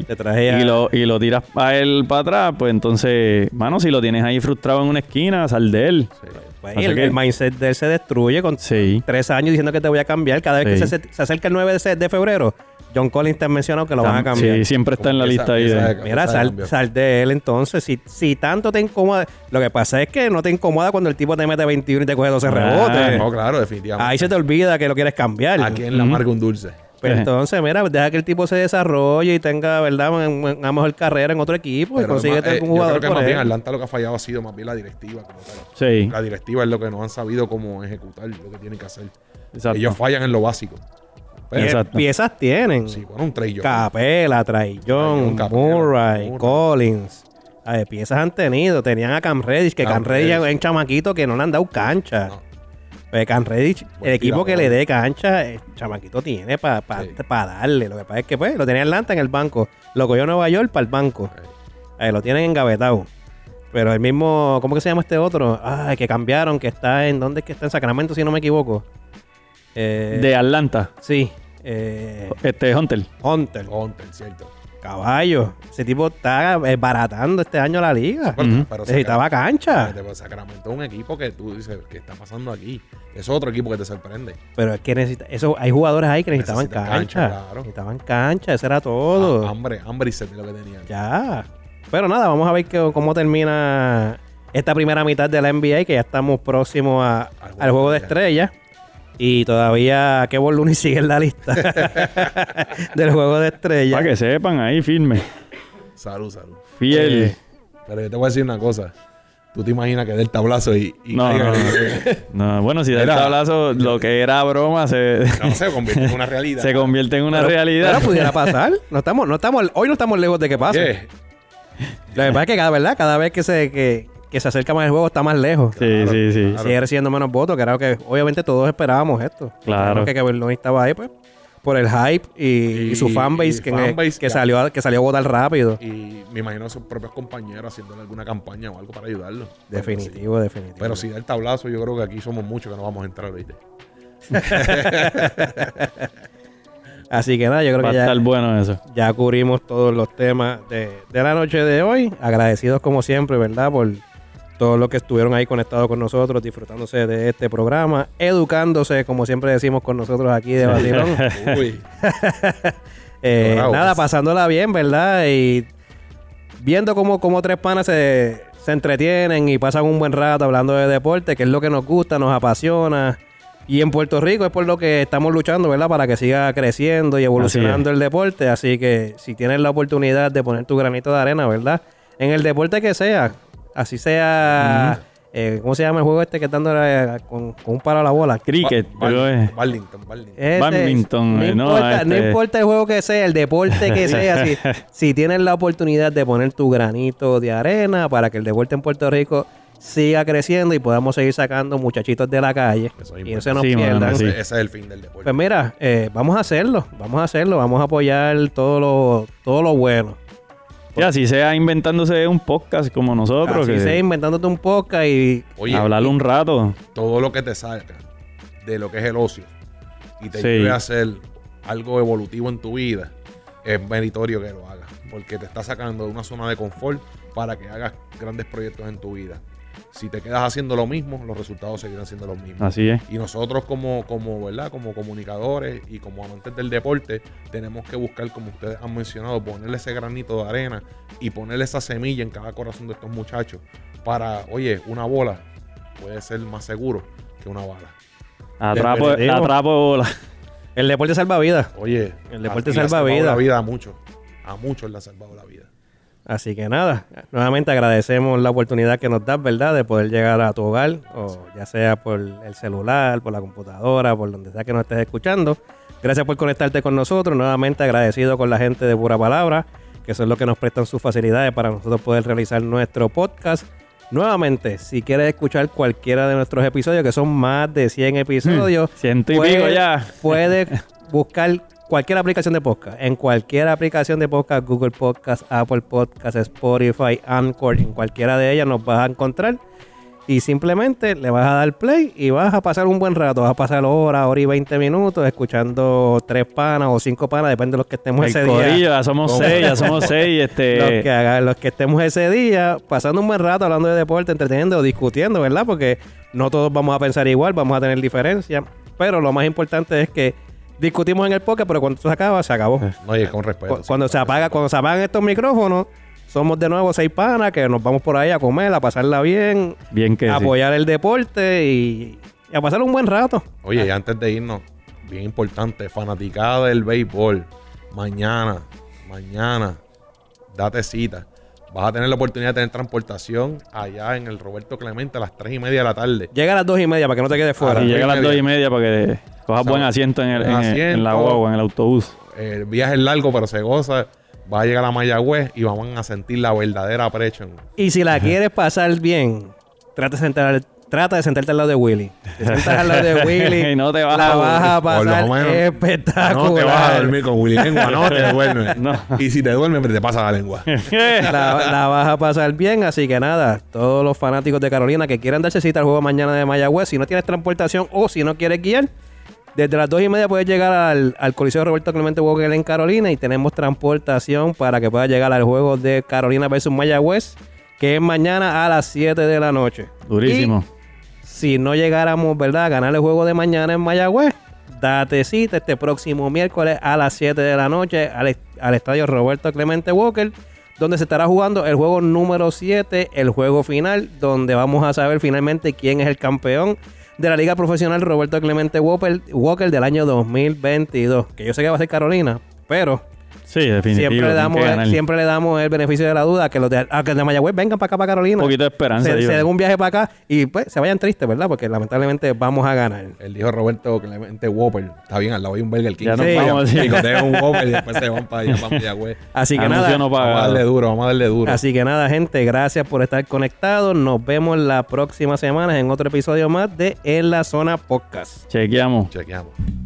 Y lo tiras para él para atrás. Pues entonces, mano, si lo tienes ahí frustrado en una esquina, sal de él. Sí. Pues el mindset de él se destruye con 3 años diciendo que te voy a cambiar. Cada vez que se acerca el 9 de febrero, John Collins te ha mencionado que lo van a cambiar. Sí, siempre está en la lista ahí. Mira, sal de él entonces. Si tanto te incomoda... Lo que pasa es que no te incomoda cuando el tipo te mete 21 y te coge 12 rebotes. No, claro, definitivamente. Ahí se te olvida que lo quieres cambiar. Aquí en la amarga un dulce. Pero entonces, mira, deja que el tipo se desarrolle y tenga, ¿verdad?, una mejor carrera en otro equipo. Pero y consigue un jugador. Yo creo que más bien Atlanta lo que ha fallado ha sido más bien la directiva como tal. Sí. La directiva es lo que no han sabido cómo ejecutar lo que tienen que hacer. Exacto. Ellos fallan en lo básico. Pero piezas tienen. Sí, bueno, un Trey Young. Capela, Trey Young, Murray, Collins. A ver, piezas han tenido. Tenían a Cam Reddish, que Cam Reddish es un chamaquito que no le han dado cancha. No. Pues Cam Reddish, el equipo que le dé cancha, el chamaquito tiene para darle. Lo que pasa es que pues lo tenía Atlanta en el banco. Lo cogió Nueva York para el banco. Lo tienen engavetado. Pero el mismo, ¿cómo que se llama este otro? Que cambiaron, que está en, ¿dónde es que está? En Sacramento, si no me equivoco. De Atlanta. Sí. Hunter, cierto. Caballo. Ese tipo está baratando este año la liga. Pero necesitaba cancha. Sacramento es un equipo que tú dices, ¿qué está pasando aquí? Es otro equipo que te sorprende. Pero es que hay jugadores ahí que necesitaban cancha. Claro. Necesitaban cancha, eso era todo. Hambre y sed de lo que tenían. Ya. Pero nada, vamos a ver cómo termina esta primera mitad de la NBA, que ya estamos próximos al juego de estrellas. Y todavía Kevon Looney sigue en la lista del juego de estrellas. Para que sepan, ahí firme. Salud. Fiel. Pero yo te voy a decir una cosa. Tú te imaginas que dé el tablazo y no, bueno, si da el tablazo, lo que era broma se convierte en una realidad. Se convierte en una realidad. Pero pudiera pasar. Hoy no estamos lejos de que pase. Lo que pasa es que cada vez que se acerca más el juego está más lejos. Sí. Sigue recibiendo menos votos. Creo que obviamente todos esperábamos esto. Claro. Que Kevin Looney estaba ahí, pues, por el hype y su fanbase que salió a votar rápido. Y me imagino a sus propios compañeros haciéndole alguna campaña o algo para ayudarlo. Definitivo. Pero si da el tablazo, yo creo que aquí somos muchos que no vamos a entrar ahorita. Así que nada, yo creo Va a que estar bueno eso. ya cubrimos todos los temas de la noche de hoy. Agradecidos como siempre, ¿verdad? Por todos los que estuvieron ahí conectados con nosotros, disfrutándose de este programa, educándose, como siempre decimos con nosotros aquí de Vacilón. Uy. Bravo. Nada, pasándola bien, ¿verdad? Y viendo cómo tres panas se entretienen y pasan un buen rato hablando de deporte, que es lo que nos gusta, nos apasiona. Y en Puerto Rico es por lo que estamos luchando, ¿verdad? Para que siga creciendo y evolucionando el deporte. Así que si tienes la oportunidad de poner tu granito de arena, ¿verdad? En el deporte que sea, así sea... ¿cómo se llama el juego este que estando con un palo a la bola? Cricket, pero es... Badminton. Badminton, no importa el juego que sea, el deporte que sea, si tienes la oportunidad de poner tu granito de arena para que el deporte en Puerto Rico siga creciendo y podamos seguir sacando muchachitos de la calle y no se nos pierdan. Sí. Ese es el fin del deporte. Pues mira, vamos a hacerlo, vamos a apoyar todo lo bueno. Y así sea inventándose un podcast como nosotros. Así sea inventándote un podcast y Oye, hablarle un rato. todo lo que te salga de lo que es el ocio y te Sí. ayude a hacer algo evolutivo en tu vida, es meritorio que lo hagas. Porque te está sacando de una zona de confort para que hagas grandes proyectos en tu vida. Si te quedas haciendo lo mismo, los resultados seguirán siendo los mismos. Así es. Y nosotros ¿verdad? Como comunicadores y como amantes del deporte, tenemos que buscar, como ustedes han mencionado, ponerle ese granito de arena y ponerle esa semilla en cada corazón de estos muchachos para, oye, una bola puede ser más seguro que una bala. Definitivo. Atrapo bola. el deporte salva vidas. Oye, El deporte y le ha salva salvado vida. la vida a muchos le ha salvado la vida. Así que nada, nuevamente agradecemos la oportunidad que nos das, ¿verdad? De poder llegar a tu hogar, o ya sea por el celular, por la computadora, por donde sea que nos estés escuchando. Gracias por conectarte con nosotros. Nuevamente agradecido con la gente de Pura Palabra, que son los que nos prestan sus facilidades para nosotros poder realizar nuestro podcast. Nuevamente, si quieres escuchar cualquiera de nuestros episodios, que son más de 100 episodios, 100 y pico ya. puedes buscar cualquier aplicación de podcast. En cualquier aplicación de podcast, Google Podcast, Apple Podcast, Spotify, Anchor, en cualquiera de ellas nos vas a encontrar. Y simplemente le vas a dar play y vas a pasar un buen rato. Vas a pasar hora y 20 minutos escuchando 3 panas o 5 panas, depende de los que estemos ese El día. corillo, ya somos 6. Los que estemos ese día, pasando un buen rato hablando de deporte, entreteniendo o discutiendo, ¿verdad? Porque no todos vamos a pensar igual, vamos a tener diferencias. Pero lo más importante es que discutimos en el podcast, pero cuando esto se acaba, se acabó. No, y es con respeto. Cuando se apagan estos micrófonos, somos de nuevo 6 panas que nos vamos por ahí a comer, a pasarla bien, Bien que sí. apoyar el deporte y a pasar un buen rato. Oye, y antes de irnos, bien importante, fanaticada del béisbol. Mañana, date cita. Vas a tener la oportunidad de tener transportación allá en el Roberto Clemente a las 3:30 de la tarde. Llega a las 2:30 para que no te quedes fuera. Y llega a las 2:30 2:30 para que cojas buen asiento en la guagua, en el autobús. El viaje es largo, pero se goza. Vas a llegar a Mayagüez y vamos a sentir la verdadera presión. Y si la quieres pasar bien, trata de sentarte al lado de Willy. Te sientas al lado de Willy, Y no te vas la a vas a Por lo pasar menos, espectacular. No te vas a dormir con Willy Lengua, no te duermes. No. Y si te duermes, te pasa la lengua. La vas a pasar bien, así que nada, todos los fanáticos de Carolina que quieran darse cita al juego mañana de Mayagüez, si no tienes transportación o si no quieres guiar, desde las 2:30 puedes llegar al Coliseo Roberto Clemente Walker en Carolina y tenemos transportación para que puedas llegar al juego de Carolina versus Mayagüez, que es mañana a las 7 de la noche. Durísimo. Y si no llegáramos, ¿verdad?, a ganar el juego de mañana en Mayagüez, date cita este próximo miércoles a las 7 de la noche al estadio Roberto Clemente Walker, donde se estará jugando el juego número 7, el juego final, donde vamos a saber finalmente quién es el campeón de la Liga Profesional Roberto Clemente Walker del año 2022. Que yo sé que va a ser Carolina, pero Sí, definitivo. siempre le damos el beneficio de la duda a que los de Mayagüez vengan para acá, para Carolina. Un poquito de esperanza. Se digo. den un viaje para acá y pues se vayan tristes, ¿verdad? Porque lamentablemente vamos a ganar. Él dijo Roberto Clemente Whopper. Está bien, al lado hay un Burger King. Ya nos Sí. vamos. Picotean un Whopper y después se van para allá, para Mayagüez. Así que Anuncio nada. no Vamos a pagado. darle duro. Así que nada, gente, gracias por estar conectados. Nos vemos la próxima semana en otro episodio más de En la Zona Podcast. Chequeamos. Chequeamos.